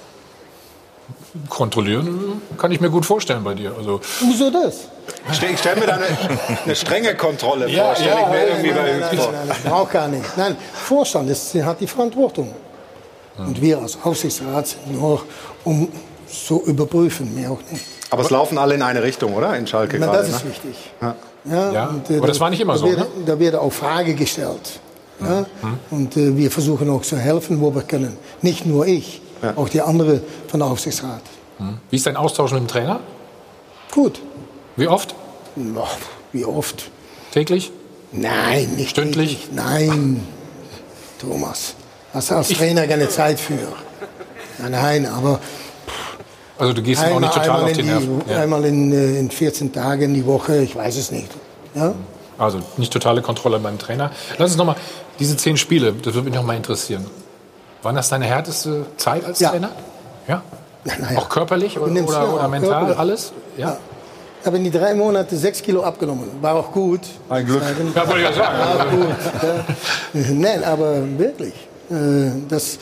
Kontrollieren kann ich mir gut vorstellen bei dir. Also wieso das? Ich stelle mir da eine, eine strenge Kontrolle ja, vor. Stell ja, ich mir irgendwie nein, bei nein, nein, nein, nein, braucht gar nicht. Nein, Vorstand ist, hat die Verantwortung. Hm. Und wir als Aufsichtsrat sind nur, um zu überprüfen, mehr auch nicht. Aber es laufen alle in eine Richtung, oder? In Schalke Na, gerade. Das ist ne? wichtig. Ja. Ja, ja, und, äh, aber das war nicht immer da so, wird, ne? Da werden auch Fragen gestellt. Ja? Mhm. Und äh, wir versuchen auch zu helfen, wo wir können. Nicht nur ich, ja. auch die anderen von der Aufsichtsrat. Mhm. Wie ist dein Austausch mit dem Trainer? Gut. Wie oft? No, wie oft? Täglich? Nein, nicht stündlich. Täglich. Nein, Thomas, hast du als ich Trainer keine Zeit für. Nein, nein, aber... Also du gehst einmal, auch nicht total auf die Nerven? Die, ja. Einmal in, in vierzehn Tagen die Woche, ich weiß es nicht. Ja? Also nicht totale Kontrolle beim Trainer. Lass uns noch mal diese zehn Spiele, das würde mich noch mal interessieren. Waren das deine härteste Zeit als ja. Trainer? Ja. Naja. Auch körperlich oder, oder, ja, oder mental, körperlich. alles? Ja. ja. Ich habe in die drei Monate sechs Kilo abgenommen. War auch gut. Ein Glück. Ja, wollte ich ja sagen. War auch gut. Ja. Nein, aber wirklich. Das,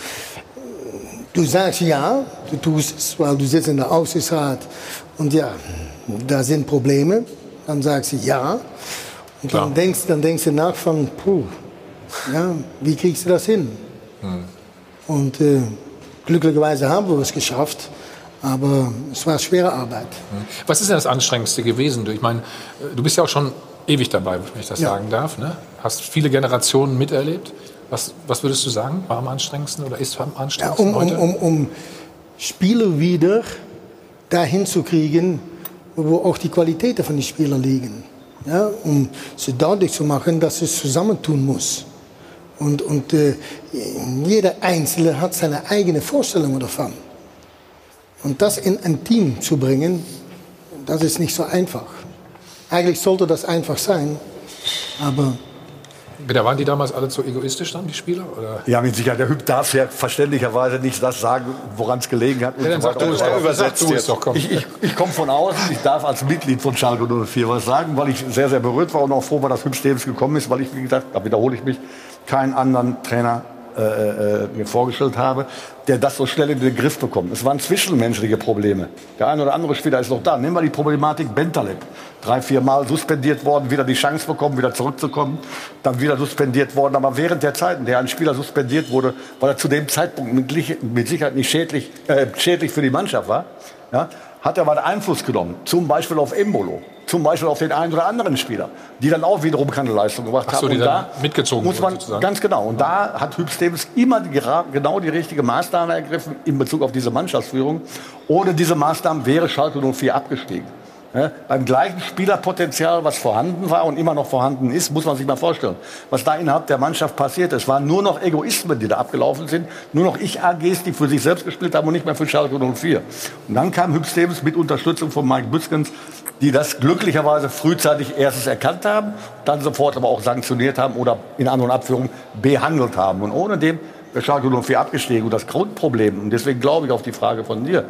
du sagst ja, du tust es, weil du sitzt in der Aufsichtsrat und ja, da sind Probleme. Dann sagst du ja. Und dann denkst, dann denkst du nach von, puh, ja, wie kriegst du das hin? Hm. Und äh, glücklicherweise haben wir es geschafft, aber es war schwere Arbeit. Was ist denn das Anstrengendste gewesen? Ich meine, du bist ja auch schon ewig dabei, wenn ich das ja. sagen darf. Ne? Hast viele Generationen miterlebt. Was, was würdest du sagen, war am anstrengendsten oder ist am anstrengendsten ja, um, heute? Um, um, um Spieler wieder dahin zu kriegen, wo auch die Qualitäten von den Spielern liegen. Ja, um sie deutlich zu machen, dass es zusammentun muss. Und, und äh, jeder Einzelne hat seine eigene Vorstellung davon. Und das in ein Team zu bringen, das ist nicht so einfach. Eigentlich sollte das einfach sein, aber... Da waren die damals alle zu egoistisch dann, die Spieler? Oder? Ja, mit Sicherheit. Der Hüb darf ja verständlicherweise nicht das sagen, woran es gelegen hat. Ja, dann sag du es doch, übersetzt du es doch, komm. Ich, ich, ich komme von außen, ich darf als Mitglied von Schalke null vier was sagen, weil ich sehr, sehr berührt war und auch froh war, dass Hüb Stevens gekommen ist, weil ich, wie gesagt, da wiederhole ich mich, keinen anderen Trainer äh, äh, mir vorgestellt habe, der das so schnell in den Griff bekommt. Es waren zwischenmenschliche Probleme. Der eine oder andere Spieler ist noch da. Nehmen wir die Problematik Bentaleb. Drei, vier Mal suspendiert worden, wieder die Chance bekommen, wieder zurückzukommen, dann wieder suspendiert worden. Aber während der Zeit, in der ein Spieler suspendiert wurde, weil er zu dem Zeitpunkt mit, mit Sicherheit nicht schädlich, äh, schädlich für die Mannschaft war, ja, hat er mal Einfluss genommen. Zum Beispiel auf Embolo, zum Beispiel auf den einen oder anderen Spieler, die dann auch wiederum keine Leistung gebracht Ach so, haben. die Und dann da mitgezogen muss man, wurden, sozusagen. ganz genau. Und da hat Hüb Stevens immer die, genau die richtige Maßnahme ergriffen in Bezug auf diese Mannschaftsführung. Ohne diese Maßnahmen wäre Schalke null vier abgestiegen. Ja, beim gleichen Spielerpotenzial, was vorhanden war und immer noch vorhanden ist, muss man sich mal vorstellen, was da innerhalb der Mannschaft passiert ist. Es waren nur noch Egoismen, die da abgelaufen sind, nur noch Ich-A Gs, die für sich selbst gespielt haben und nicht mehr für Schalke null vier. Und dann kam Hüb Stevens mit Unterstützung von Mike Büskens, die das glücklicherweise frühzeitig erstens erkannt haben, dann sofort aber auch sanktioniert haben oder in An- und Abführung behandelt haben. Und ohne dem wäre Schalke null vier abgestiegen. Und das Grundproblem, und deswegen glaube ich auf die Frage von dir,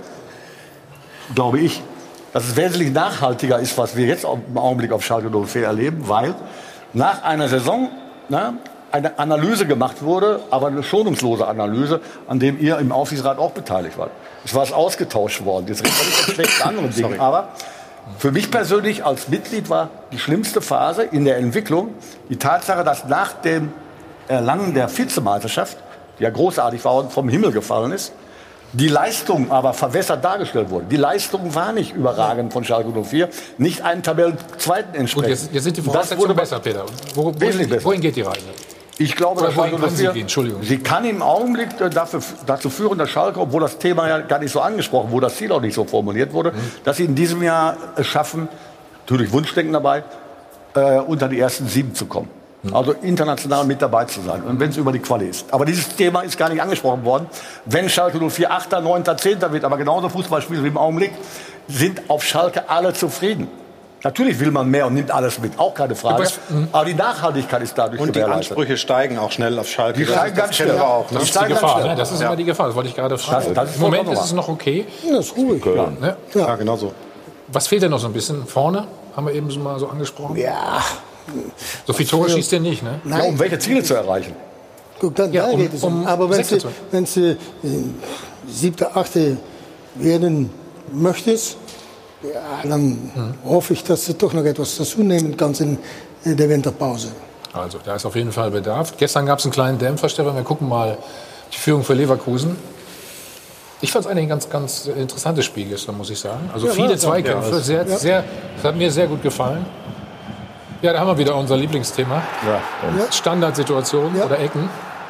glaube ich, dass es wesentlich nachhaltiger ist, was wir jetzt im Augenblick auf Schalke null vier erleben, weil nach einer Saison na, eine Analyse gemacht wurde, aber eine schonungslose Analyse, an dem ihr im Aufsichtsrat auch beteiligt wart. Es war es ausgetauscht worden. Jetzt reden wir nicht von schlechten anderen Dingen, aber für mich persönlich als Mitglied war die schlimmste Phase in der Entwicklung die Tatsache, dass nach dem Erlangen der Vizemeisterschaft, die ja großartig war und vom Himmel gefallen ist, die Leistung aber verwässert dargestellt wurde. Die Leistung war nicht überragend von Schalke null vier, nicht einem Tabellenzweiten entsprechend. Gut, jetzt, jetzt sind die Voraussetzungen besser, Peter. Wo, wohin, besser. wohin geht die Reise? Ich glaube, Oder dass Schalke null vier, sie, Entschuldigung. sie kann im Augenblick dafür, dazu führen, dass Schalke, obwohl das Thema ja gar nicht so angesprochen wurde, das Ziel auch nicht so formuliert wurde, mhm. dass sie in diesem Jahr es schaffen, natürlich Wunschdenken dabei, äh, unter die ersten sieben zu kommen. Also international mit dabei zu sein. Und wenn es über die Quali ist. Aber dieses Thema ist gar nicht angesprochen worden. Wenn Schalke null vier Achter, Neunter, Zehnter wird, aber genauso Fußballspieler wie im Augenblick, sind auf Schalke alle zufrieden. Natürlich will man mehr und nimmt alles mit, auch keine Frage. Aber die Nachhaltigkeit ist dadurch und gewährleistet. Die Ansprüche steigen auch schnell auf Schalke. Die steigen ganz schnell. Auch, das ist die Gefahr. Ne? Das ist immer die Gefahr. Das wollte ich gerade fragen. Das, das Im Moment ist es noch okay. Ja, das ist ruhig. Ja, ne? ja. ja, genau so. Was fehlt denn noch so ein bisschen? Vorne? Haben wir eben so mal so angesprochen. Ja. So viel Tore schießt ihr nicht, ne? Ja, um welche Ziele zu erreichen? Guck, dann, ja, da um, geht es um. um Aber wenn sie, wenn sie äh, siebte, achte werden möchtest, ja, dann hm. hoffe ich, dass du doch noch etwas dazu nehmen kannst in äh, der Winterpause. Also, da ist auf jeden Fall Bedarf. Gestern gab es einen kleinen Dämpfer, Stefan. Wir gucken mal die Führung für Leverkusen. Ich fand es eigentlich ein ganz, ganz interessantes Spiel gestern, muss ich sagen. Also ja, viele Zweikämpfe, ja, sehr, ja. sehr, das hat mir sehr gut gefallen. Ja, da haben wir wieder unser Lieblingsthema. Ja. Ja. Standardsituationen ja. oder Ecken.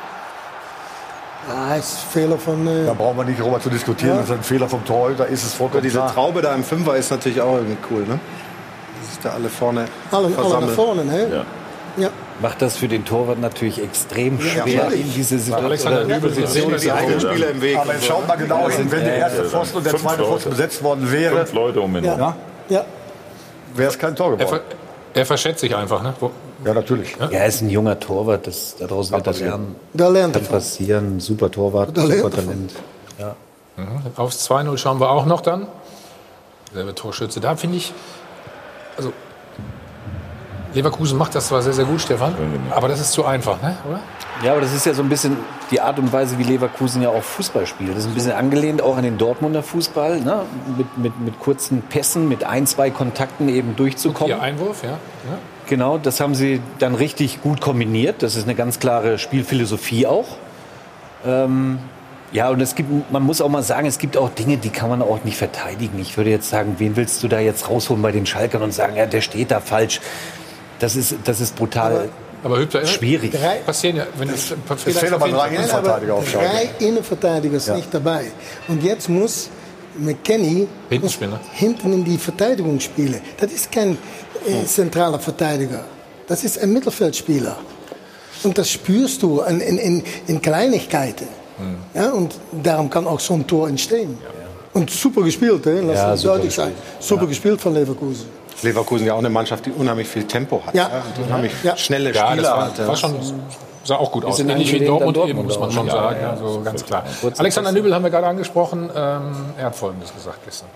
Ja, ist Fehler von... Äh da brauchen wir nicht darüber zu diskutieren. Ja. Das ist ein Fehler vom Torhüter, ist es vollkommen Diese klar. Traube da im Fünfer ist natürlich auch irgendwie cool, ne? Das ist da alle vorne alle, alle nach vorne, ne? Ja. Ja. Macht das für den Torwart natürlich extrem schwer ja, in diese Situation. Alexander Nübel sind die eigenen Spieler im Weg. Aber jetzt schaut mal genau hin, wenn der erste Pfosten und der zweite Pfosten besetzt worden wäre. Fünf Leute um ihn. Ja. Ja. Ja. Wäre es kein Tor geworden. Er, er verschätzt sich einfach, ne? Wo? Ja, natürlich. Ja, er ist ein junger Torwart, das, daraus wird er lernen. Da lernt Kann passieren, super Torwart, super Talent. Ja. Mhm. Aufs zwei null schauen wir auch noch dann. Selbe Torschütze. Da finde ich, also Leverkusen macht das zwar sehr, sehr gut, Stefan, aber das ist zu einfach, ne? Oder? Ja, aber das ist ja so ein bisschen die Art und Weise, wie Leverkusen ja auch Fußball spielt. Das ist ein bisschen angelehnt auch an den Dortmunder Fußball, ne? mit, mit, mit kurzen Pässen, mit ein, zwei Kontakten eben durchzukommen. Ihr Einwurf, ja. ja. Genau, das haben sie dann richtig gut kombiniert. Das ist eine ganz klare Spielphilosophie auch. Ähm, ja, und es gibt, man muss auch mal sagen, es gibt auch Dinge, die kann man auch nicht verteidigen. Ich würde jetzt sagen, wen willst du da jetzt rausholen bei den Schalkern und sagen, ja, der steht da falsch. Das ist, das ist brutal aber, aber schwierig. Drei, passieren ja, wenn es fehlen aber drei Innenverteidiger auf Schalke. Drei Innenverteidiger ist ja. nicht dabei. Und jetzt muss McKennie hinten, hinten in die Verteidigung spielen. Das ist kein äh, zentraler Verteidiger. Das ist ein Mittelfeldspieler. Und das spürst du in, in, in Kleinigkeiten. Hm. Ja, und darum kann auch so ein Tor entstehen. Und super gespielt, eh? Lass Ja, uns super deutlich sein. Super Ja. gespielt von Leverkusen. Leverkusen ja auch eine Mannschaft, die unheimlich viel Tempo hat. Ja. Und unheimlich Ja. schnelle Ja, Spieler das war, hat. ja. war schon, sah auch gut aus. Bisschen Ähnlich wie angelehnt an Dortmund, eben, Dortmund muss man auch, schon ne? sagen. Ja, ja. Also ganz klar. Kurzer Alexander Text. Nübel haben wir gerade angesprochen. Ähm, er hat Folgendes gesagt gestern.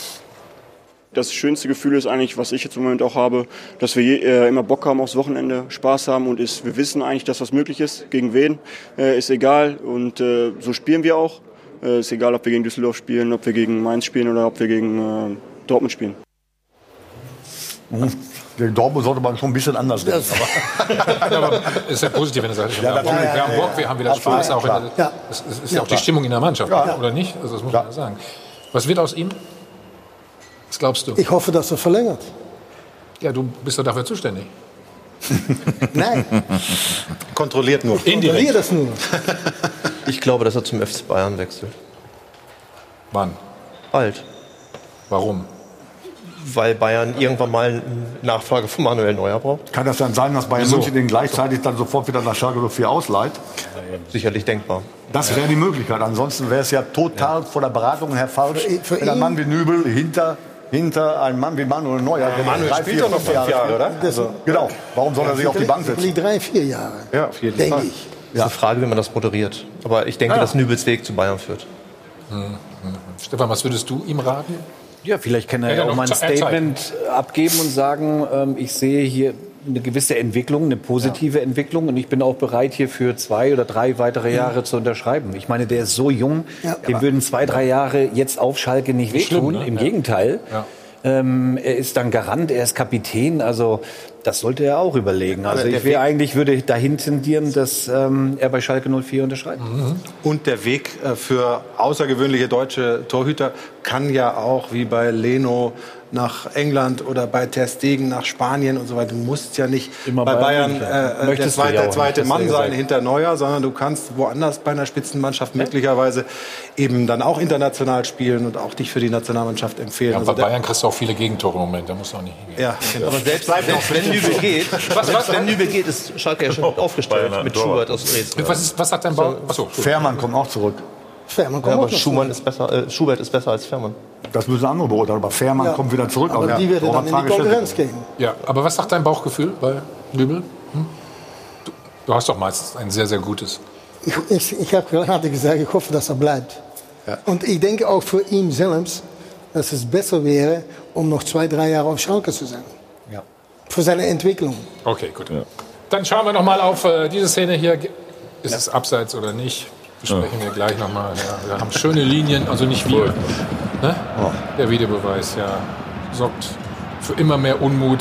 Das schönste Gefühl ist eigentlich, was ich jetzt im Moment auch habe, dass wir je, äh, immer Bock haben aufs Wochenende, Spaß haben und ist, wir wissen eigentlich, dass was möglich ist. Gegen wen, äh, ist egal und äh, so spielen wir auch. Äh, ist egal, ob wir gegen Düsseldorf spielen, ob wir gegen Mainz spielen oder ob wir gegen äh, Dortmund spielen. Mhm. Gegen Dortmund sollte man schon ein bisschen anders denken. Ja, aber es ist ja positiv, wenn er sagt, wir, Ja, haben, natürlich. wir haben Bock, wir haben wieder Absolut, Spaß. Auch in klar. der, Ja. es, es ist ja Ja, auch die klar. Stimmung in der Mannschaft, Ja. oder nicht? Also das muss man ja sagen. Was wird aus ihm? Was glaubst du? Ich hoffe, dass er verlängert. Ja, du bist doch dafür zuständig. Nein. Kontrolliert nur. Kontrolliert das nur. Ich glaube, dass er zum F C Bayern wechselt. Wann? Bald. Warum? Weil Bayern irgendwann mal einen Nachfolger von Manuel Neuer braucht. Kann das dann sein, dass Bayern Wieso? München den gleichzeitig dann sofort wieder nach Schalke null vier ausleiht? Sicherlich denkbar. Das wäre die Möglichkeit. Ansonsten wäre es ja total von der Beratung her falsch, Für wenn ein ihn- Mann wie Nübel hinter, hinter einem Mann wie Manuel Neuer, der Manuel drei, spielt vier, doch noch fünf fünf Jahre, oder? spielt. Also, genau. Warum soll er sich auf die Bank setzen? Die drei, vier Jahre. Ja, auf jeden Denke Fall. ich. Das ist eine Frage, wie man das moderiert. Aber ich denke, Ja. dass Nübels Weg zu Bayern führt. Hm, hm. Stefan, was würdest du ihm raten? Ja, vielleicht kann er Ja, ja ja, auch mal ein noch Zeit. Statement abgeben und sagen, ähm, ich sehe hier eine gewisse Entwicklung, eine positive ja. Entwicklung und ich bin auch bereit, hier für zwei oder drei weitere Jahre ja. zu unterschreiben. Ich meine, der ist so jung, ja. dem würden zwei, drei Jahre jetzt auf Schalke nicht wehtun, ne? Im ja. Gegenteil. Ja. Ähm, er ist dann Garant, er ist Kapitän, also das sollte er auch überlegen. Also ich wäre eigentlich, würde dahin tendieren, dass ähm, er bei Schalke null vier unterschreibt. Mhm. Und der Weg äh, für außergewöhnliche deutsche Torhüter kann ja auch, wie bei Leno, nach England oder bei Ter Stegen nach Spanien und so weiter. Du musst ja nicht Immer bei Bayern München. äh, der Möchtest du zweite, ja auch der zweite nicht, Mann hast du ja sein gesagt. hinter Neuer, sondern du kannst woanders bei einer Spitzenmannschaft möglicherweise eben dann auch international spielen und auch dich für die Nationalmannschaft empfehlen. Ja, Also bei der- Bayern kriegst du auch viele Gegentore im Moment, da musst du auch nicht hingehen. Ja, genau. Aber selbst, selbst wenn Nübel geht, was, was, wenn Nübel geht, ist Schalke ja schon gut aufgestellt Bayern, mit Tor. Schubert aus Dresden. Was, ist, was sagt dein Bauch? Achso, Fährmann kommt auch zurück. Fährmann Ja, kommt aber auch noch Schumann ist besser, äh, Schubert ist besser als Fährmann. Das müssen andere beurteilen. Aber Fährmann Ja. kommt wieder zurück. Aber ja. die werden Woran dann in die Frage Konkurrenz stellt. gehen. Ja, aber was sagt dein Bauchgefühl bei Nübel? Hm? Du, du hast doch meistens ein sehr, sehr gutes. Ich, ich, ich habe gerade gesagt, ich hoffe, dass er bleibt. Ja. Und ich denke auch für ihn selbst, dass es besser wäre, um noch zwei, drei Jahre auf Schalke zu sein. Ja. Für seine Entwicklung. Okay, gut. Dann schauen wir noch mal auf äh, diese Szene hier. Ist es abseits oder nicht? Besprechen wir gleich noch mal. Ja, wir haben schöne Linien, also nicht wir. Ne? Der Videobeweis ja, sorgt für immer mehr Unmut.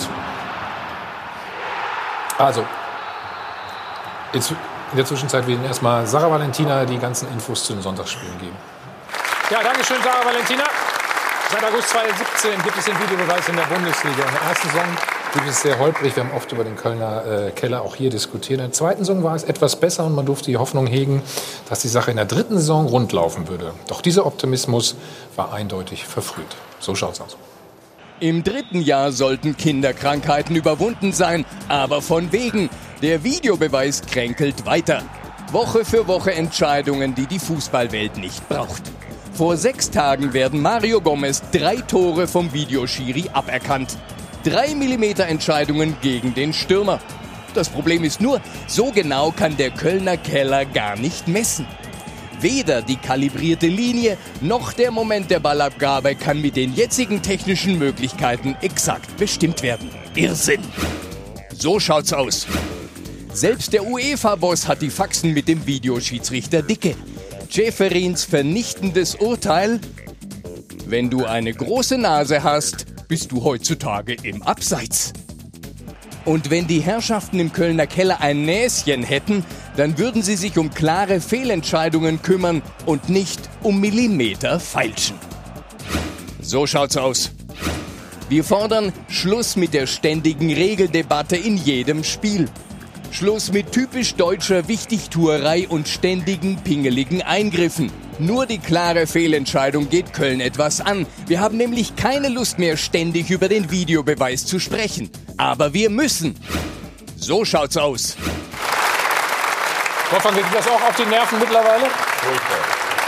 Also, jetzt in der Zwischenzeit werden erstmal Sarah Valentina die ganzen Infos zu den Sonntagsspielen geben. Ja, danke schön, Sarah Valentina. Seit August zweitausendsiebzehn gibt es den Videobeweis in der Bundesliga. In der ersten Saison lief es sehr holprig. Wir haben oft über den Kölner äh, Keller auch hier diskutiert. In der zweiten Saison war es etwas besser und man durfte die Hoffnung hegen, dass die Sache in der dritten Saison rund laufen würde. Doch dieser Optimismus war eindeutig verfrüht. So schaut's aus. Im dritten Jahr sollten Kinderkrankheiten überwunden sein, aber von wegen. Der Videobeweis kränkelt weiter. Woche für Woche Entscheidungen, die die Fußballwelt nicht braucht. Vor sechs Tagen werden Mario Gomez drei Tore vom Videoschiri aberkannt. Drei Millimeter Entscheidungen gegen den Stürmer. Das Problem ist nur, so genau kann der Kölner Keller gar nicht messen. Weder die kalibrierte Linie noch der Moment der Ballabgabe kann mit den jetzigen technischen Möglichkeiten exakt bestimmt werden. Irrsinn! So schaut's aus. Selbst der UEFA-Boss hat die Faxen mit dem Videoschiedsrichter dicke. Ceferins vernichtendes Urteil: Wenn du eine große Nase hast, bist du heutzutage im Abseits. Und wenn die Herrschaften im Kölner Keller ein Näschen hätten, dann würden sie sich um klare Fehlentscheidungen kümmern und nicht um Millimeter feilschen. So schaut's aus. Wir fordern Schluss mit der ständigen Regeldebatte in jedem Spiel. Schluss mit typisch deutscher Wichtigtuerei und ständigen pingeligen Eingriffen. Nur die klare Fehlentscheidung geht Köln etwas an. Wir haben nämlich keine Lust mehr, ständig über den Videobeweis zu sprechen. Aber wir müssen. So schaut's aus. Wolfgang, geht das auch auf die Nerven mittlerweile?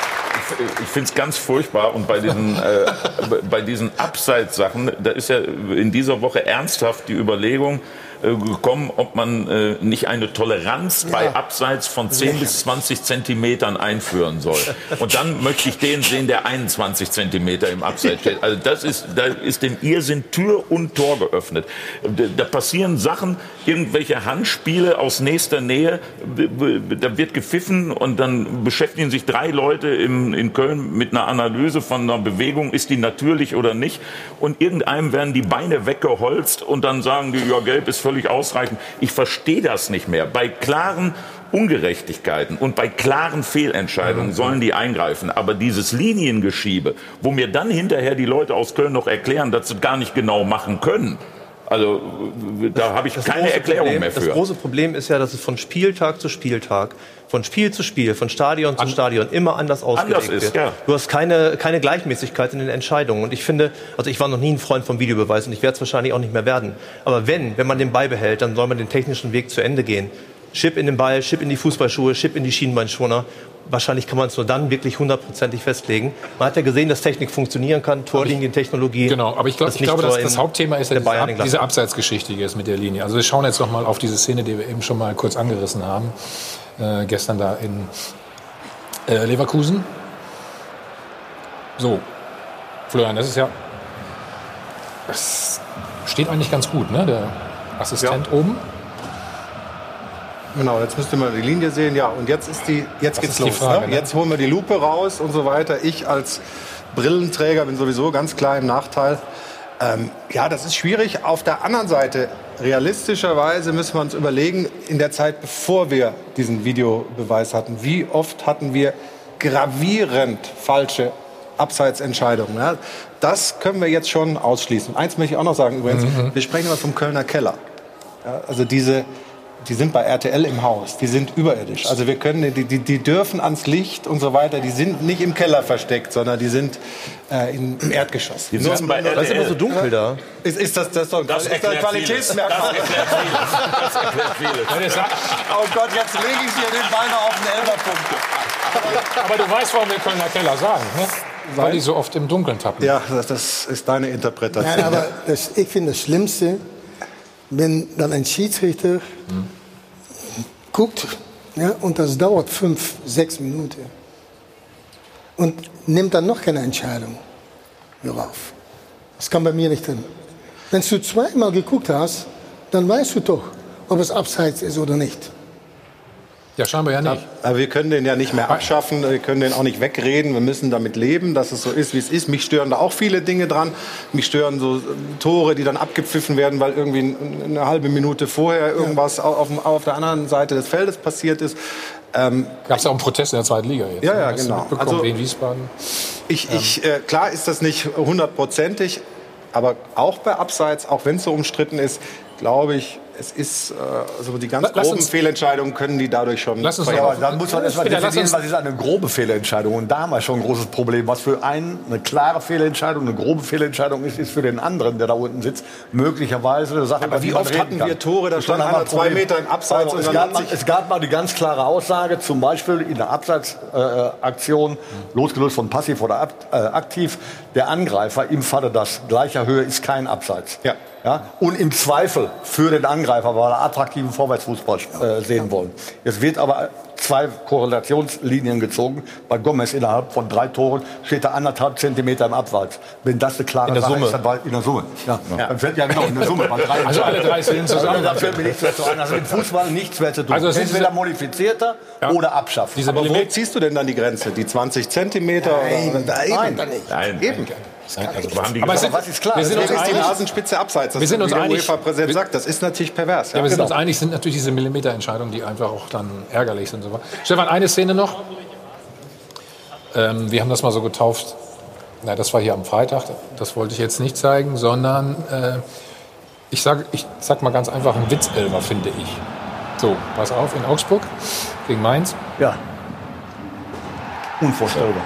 ich finde es ganz furchtbar. Und bei diesen, äh, bei diesen Abseitssachen, da ist ja in dieser Woche ernsthaft die Überlegung äh, gekommen, ob man äh, nicht eine Toleranz bei Abseits von zehn bis zwanzig Zentimetern einführen soll. Und dann möchte ich den sehen, der einundzwanzig Zentimeter im Abseits steht. Also das ist, da ist dem Irrsinn Tür und Tor geöffnet. Da, da passieren Sachen, irgendwelche Handspiele aus nächster Nähe, da wird gepfiffen und dann beschäftigen sich drei Leute in, in Köln mit einer Analyse von einer Bewegung, ist die natürlich oder nicht, und irgendeinem werden die Beine weggeholzt und dann sagen die, ja, gelb ist völlig ausreichend. Ich verstehe das nicht mehr. Bei klaren Ungerechtigkeiten und bei klaren Fehlentscheidungen sollen die eingreifen. Aber dieses Liniengeschiebe, wo mir dann hinterher die Leute aus Köln noch erklären, dass sie gar nicht genau machen können, also da habe ich das keine Erklärung Problem, mehr für. Das große Problem ist ja, dass es von Spieltag zu Spieltag, von Spiel zu Spiel, von Stadion zu Stadion immer anders ausgelegt Anders ist, wird. ja. Du hast keine, keine Gleichmäßigkeit in den Entscheidungen. Und ich finde, also ich war noch nie ein Freund vom Videobeweis und ich werde es wahrscheinlich auch nicht mehr werden. Aber wenn, wenn man den beibehält, dann soll man den technischen Weg zu Ende gehen. Chip in den Ball, Chip in die Fußballschuhe, Chip in die Schienbeinschoner. Wahrscheinlich kann man es nur dann wirklich hundertprozentig festlegen. Man hat ja gesehen, dass Technik funktionieren kann, Torlinientechnologie. Genau, aber ich, glaub, ich glaube, dass das Hauptthema ist ja diese, Ab, diese Abseitsgeschichte jetzt mit der Linie. Also wir schauen jetzt noch mal auf diese Szene, die wir eben schon mal kurz angerissen haben. Äh, gestern da in äh, Leverkusen. So, Florian, das ist ja... Das steht eigentlich ganz gut, ne? Der Assistent ja. oben. Genau, jetzt müsst ihr mal die Linie sehen. Ja, und jetzt ist die, jetzt geht's los. Frage, ne? Jetzt holen wir die Lupe raus und so weiter. Ich als Brillenträger bin sowieso ganz klar im Nachteil. Ähm, ja, das ist schwierig. Auf der anderen Seite, realistischerweise müssen wir uns überlegen, in der Zeit, bevor wir diesen Videobeweis hatten, wie oft hatten wir gravierend falsche Abseitsentscheidungen. Ja? Das können wir jetzt schon ausschließen. Eins möchte ich auch noch sagen übrigens, mhm. wir sprechen immer vom Kölner Keller. Ja, also diese... Die sind bei R T L im Haus, die sind überirdisch. Also wir können, die, die, die dürfen ans Licht und so weiter. Die sind nicht im Keller versteckt, sondern die sind äh, in, im Erdgeschoss. Die sind bei R T L. Das ist immer so dunkel da. Ist, ist das, das, doch, das, ist das Qualitätsmerkmal? Das erklärt vieles. Das erklärt vieles. Oh Gott, jetzt lege ich dir den Beiner auf den Elferpunkt. Aber du weißt, warum wir Kölner Keller sagen, ne? Weil die so oft im Dunkeln tappen. Ja, das, das ist deine Interpretation. Nein, aber das, ich finde das Schlimmste, wenn dann ein Schiedsrichter hm. guckt, ja, und das dauert fünf, sechs Minuten und nimmt dann noch keine Entscheidung darauf. Das kann bei mir nicht hin. Wenn du zweimal geguckt hast, dann weißt du doch, ob es abseits ist oder nicht. Ja, scheinbar ja nicht. Aber wir können den ja nicht mehr abschaffen, wir können den auch nicht wegreden. Wir müssen damit leben, dass es so ist, wie es ist. Mich stören da auch viele Dinge dran. Mich stören so Tore, die dann abgepfiffen werden, weil irgendwie eine halbe Minute vorher irgendwas ja. auf, auf der anderen Seite des Feldes passiert ist. Ähm, Gab es ja auch einen Protest in der zweiten Liga jetzt. Ja, ja, ne? genau. Also, in Wiesbaden. Ich, ich, äh, klar ist das nicht hundertprozentig, aber auch bei Abseits, auch wenn es so umstritten ist, glaube ich, es ist, äh, also die ganz Lass groben uns, Fehlentscheidungen können die dadurch schon... Lass uns ja, aber dann muss man erst mal definieren, was ist eine grobe Fehlentscheidung. Und da haben wir schon ein großes Problem. Was für einen eine klare Fehlentscheidung, eine grobe Fehlentscheidung ist, ist für den anderen, der da unten sitzt, möglicherweise eine Sache, aber wie oft hatten wir Tore, da stand einer zwei Meter im Abseits. Also, es, gab mal, es gab mal die ganz klare Aussage, zum Beispiel in der Abseitsaktion, äh, losgelöst von passiv oder ab, äh, aktiv, der Angreifer im Falle das gleicher Höhe ist kein Abseits. Ja. Ja? Und im Zweifel für den Angreifer, weil er attraktiven Vorwärtsfußball äh, sehen wollen. Jetzt wird aber zwei Korrelationslinien gezogen. Bei Gomez innerhalb von drei Toren steht er anderthalb Zentimeter im Abseits. Wenn das eine klare in der Sache Summe. ist, dann war in der Summe. Ja. Ja. Dann fällt ja genau in der Summe. Drei also alle drei sind zusammen. Da fällt mir nichts mehr zu ein. Also mit Fußball nichts mehr zu tun. Also entweder modifizierter ja. oder abschaffen. Diese aber wo ziehst du denn dann die Grenze? Die zwanzig Zentimeter? Nein, oder? Nein, Nein. Nein. Eben. Also haben die aber gesagt, sind, was ist klar? Wir sind uns ist einig, die Nasenspitze abseits. Das wir sind uns wie der einig. UEFA-Präsident sagt, das ist natürlich pervers. Ja, ja wir sind genau. uns einig, sind natürlich diese Millimeterentscheidungen, die einfach auch dann ärgerlich sind. Stefan, eine Szene noch. Ähm, wir haben das mal so getauft. Na, das war hier am Freitag. Das wollte ich jetzt nicht zeigen, sondern äh, ich sage ich sag mal ganz einfach ein Witzelfer, finde ich. So, pass auf, in Augsburg gegen Mainz. Ja. Unvorstellbar.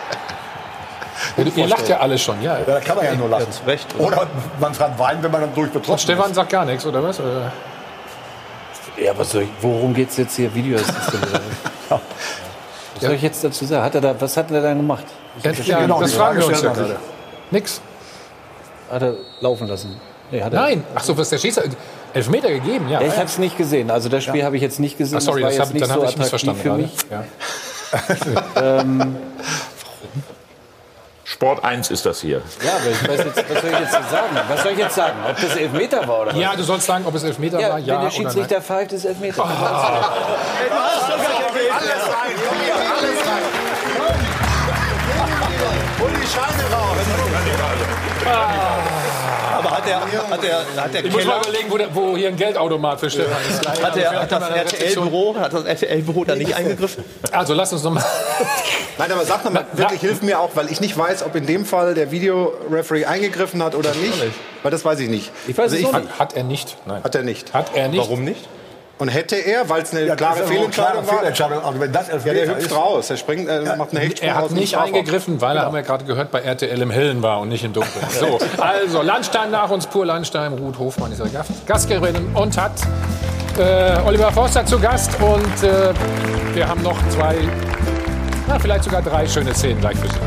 Ihr lacht ja alle schon, ja. Ja, da kann man ja nur lachen. Ja, recht, oder? Oder man kann weinen, wenn man dann durch betroffen Und Stefan ist. sagt gar nichts, oder was? Oder? Ja, was soll ich, worum geht es jetzt hier? Video ist das denn wieder? Was soll ich jetzt dazu sagen? Hat er da, was hat er dann gemacht? Ja, ja, genau, das fragen wir uns ja gerade. Nix. Hat er laufen lassen? Nee, hat er Nein. Ach so, was der Schießer... Elfmeter gegeben, ja. ja ich habe es nicht gesehen. Also das Spiel ja. habe ich jetzt nicht gesehen. Ach, sorry, das das hab, dann habe so ich missverstanden für mich. Ja. ähm, Sport eins ist das hier. Ja, aber ich weiß jetzt, was soll ich jetzt sagen? Was soll ich jetzt sagen? Ob das Elfmeter war oder was? Ja, du sollst sagen, ob es Elfmeter ja, war, ja wenn der Schiedsrichter pfeift, ist Elfmeter. Oh. Oh. Du hast doch alles rein. Alles rein. Hol die Scheine raus. Aber hat er, hat er, hat der ich muss mal überlegen, wo, der, wo hier ein Geldautomat für Stefan ist. Hat, er, hat das R T L-Büro hat das R T L-Büro da nicht eingegriffen? Also lass uns noch mal. Nein, aber sag noch mal, wirklich hilft mir auch, weil ich nicht weiß, ob in dem Fall der Videoreferee eingegriffen hat oder nicht. Weil das weiß ich nicht. Ich weiß also ich, hat, hat er nicht. Nein. Hat er nicht. Hat er nicht. Warum nicht? Und hätte er, weil es eine ja, klare Fehlentscheidung war, aber wenn das ja, der hüpft ist, raus, er springt, er ja, macht eine Hechtsprung Er hat raus, nicht eingegriffen, weil, genau. haben wir gerade gehört, bei R T L im Hellen war und nicht im Dunkeln. So, also Landstein nach uns, pur Landstein, Ruth Hofmann ist der Gastgeberin und hat äh, Oliver Forster zu Gast und äh, wir haben noch zwei, na, vielleicht sogar drei schöne Szenen gleich für Sie.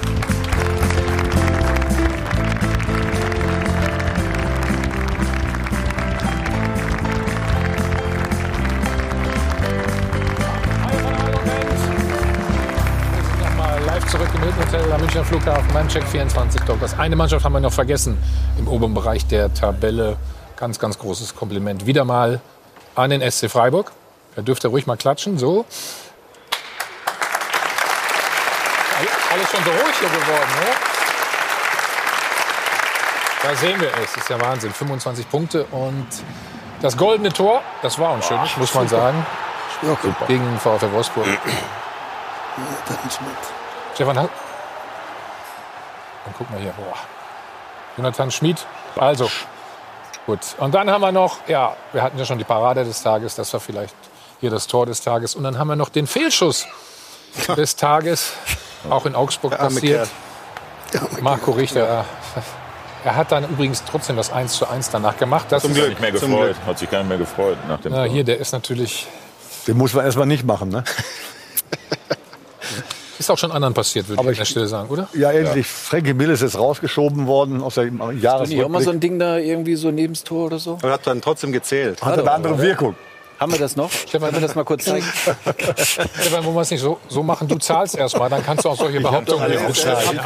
Zurück im Hilton Hotel am Münchner Flughafen beim Check vierundzwanzig Dockers. Eine Mannschaft haben wir noch vergessen im oberen Bereich der Tabelle. Ganz, ganz großes Kompliment. Wieder mal an den S C Freiburg. Da dürft ihr ruhig mal klatschen. So. Alles schon so ruhig hier geworden, ne? Da sehen wir es. Das ist ja Wahnsinn. fünfundzwanzig Punkte und das goldene Tor, das war unschön, muss man sagen. Gegen VfL Wolfsburg. Stefan, dann guck mal hier. Boah. Jonathan Schmid. Also, gut. Und dann haben wir noch, ja, wir hatten ja schon die Parade des Tages. Das war vielleicht hier das Tor des Tages. Und dann haben wir noch den Fehlschuss des Tages. Auch in Augsburg passiert. Marco Richter. Er hat dann übrigens trotzdem das eins zu eins danach gemacht. Das hat sich nicht mehr gefreut. Hat sich gar nicht mehr gefreut nach dem Na, hier, der ist natürlich... Den muss man erstmal nicht machen, ne? Ist auch schon anderen passiert, würde ich an der Stelle sagen, oder? Ja, endlich. Ja. Frankie Mill ist jetzt rausgeschoben worden aus der Jahresrückblick. Ist nicht auch mal so ein Ding da irgendwie so neben das Tor oder so? Und hat dann trotzdem gezählt. Hat eine andere Wirkung. Haben wir das noch? Stefan, wir das mal kurz zeigen? Stefan, wollen wir es nicht so, so machen? Du zahlst erst mal, dann kannst du auch solche Behauptungen hier aufschneiden.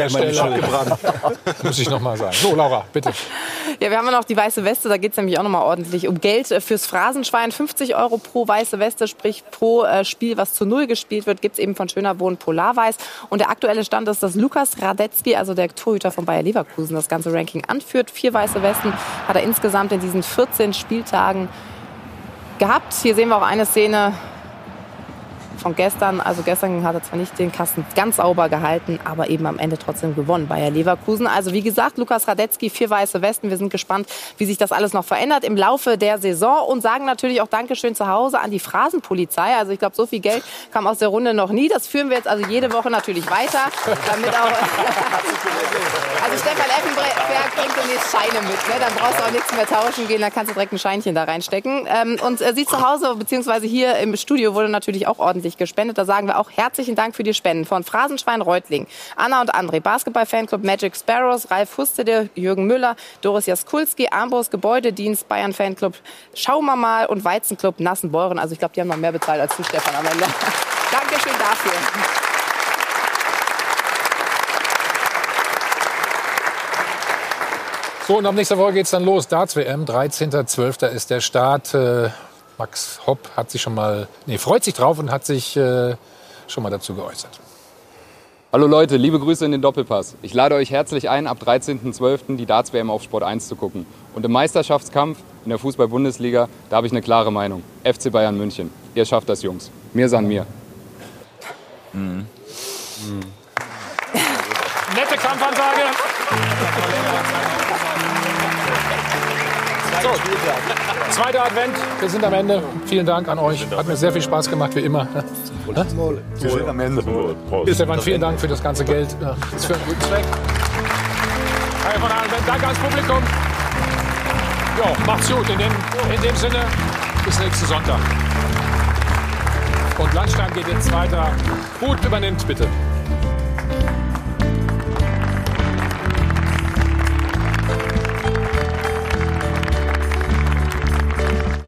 Muss ich noch mal sagen. So, Laura, bitte. Ja, wir haben ja noch die weiße Weste, da geht es nämlich auch noch mal ordentlich um Geld fürs Phrasenschwein. fünfzig Euro pro weiße Weste, sprich pro äh, Spiel, was zu Null gespielt wird, gibt es eben von Schöner Wohnen Polarweiß. Und der aktuelle Stand ist, dass Lukas Radetzky, also der Torhüter von Bayer Leverkusen, das ganze Ranking anführt. Vier weiße Westen hat er insgesamt in diesen vierzehn Spieltagen gehabt. Hier sehen wir auch eine Szene von gestern. Also gestern hat er zwar nicht den Kasten ganz sauber gehalten, aber eben am Ende trotzdem gewonnen, Bayer Leverkusen. Also wie gesagt, Lukas Radetzky, vier weiße Westen. Wir sind gespannt, wie sich das alles noch verändert im Laufe der Saison und sagen natürlich auch Dankeschön zu Hause an die Phrasenpolizei. Also ich glaube, so viel Geld kam aus der Runde noch nie. Das führen wir jetzt also jede Woche natürlich weiter. Damit auch also Stefan Effenberg bringt demnächst Scheine mit. Ne? Dann brauchst du auch nichts mehr tauschen gehen, dann kannst du direkt ein Scheinchen da reinstecken. Ähm, und äh, Sie zu Hause, beziehungsweise hier im Studio wurde natürlich auch ordentlich gespendet. Da sagen wir auch herzlichen Dank für die Spenden von Phrasenschwein Reutling, Anna und André, Basketball-Fanclub Magic Sparrows, Ralf Hustede, Jürgen Müller, Doris Jaskulski, Armbruchs Gebäudedienst, Bayern-Fanclub Schau mal mal und Weizenclub Nassenbeuren. Also ich glaube, die haben noch mehr bezahlt als du, Stefan, am Ende. Dankeschön dafür. So, und ab nächster Woche geht es dann los. Darts-W M, dreizehnter zwölfter ist der Start. Äh, Max Hopp hat sich schon mal, nee, freut sich drauf und hat sich äh, schon mal dazu geäußert. Hallo Leute, liebe Grüße in den Doppelpass. Ich lade euch herzlich ein, ab dreizehnten zwölften die Darts-W M auf Sport eins zu gucken. Und im Meisterschaftskampf in der Fußball-Bundesliga, da habe ich eine klare Meinung. F C Bayern München. Ihr schafft das, Jungs. Mir san mir. Mhm. Mhm. Nette Kampfansage. So, zweiter Advent, wir sind am Ende. Vielen Dank an euch. Hat mir sehr viel Spaß gemacht, wie immer. Wir sind am Ende. Stefan, vielen Dank für das ganze Geld. Das ist für einen guten Zweck. Von Advent, danke ans Publikum. Ja, macht's gut. In dem, in dem Sinne, bis nächsten Sonntag. Und Landstein geht jetzt weiter. Ruth übernimmt bitte.